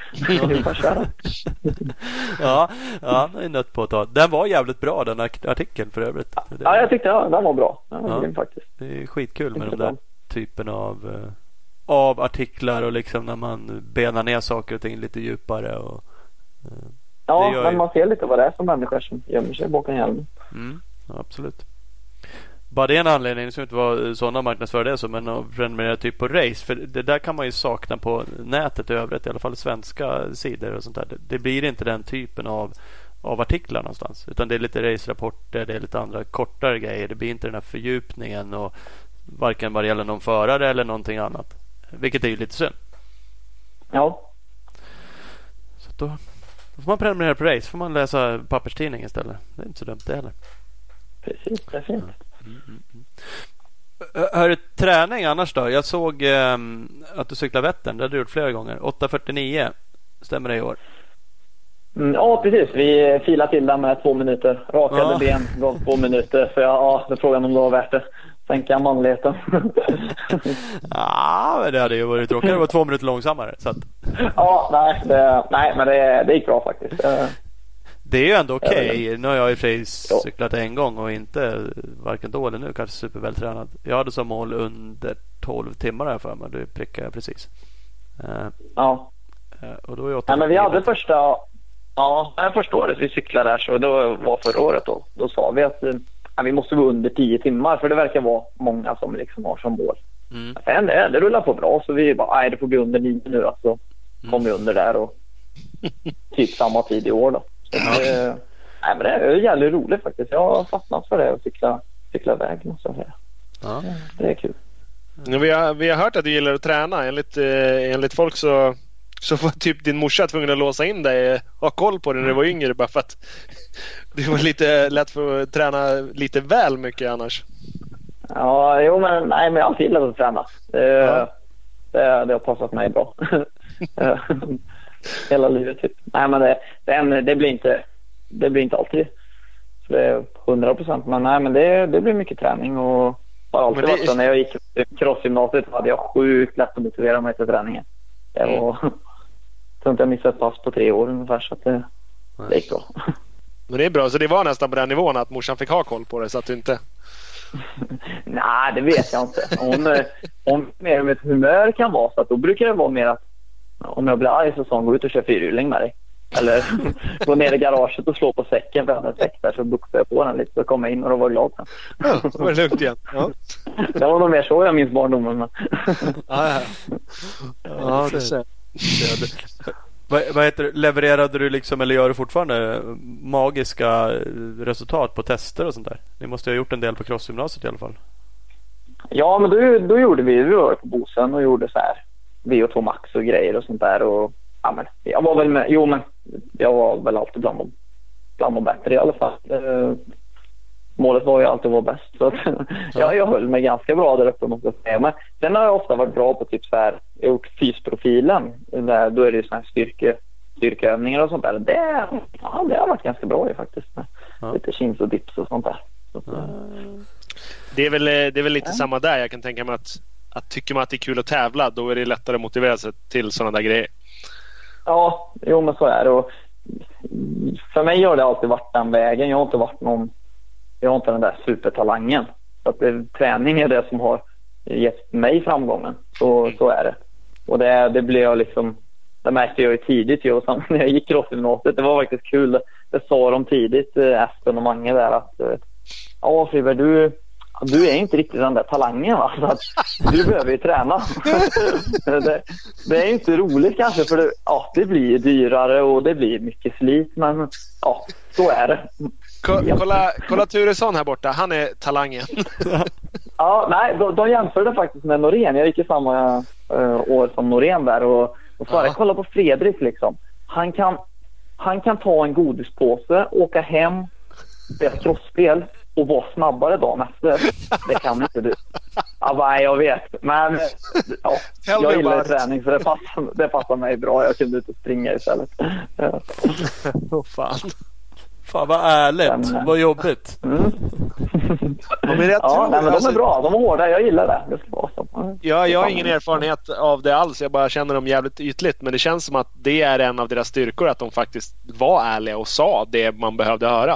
ja, ja, det är nött på att ta. Den var jävligt bra, den artikeln för övrigt. Ja, jag tyckte ja, den var bra. Den var ja, faktiskt. Det är skitkul med de där typen av, av artiklar och liksom när man benar ner saker och ting lite djupare. Och, ja, men ju... man ser lite vad det är för människor som gömmer sig bakom hjälmen. Mm, ja, absolut. Bara det är en anledning, det ska inte vara sådana marknadsför det som, men att prenumerera typ på race, för det där kan man ju sakna på nätet i övrigt, i alla fall svenska sidor och sånt där. Det, det blir inte den typen av, av artiklar någonstans, utan det är lite racerapporter, det är lite andra kortare grejer. Det blir inte den här fördjupningen och varken vad det gäller någon förare eller någonting annat, vilket är ju lite synd. Ja. Så då, då får man prenumerera på race, får man läsa papperstidning istället. Det är inte så dumt det heller. Precis, det är fint. Mm, mm, mm. Hör du träning annars då? Jag såg eh, att du cyklar Vättern. Det har du gjort flera gånger. åtta fyrtionio. Stämmer det i år? Mm, ja, precis. Vi filar till där med två minuter. Rakade ja. ben gav två minuter. Så jag, ja, det är frågan om det var värt det. Sänka manligheten. Ja, men det hade ju varit tråkigt. Det var två minuter långsammare. Så att... Ja, nej, det, nej men det, det gick bra faktiskt. Det är ju ändå okej. Okay. Nu har jag i och för sig cyklat en gång och inte varken då eller nu kanske supervältränad. Jag hade som mål under tolv timmar här för mig. Det prickade jag precis. Uh, ja. Uh, och då är jag Nej, men vi hade första ja, första året vi cyklade där, så då var förra året då. Då sa vi att ja, vi måste gå under tio timmar, för det verkar vara många som liksom har som mål. Mm. Sen det, det rullar på bra, så vi bara, nej det får bli under nio nu, alltså. Mm. Kom vi under där och typ samma tid i år då. Ja. Det, nej, men det är jävligt roligt faktiskt. Jag har fastnat för det och cykla, cykla väg. Så ja. Det är kul. Vi har, vi har hört att du gillar att träna. Enligt, eh, enligt folk så, så var typ din morsa tvungen att låsa in dig, ha koll på dig när du var yngre, bara för att du var lite lätt för att träna lite väl mycket annars. Ja, jo men nej, men jag har alltid gillat att träna. Det, ja. det, det har passat mig bra. Hela livet typ. Nej, men det, det, det blir inte det blir inte alltid så det är hundra procent, men nej, men det, det blir mycket träning och Har alltid varit så. När jag gick crossgymnasiet hade jag sjukt lätt att motivera mig till träningen. Det var... Mm. Jag tror inte jag missade ett pass på tre år ungefär, så att det, det gick bra. Men det är bra, så det var nästan på den nivån att morsan fick ha koll på det, så att du inte... Nej, det vet jag inte. Om, om mer med ett humör kan vara så att då brukar det vara mer att om jag blir arg så sa hon, gå ut och kör fyrhjuling med dig. Eller gå ner i garaget och slå på säcken för en säck där, så buktade jag på den lite, så kom jag in och då var glad sen. Ja, det var lugnt igen. Ja. Det var nog mer så jag minns barndomen. Men... ja, ja. Ja, det ser. Vad, vad heter det? Levererade du liksom, eller gör du fortfarande magiska resultat på tester och sånt där? Ni måste ha gjort en del på crossgymnasiet i alla fall. Ja, men då, då gjorde vi, vi var på Bosen och gjorde så här V O två Max och grejer och sånt där. Och ja, men jag var väl med, jo men jag var väl alltid bland de, bland de bättre i alla fall. Eh, målet var ju alltid att vara bäst, så att, ja, jag höll mig ganska bra där uppe, måste jag säga. Men sen har jag ofta varit bra på typ så här, jag har gjort fysprofilen, där, då är det ju såna här styrke, styrkeövningar och sånt där. Det, ja, det har varit ganska bra ju faktiskt. Ja. Lite chins och dips och sånt där. Så, ja. det, är väl, det är väl lite ja. samma där. Jag kan tänka mig att, att tycker man att det är kul att tävla, då är det lättare att motivera sig till sådana där grejer. Ja, jo men så är det. Och för mig har det alltid varit den vägen. Jag har inte varit någon, jag har inte den där supertalangen. Så att det, träning är det som har gett mig framgången. Så, mm. så är det. Och det, det blev jag liksom, det märkte jag ju tidigt ju. Och sen när jag gick crossgymnasiet, det var faktiskt kul. Det, det sa de tidigt, Espen och Mange där, att ja Friberg, du du är inte riktigt den där talangen, va? Så att du behöver ju träna. det, det är inte roligt kanske, för det, ja, det blir dyrare och det blir mycket slit, men ja, så är det. Ko- kolla, kolla Turesson här borta, han är talangen. Ja, nej, de, de jämförde faktiskt med Norén. Jag gick i samma uh, år som Norén där, och, och så ja. kolla på Fredrik liksom. Han kan, han kan ta en godispåse, åka hem, spela crossspel och vara snabbare dagen efter. Det kan inte du. Ja, nej, jag vet. Men ja, jag gillar träning, så det passar, det passar mig bra. Jag kunde inte springa istället. Ja. Oh, fan. Fan vad ärligt. Men, vad jobbigt. Mm. Men rätt ja, nej, men de är bra. De är hårda. Jag gillar det. Det ska vara så. Ja, jag har ingen erfarenhet av det alls. Jag bara känner dem jävligt ytligt. Men det känns som att det är en av deras styrkor, att de faktiskt var ärliga och sa det man behövde höra.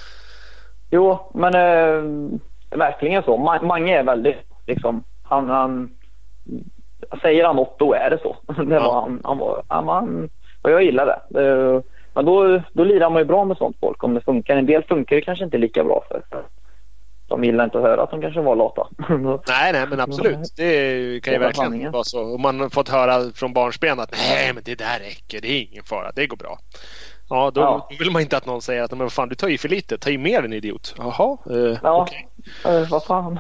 Jo, men äh, verkligen så. Man, Mange är väldigt liksom, han, han säger han något, då är det så. Det var ja. han, han var, han, han, och jag gillar det. det men då, då lirar man ju bra med sånt folk, om det funkar. En del funkar det kanske inte lika bra för. De gillar inte att höra att de kanske var lata. nej, nej, men absolut. Det kan ju verkligen vara så. Och man har fått höra från barnsben att nej, men det där räcker, det är ingen fara, det går bra. Ja, då ja. vill man inte att någon säger att men vad fan, du tar ju för lite, ta ju mer än idiot. Jaha, eh, ja, okej. Okay. Eh, vad fan.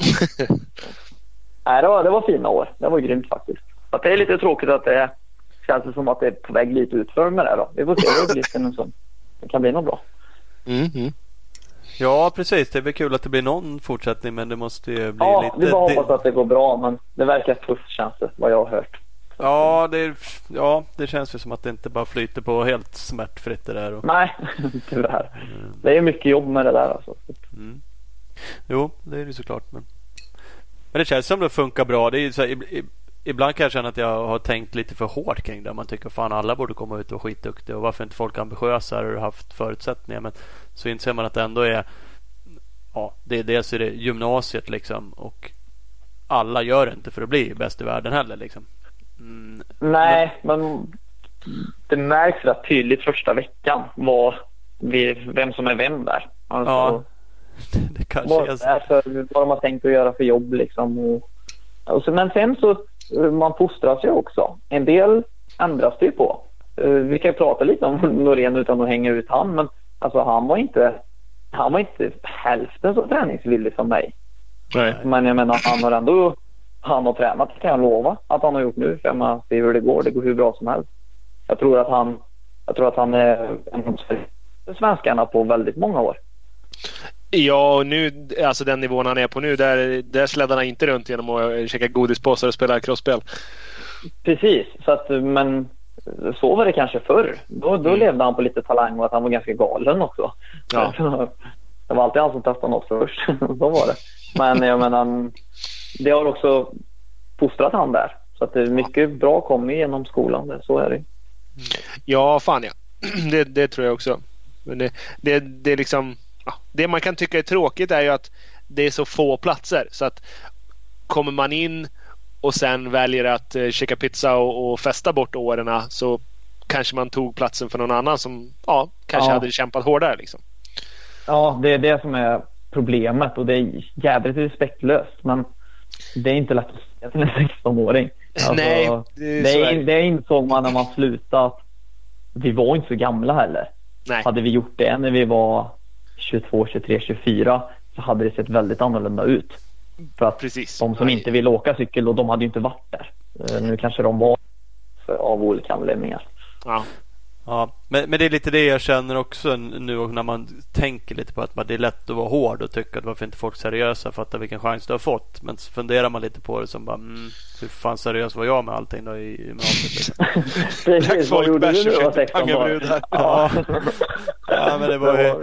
Nej, det var, det var fina år. Det var grymt faktiskt. Att det är lite tråkigt att det känns som att det är på väg lite utför med det då. Vi får se hur det blir sen, som det kan bli något bra. Mm-hmm. Ja, precis. Det är väl kul att det blir någon fortsättning, men det måste ju bli ja, lite... Ja, vi bara hoppas att det går bra, men det verkar tufft, känns det, vad jag har hört. Ja, det, ja, det känns ju som att det inte bara flyter på helt smärtfritt det där. Och... Nej, tyvärr. Mm. Det är mycket jobb med det där alltså. Mm. Jo, det är det såklart. Men, men det känns som det funkar bra. Det är så här, ibland kan jag känna att jag har tänkt lite för hårt kring det. Man tycker fan alla borde komma ut och vara skitduktiga. Och varför inte folk ambitiösa och haft förutsättningar. Men så inser man att det ändå är, ja, det är dels är det gymnasiet liksom. Och alla gör det inte för att bli bäst i världen heller liksom. Mm. Nej, men det märks rätt tydligt första veckan vad vi, vem som är vem där. Alltså, ja, det kanske vad, är så. Alltså, vad de har tänkt att göra för jobb liksom. Och, och så, men sen så man fostras ju också. En del ändras det ju på. Uh, vi kan ju prata lite om Norén utan att hänga ut han, men alltså han var inte han var inte hälften så träningsvillig som mig. Nej. Men jag menar, han har ändå han har tränat, kan jag lova att han har gjort nu, för man ser hur det går, det går hur bra som helst. Jag tror att han jag tror att han är en av svenskarna på väldigt många år. Ja, och nu, alltså den nivån han är på nu, där, där släddar han inte runt genom att käka godispåsar och spela crossspel. Precis, så att, men så var det kanske förr. Då, då mm. levde han på lite talang och att han var ganska galen också. Ja. Det var alltid han som testade något först. Så var det. Men jag menar, det har också fostrat han där. Så att det är mycket bra kommer genom skolan. Så är det. Ja, fan ja. Det, det tror jag också. Men det, det, det är liksom... Ja, det man kan tycka är tråkigt är ju att det är så få platser. Så att kommer man in och sen väljer att eh, käka pizza och, och festa bort åren, så kanske man tog platsen för någon annan som ja, kanske ja. hade kämpat hårdare liksom. Ja, det är det som är problemet, och det är jävligt respektlöst, men det är inte lätt att säga till en sexton-åring. Alltså, Nej, det, det, är, det insåg man när man slutade att vi var inte så gamla heller. Nej. Hade vi gjort det när vi var tjugotvå, tjugotre, tjugofyra så hade det sett väldigt annorlunda ut. För att Precis. de som inte vill åka cykel, och de hade ju inte varit där. Nu kanske de var av olika anledningar. Ja. Ja, men, men det är lite det jag känner också nu när man tänker lite på att det är lätt att vara hård och tycka att varför inte folk seriösa fattar vilken chans du har fått. Men så funderar man lite på det som bara, mm, hur fan seriös var jag med allting då i, i gymnasiet? Precis, vad gjorde du nu då? sexton ja. Ja. Ja, men det var ju...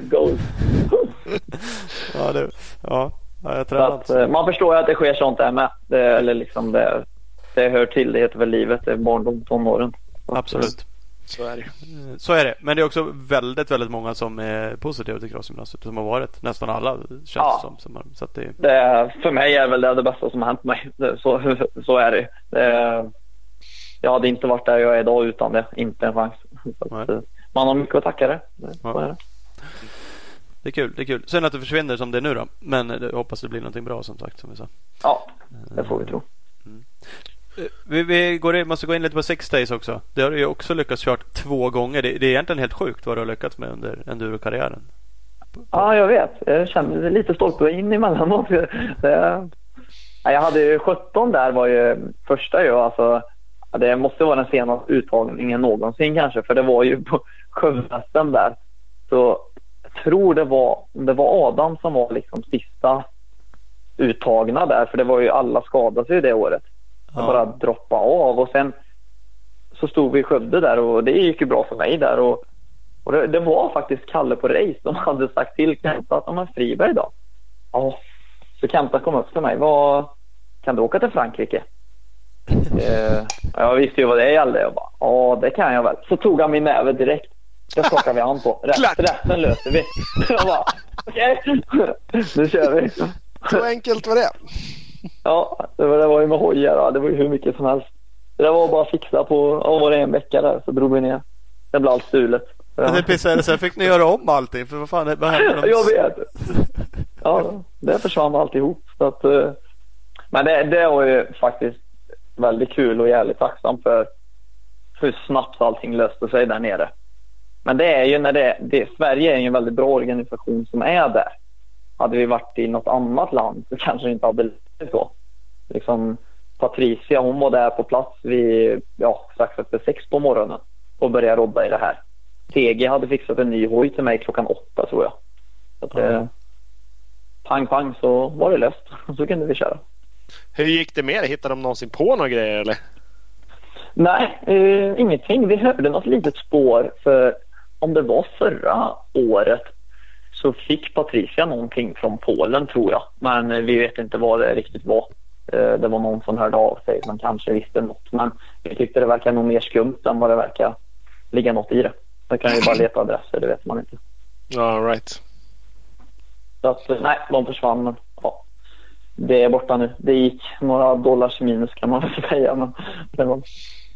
ja, det... Ja, jag tror att, att man förstår ju att det sker sånt där med. Det, eller liksom det, det hör till, det heter väl livet, det är barndom, tonåren. Absolut. Så är det. Så är det. Men det är också väldigt, väldigt många som är positiva till crossgymnasiet, som har varit. Nästan alla känns ja. som. som har, så att det... Det, för mig är väl det, det bästa som har hänt mig. Det, så, så är det. det. Jag hade inte varit där jag är idag utan det. Inte en chans. Att, man har mycket att tacka det. det, ja. så är det. Det är kul, det är kul. Sen att det försvinner som det är nu då. Men jag hoppas det blir någonting bra som sagt, som vi sa. Ja, det får vi tro. Mm. Vi, vi går in, måste gå in lite på Six Days också. Det har du ju också lyckats kört två gånger. Det, det är egentligen helt sjukt vad du har lyckats med under enduro-karriären. Ja, jag vet. Jag känner mig lite stolt på in emellanåt. Det, jag hade ju sjutton där, var ju första ju. Alltså, det måste vara den senaste uttagningen någonsin kanske. För det var ju på Skövdesten där. Så jag tror det var, det var Adam som var liksom sista uttagna där. För det var ju alla skadade sig det året. Ja. Bara droppa av, och sen så stod vi i Skövde där, och det gick ju bra för mig där, och, och det, det var faktiskt Kalle på race. De hade sagt till Kenta att de har Friberg idag. Ja, så Kenta kom upp till mig. Vad, kan du åka till Frankrike? eh, jag visste ju vad det gällde. Jag bara, ja det kan jag väl. Så tog han min näve direkt. Det skakade vi an på. Rätt, resten löser vi. Jag bara, okej, okay. Nu kör vi. Så enkelt var det. Ja, det var, det var ju med hojar. Ja. Det var ju hur mycket som helst. Det var bara att fixa på, ja, var det en vecka där, så drog vi ner. Det blev allt stulet. Ja. Det pissade, sen fick ni göra om allting. För vad fan, vad hände? Jag vet. Ja, det försvann alltihop. Så att, men det, det var ju faktiskt väldigt kul och jävligt tacksam för hur snabbt allting löste sig där nere. Men det är ju när det, det Sverige är ju en väldigt bra organisation som är där. Hade vi varit i något annat land så kanske det inte hade blivit så. Liksom Patricia, hon var där på plats vid, ja, strax efter sex på morgonen och började rodda i det här. T G hade fixat en ny hoj till mig klockan åtta, tror jag. Så att, mm. eh, pang pang så var det löst. Så kunde vi köra. Hur gick det med det? Hittade de någonsin på några grejer eller? Nej, eh, ingenting. Vi hörde något litet spår, för om det var förra året så fick Patricia någonting från Polen, tror jag. Men vi vet inte vad det riktigt var. Det var någon som hörde av sig som kanske visste något. Men vi tyckte det verkar nog mer skumt än vad det verkar ligga något i det. Så kan ju bara leta adresser, det vet man inte. All right. Så att, nej, de försvann. Men, ja, det är borta nu. Det gick några dollars minus, kan man väl säga. Men det var,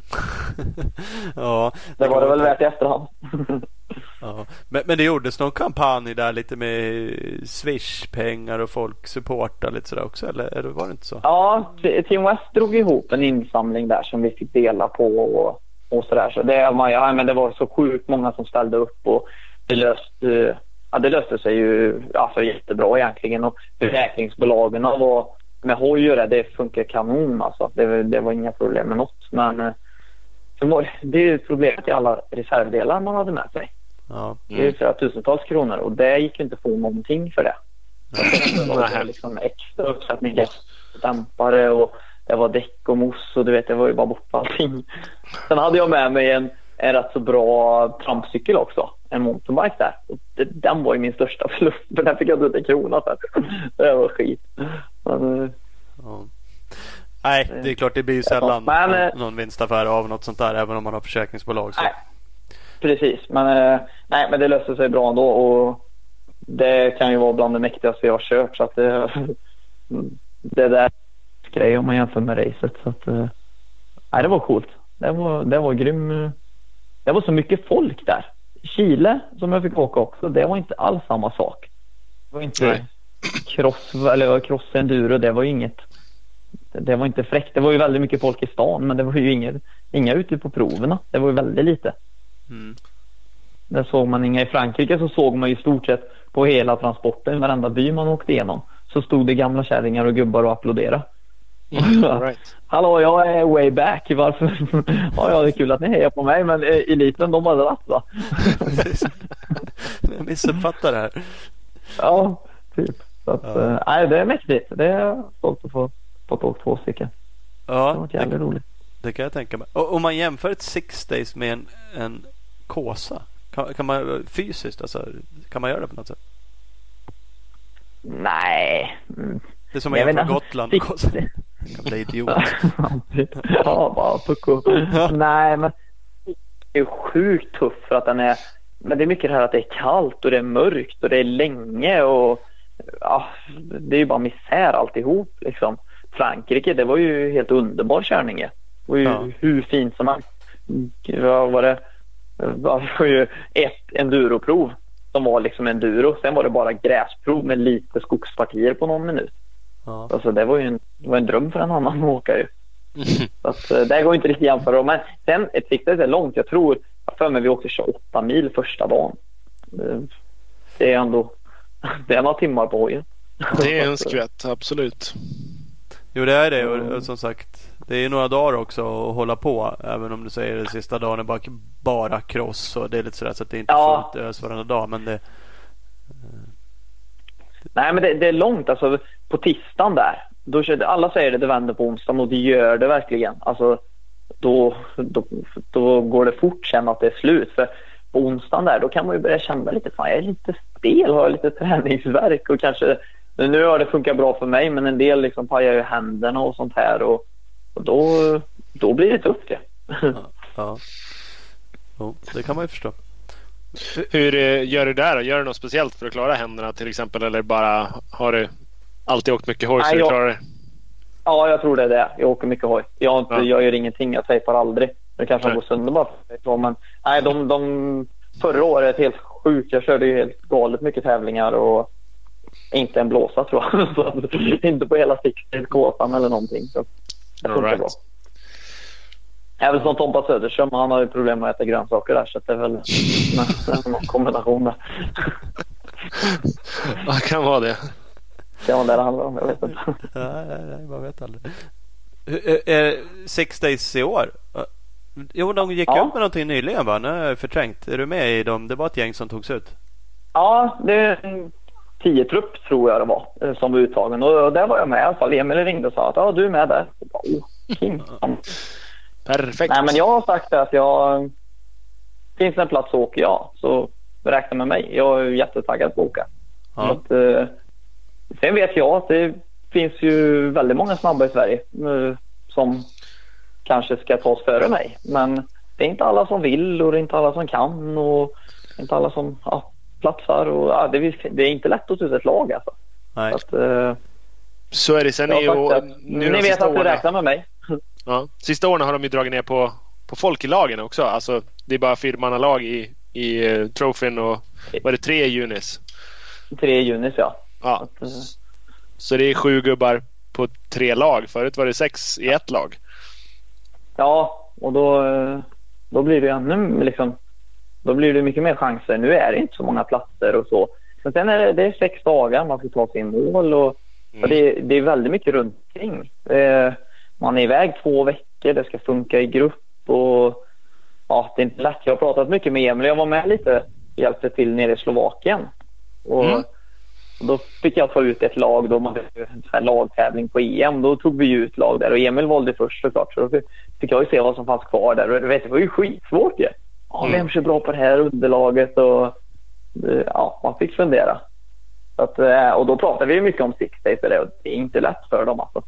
ja, det, det var det väl värt i efterhand. Ja. Men, men det gjordes någon kampanj där lite med Swish-pengar och folk supportar lite sådär också, eller, eller var det inte så? Ja, Team West drog ihop en insamling där som vi fick dela på och, och sådär. Så det, ja, men det var så sjukt många som ställde upp, och det löste, ja, det löste sig ju alltså jättebra egentligen, och försäkringsbolagen var med hoj och det, det funkar kanon alltså. Det, det var inga problem med något, men det är ju problemet i alla reservdelar man hade med sig. Ja. Mm. Det är ju flera tusentals kronor, och det gick ju inte att få någonting för det. Det var liksom extra uppsättning, dämpare, och det var däck och moss, och du vet, det var ju bara bort allting. Sen hade jag med mig en, en rätt så bra trampcykel också. en mountainbike där. Och det, den var ju min största förlust. För den fick jag ut en krona för. Det var skit. Men, ja. Nej, det är klart det blir ju sällan men, någon, någon vinstaffär av något sånt där, även om man har försäkringsbolag. Så. Nej, precis. Men, nej, men det löste sig bra ändå. Och det kan ju vara bland det mäktigaste jag har kört. Så att det, det där grej om man jämför med racet. Så att, nej, det var coolt. Det var, det var grym. Det var så mycket folk där. Chile som jag fick åka också, det var inte alls samma sak. Det var inte nej. cross eller cross enduro, det var ju inget. Det var inte fräckt. Det var ju väldigt mycket folk i stan, men det var ju inget, inga ute på proverna. Det var ju väldigt lite. Mm. Där såg man inga. I Frankrike så såg man ju stort sett på hela transporten, varenda by man åkte igenom. Så stod det gamla kärringar och gubbar och applåderade. Mm, right. Hallå, jag är way back. Varför? Ja, ja, det är kul att ni hejar på mig, men eliten, de hade rätt, va? Jag missuppfattar det här. Ja, typ. Så att, ja. äh, nej, det är mäktigt. Det är stolt att få fått åkt två stycken. Ja, det var jävligt roligt. Det kan jag tänka mig. Och om man jämför ett six days med en, en Kåsa, kan, kan man fysiskt, alltså, kan man göra det på något sätt? Nej. Det är som att jämföra Gotland och Kåsa. Kan bli idiot. Ja, bara pucko. Nej, men det är sjukt tufft för att den är, men det är mycket det här att det är kallt och det är mörkt och det är länge och ja, det är ju bara misär alltihop liksom. Frankrike, det var ju helt underbar körning. Det var ju ja. hur fint som man. Vad var det? Det var ju ett enduroprov som var liksom enduro. Sen var det bara gräsprov med lite skogspartier på någon minut. Ja. Alltså det var ju en, det var en dröm för en annan att åka ju. Så att, det går inte riktigt jämföra. Men sen ett siktet är långt. Jag tror för mig vi åkte tjugoåtta mil första dagen. Det är ändå det är några timmar på hojen. Det är en skvätt, absolut. Jo, det är det. Och som sagt, det är några dagar också att hålla på. Även om du säger att sista dagen är bara, bara cross. Och det är lite sådär så att det är inte ja. fullt ös varenda dag. Men det... Nej, men det, det är långt. Alltså, på tisdagen där. Då körde, alla säger det, det vänder på onsdagen. Och det gör det verkligen. Alltså, då, då, då går det fort sen att det är slut. För på onsdagen där, då kan man ju börja känna lite, fan jag är lite stel, har lite träningsverk och kanske, nu har det funkat bra för mig, men en del liksom pajar ju händerna och sånt här och, och då, då blir det tufft det. Ja, ja. ja, det kan man ju förstå. Hur gör du där då? Gör du något speciellt för att klara händerna till exempel, eller bara har du alltid åkt mycket hoj så nej, du klarar det? Ja, jag tror det är det. Jag åker mycket hoj. Jag, inte, ja. jag gör ingenting, jag tejpar aldrig. Det kanske går sönder bara för men nej, de, de förra året helt sjukt. Jag körde ju helt galet mycket tävlingar och inte en blåsa tror jag. Så, inte på hela siktet, kåsan eller någonting. Så det funkar right. bra. Även som Tompa Söderström, han har ju problem med att äta grönsaker där, så det är väl en kombination där. Ja, det kan vara det. Det var det det handlar om, jag vet inte. Nej, nej, nej, man vet aldrig. Är Six Days i år? Jo, de gick ja. upp med någonting nyligen, va? Nu är förträngt. Är du med i dem? Det var ett gäng som togs ut. Ja, det är en tio trupp tror jag det var som var uttagen. Och där var jag med i alla fall. Emil ringde och sa att ja, du är med där. Bara, oh, perfekt. Nej, men jag har sagt att jag finns det en plats så åker jag. Så räkna med mig. Jag är jättetaggad på att åka. Ja. Så att, eh, sen vet jag att det finns ju väldigt många snabba i Sverige eh, som kanske ska tas före mig. Men det är inte alla som vill och det är inte alla som kan och inte alla som ja, platsar. Och, ja, det, är, det är inte lätt att ta ut ett lag alltså. Nej. Så, att, eh, så är det. Sen är ju, att, nu ni vet att du räknar med mig. Ja. Sista åren har de ju dragit ner på, på folklagen också. Alltså, det är bara fyrmannalag i, i uh, trofén och var det tre junis? Tre junis, ja. Ja. Att, uh, så det är sju gubbar på tre lag. Förut var det sex i ett lag. Ja, och då, då blir det ännu liksom, då blir det mycket mer chanser. Nu är det inte så många platser och så. Men sen är det, det är sex dagar, man får ta sin mål och, mm. och det, det är väldigt mycket runt omkring. Eh, man är iväg två veckor, det ska funka i grupp och ja, det är inte lätt. Jag har pratat mycket med Emil, jag var med lite, hjälpte till nere i Slovakien. Och mm. då fick jag ta ut ett lag, då man hade en lagtävling på E M. Då tog vi ut lag där och Emil valde först såklart. Så då fick jag ju se vad som fanns kvar där. Och vet, det var ju skitsvårt ju. ja, mm. vem kör bra på det här underlaget? Och ja, man fick fundera. Så att, och då pratade vi mycket om six days för det, och det är inte lätt för dem alltså.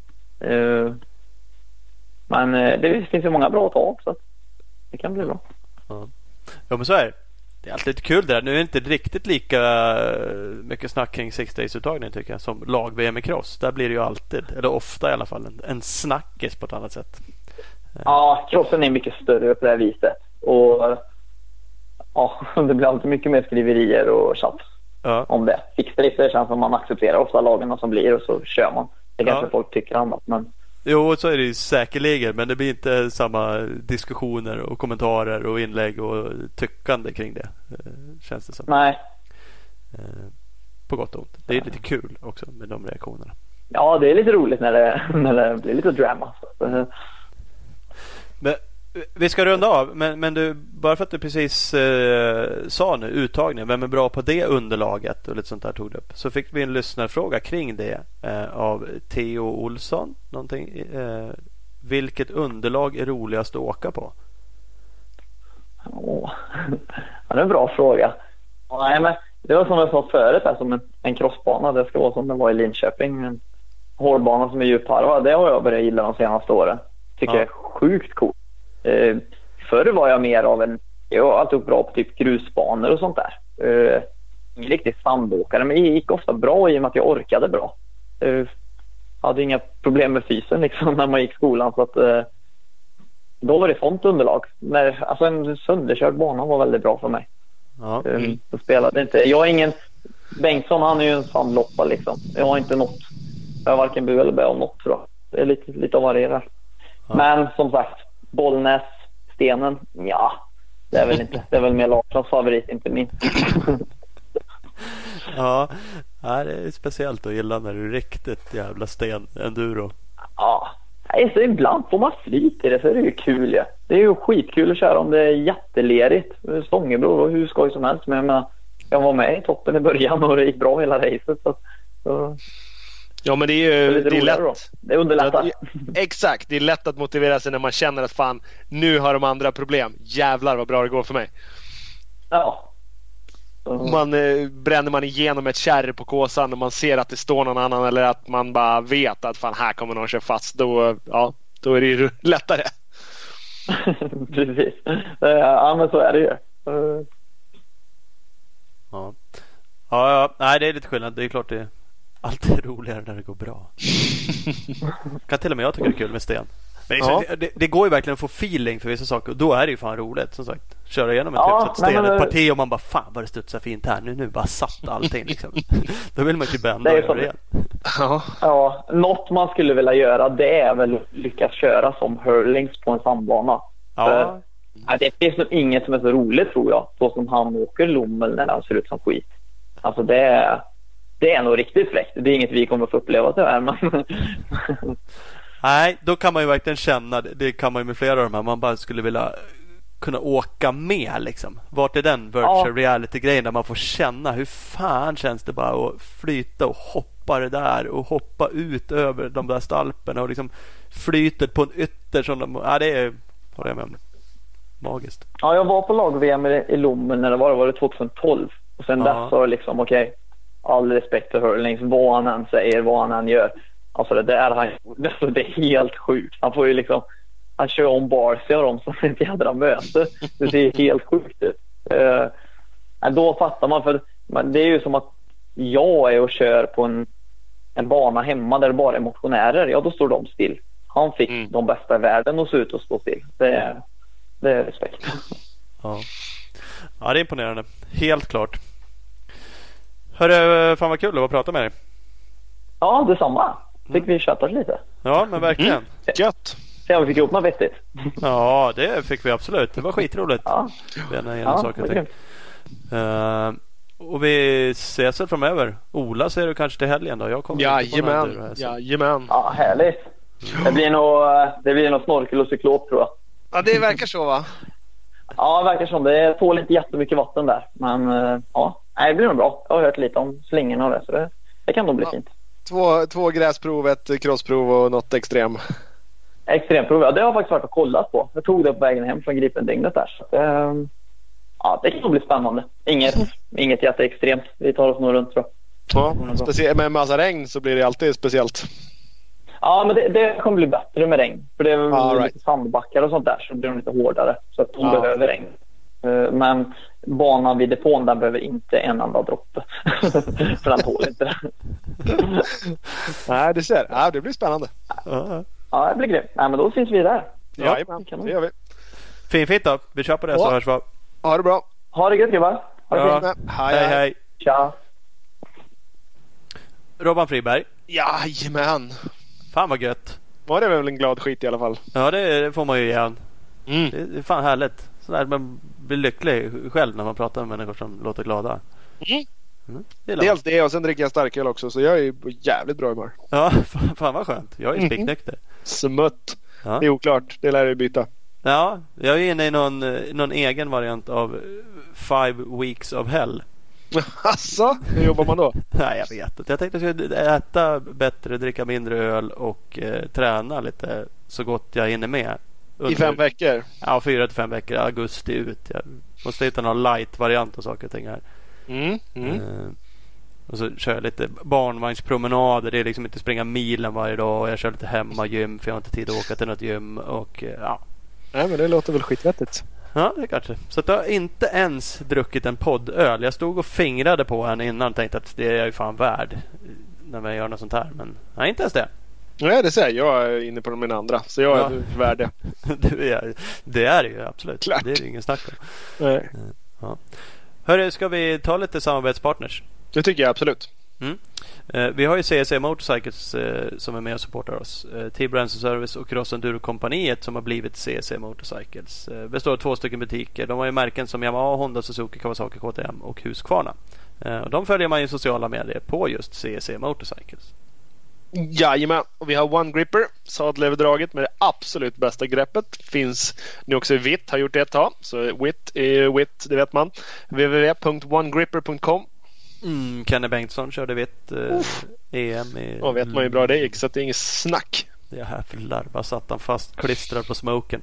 Men det finns ju många bra att ta av, så att det kan bli bra. Ja, ja men så är det. Det är alltid lite kul det där. Nu är det inte riktigt lika mycket snack kring six days uttagning tycker jag som lag-V M i cross. Där blir det ju alltid, eller ofta i alla fall, en, en snackis på ett annat sätt. Ja, crossen är mycket större på det här viset. Och ja, det blir alltid mycket mer skriverier och tjafs ja. om det. Six days det känns som man accepterar ofta lagen som blir, och så kör man. Det kanske ja. folk tycker annat, men jo, så är det ju säkerligen, men det blir inte samma diskussioner och kommentarer och inlägg och tyckande kring det, känns det som. Nej. På gott och ont. Det är lite kul också med de reaktionerna. Ja, det är lite roligt när det, när det blir lite drama. Men vi ska runda av, men, men du, bara för att du precis eh, sa nu uttagningen, vem är bra på det underlaget och lite sånt där tog du upp, så fick vi en lyssnarfråga kring det eh, av Theo Olsson någonting, eh, vilket underlag är roligast att åka på? Åh, ja, det är en bra fråga. Nej, men det var som jag sa förut, alltså, som en, en crossbana, det ska vara som det var i Linköping, en hårdbana som är djupharva. Det har jag börjat gilla de senaste åren, tycker ja. jag är sjukt coolt. Uh, förr var jag mer av en, jag var alltid bra på typ grusbanor och sånt där. Uh, ingen riktig sandåkare, men det gick ofta bra i och med att jag orkade bra. Uh, hade inga problem med fysen liksom när man gick skolan, så att uh, då var det sånt underlag. När, alltså en sönderkörd bana var väldigt bra för mig. Ja. Uh, mm. Så spelade inte. Jag är ingen Bengtsson, han är ju en sandloppa liksom. Jag har inte något, jag har varken bu eller bä om något, tror jag. Det är lite, lite av varje där. Ja. Men som sagt, Bollnäs, Stenen, ja, det är väl inte, det är väl mer Larssons favorit, inte min. Ja, det är speciellt att gilla när du är riktigt jävla sten enduro. Ja, så ibland får man flyt i det, så är det ju kul. Ja. Det är ju skitkul att köra om det är jättelerigt. Stångebro och hur skoj som helst, men jag menar, jag var med i toppen i början och det gick bra hela racet, så, så. Ja, men det är ju det är lätt. Då. Det underlättar. Ja, exakt, det är lätt att motivera sig när man känner att fan, nu har de andra problem. Jävlar vad bra det går för mig. Ja. Mm. Man eh, bränner man igenom ett kärr på kåsan och man ser att det står någon annan, eller att man bara vet att fan, här kommer någon köra fast, då, ja, då är det ju lättare. Precis. Ja, men så är det ju. Ja. Ja, ja, nej, det är lite skillnad. Det är klart det är alltid roligare när det går bra. Kan till och med jag tycka det är kul med sten. Men det, ja. det, det går ju verkligen att få feeling för vissa saker, och då är det ju fan roligt, som sagt. Köra igenom ett ja, hyfsat sten, ett parti, och man bara, fan vad det studsar fint här. Nu, nu bara satt allting liksom. Då vill man ju bända över det igen. Ja. Ja, något man skulle vilja göra, det är väl lyckas köra som hurlings på en sandbana. Ja. För, ja, det finns nog inget som är så roligt, tror jag, så som han åker Lommel när han ser ut som skit. Alltså det är Det är nog riktigt fräckt. Det är inget vi kommer att få uppleva tyvärr, men nej, då kan man ju verkligen känna, det kan man ju med flera av de här, man bara skulle vilja kunna åka med liksom. Vart är den virtual ja. reality-grejen där man får känna hur fan känns det bara att flyta och hoppa det där och hoppa ut över de där stalperna och liksom flytet på en ytter som de, ja, det är, vad är det med magiskt. Ja, jag var på lag-V M i Lommen när det var, det var det tjugohundratolv, och sen ja. dess så liksom okej, okay, all respekt för hurlings, vad han än säger, vad han än gör. Alltså det där, han, det är helt sjukt. Han får ju liksom, han kör om Barcy och dem som ett jädra möte. Det ser helt sjukt ut. Uh, då fattar man, för det är ju som att jag är och kör på en, en bana hemma där det bara är motionärer. Ja, då står de still. Han fick mm. de bästa i världen att se ut och stå still. Det är, det är respekt. Ja. Ja, det är imponerande. Helt klart. Hörru, fan vad kul att prata med dig. Ja, detsamma. Fick vi chatta lite. Ja, men verkligen. Mm. Gött. Se om vi fick ihop något vettigt. Ja, det fick vi absolut. Det var skitroligt. Ja, ja, saker och ting. Uh, och vi ses framöver. Ola ser du kanske till helgen då. Jag kommer Jajamän. Jajamän. Ja, härligt. Det blir nog, det blir nog snorkel och cyklop, tror jag. Ja, det verkar så, va? Ja, det verkar som. Det tål inte jättemycket vatten där. Men ja, det blir nog bra. Jag har hört lite om slingorna och det, så det, det kan nog bli ja. fint. Två, två gräsprov, ett crossprov och något extrem. Extremprov, ja, det har jag faktiskt varit och kollat på. Jag tog det på vägen hem från Gripendygnet där. Så det, ja, det kan nog bli spännande. Inget, inget jätteextremt. Vi tar oss nog runt, tror jag. Ja, speciellt med en massa regn så blir det alltid speciellt. Ja, men det, det kommer bli bättre med regn. För det är ah, lite right. sandbackar och sånt där, så blir de lite hårdare. Så att de ah. behöver regn. Men banan vid depån, där behöver inte en enda droppe. För den tål inte det. Nej, det ser. Ja, det blir spännande. Ja, ja det blir grymt. Nej, men då syns vi där. Ja, ja det gör vi. Fin fint då. Vi kör på det, ja. Så hörs vi. Ha det bra. Ha det gött, gubbar. Ha det ja. fint. Hej, hej, hej. Tja. Robban Friberg. Jajamän. Fan vad gött. Var det väl en glad skit i alla fall? Ja, det, det får man ju igen. Mm. Det, det är fan härligt. Sådär, man blir lycklig själv när man pratar med människor som låter glada. Mm. Mm. Det Dels det, och sen dricker jag starköl också, så jag är på jävligt bra humör. Ja, fan, fan vad skönt. Jag är spiknykter. Mm. Smutt. Ja. Det är oklart. Det lär jag byta. Ja, jag är inne i någon, någon egen variant av Five Weeks of Hell. Asså? Hur jobbar man då? Nej, jag vet inte. Jag tänkte att jag skulle äta bättre, dricka mindre öl och eh, träna lite så gott jag hinner med. Under, I fem veckor? Ja, fyra till fem veckor. Augusti ut. Jag måste hitta någon light-variant och saker och ting här. Mm, mm. Eh, och så kör jag lite barnvagnspromenader. Det är liksom inte springa milen varje dag. Och jag kör lite hemmagym för jag har inte tid att åka till något gym. Och eh, ja. Nej, men det låter väl skitvettigt. Ja, det kanske. Så att jag har inte ens druckit en poddöl. Jag stod och fingrade på en innan och tänkte att det är jag ju fan värd när man gör något sånt här. Men nej, inte ens det. Nej, det säger jag. Jag är inne på min andra. Så jag är ja. värd det. Du är, det är det ju, absolut. Klart. Det är ingen snack om. Nej. Ja. Hörru, ska vi ta lite samarbetspartners? Det tycker jag absolut. Mm. Eh, vi har ju C S E Motorcycles eh, som är med och supportar oss. Eh, T-Brands Service och Cross Enduro-kompaniet som har blivit C S E Motorcycles. Eh, består av två stycken butiker. De har ju märken som Yamaha, Honda, Suzuki, Kawasaki, K T M och Husqvarna. Eh, och de följer man i sociala medier på just C S E Motorcycles. Jajamän, och vi har One Gripper, sadelöverdraget med det absolut bästa greppet. Finns nu också i vitt, har gjort det ett tag. Så vitt är vitt, det vet man. w w w punkt one gripper punkt com. Mm, Kenny Bengtsson körde vitt eh, E M i... Ja, vet man ju bra det gick, så det är inget snack. Det här jävlar, bara satt han fast klistrad på smoken.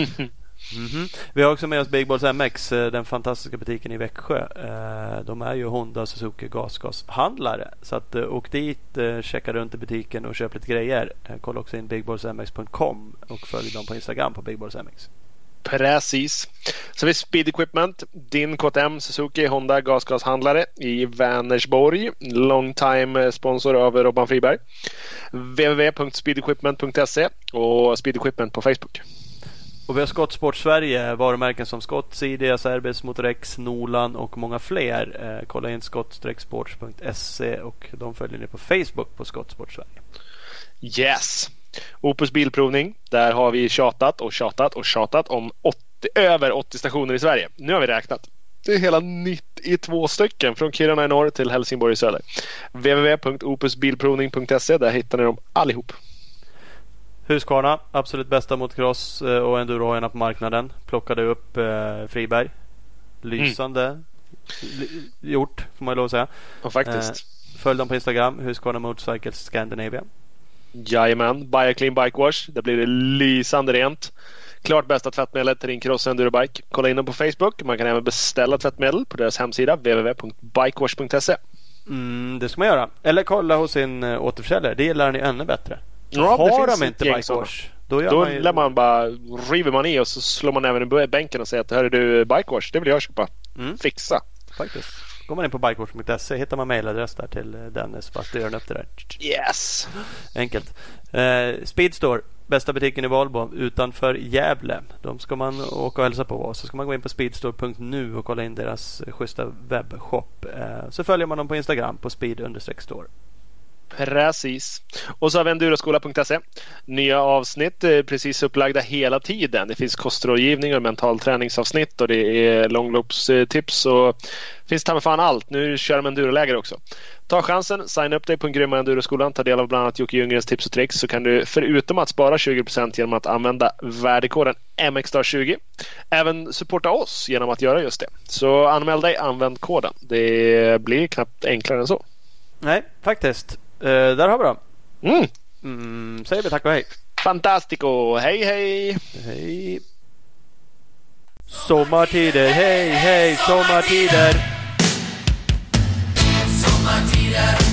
Mm-hmm. Vi har också med oss Big Balls M X, den fantastiska butiken i Växjö. De är ju Honda och Suzuki gasgashandlare. Så att åk dit, checka runt i butiken och köp lite grejer. Kolla också in big balls m x punkt com och följ dem på Instagram på Big Balls M X. Precis. Så vi Speed Equipment, din K T M, Suzuki, Honda gasgashandlare i Vänersborg. Long time sponsor av Robban Friberg. w w w punkt speed equipment punkt s e och Speed Equipment på Facebook. Och vi har Skottsport Sverige, varumärken som Skott, C D, Cerbis, Motorex, Nolan och många fler. Eh, kolla in skott sports punkt s e och de följer ni på Facebook på Skottsport Sverige. Yes. Opus Bilprovning, där har vi tjatat och tjatat och tjatat om åttio, över åttio stationer i Sverige. Nu har vi räknat. Det är hela nittiotvå stycken från Kiruna i norr till Helsingborg i söder. w w w punkt opus bilprovning punkt s e, där hittar ni dem allihop. Husqvarna, absolut bästa motocross och endurohojarna på marknaden. Plockade upp eh, Friberg. Lysande mm. L- gjort, får man lov att säga. Och faktiskt. Eh, följ dem på Instagram, Husqvarna Motorcycles Scandinavia. Jajamän, Buy a Clean Bike Wash. Det blir det lysande rent. Klart bästa tvättmedlet till din cross endurobike. Kolla in dem på Facebook. Man kan även beställa tvättmedel på deras hemsida w w w punkt bikewash punkt s e. Mm, det ska man göra. Eller kolla hos sin uh, återförsäljare. Det gillar ni ännu bättre. Ja, har de inte Bikewash, då, gör då man ju... lär man bara river man i och så slår man även i bänken och säger att här är du Bikewash, det vill jag köpa. Mm. Fixa. Faktiskt. Går man in på bikewash punkt s e hittar man mailadress där till Dennis, fast styr upp det där. Yes. Enkelt. Eh, Speedstore, bästa butiken i Valbo utanför Gävle. De ska man åka och hälsa på. Så ska man gå in på speedstore punkt nu och kolla in deras schyssta webbshop. Eh, så följer man dem på Instagram på speed-store. Precis. Och så har vi enduroskola punkt se. Nya avsnitt precis upplagda hela tiden. Det finns kostrådgivning och mental träningsavsnitt och det är långloppstips och finns ta med fan allt. Nu kör de enduroläger också. Ta chansen, signa upp dig på en grymma enduroskolan, ta del av bland annat Jocke Ljunggrens tips och tricks, så kan du förutom att spara tjugo procent genom att använda värdekoden M X star tjugo även supporta oss genom att göra just det. Så anmäl dig, använd koden. Det blir knappt enklare än så. Nej, faktiskt. Uh, där har vi dem. Mm. Mm, säger vi tack och hej. Fantastico. Hej hej. Hej. Sommartider, hej hej, sommartider. Sommartider.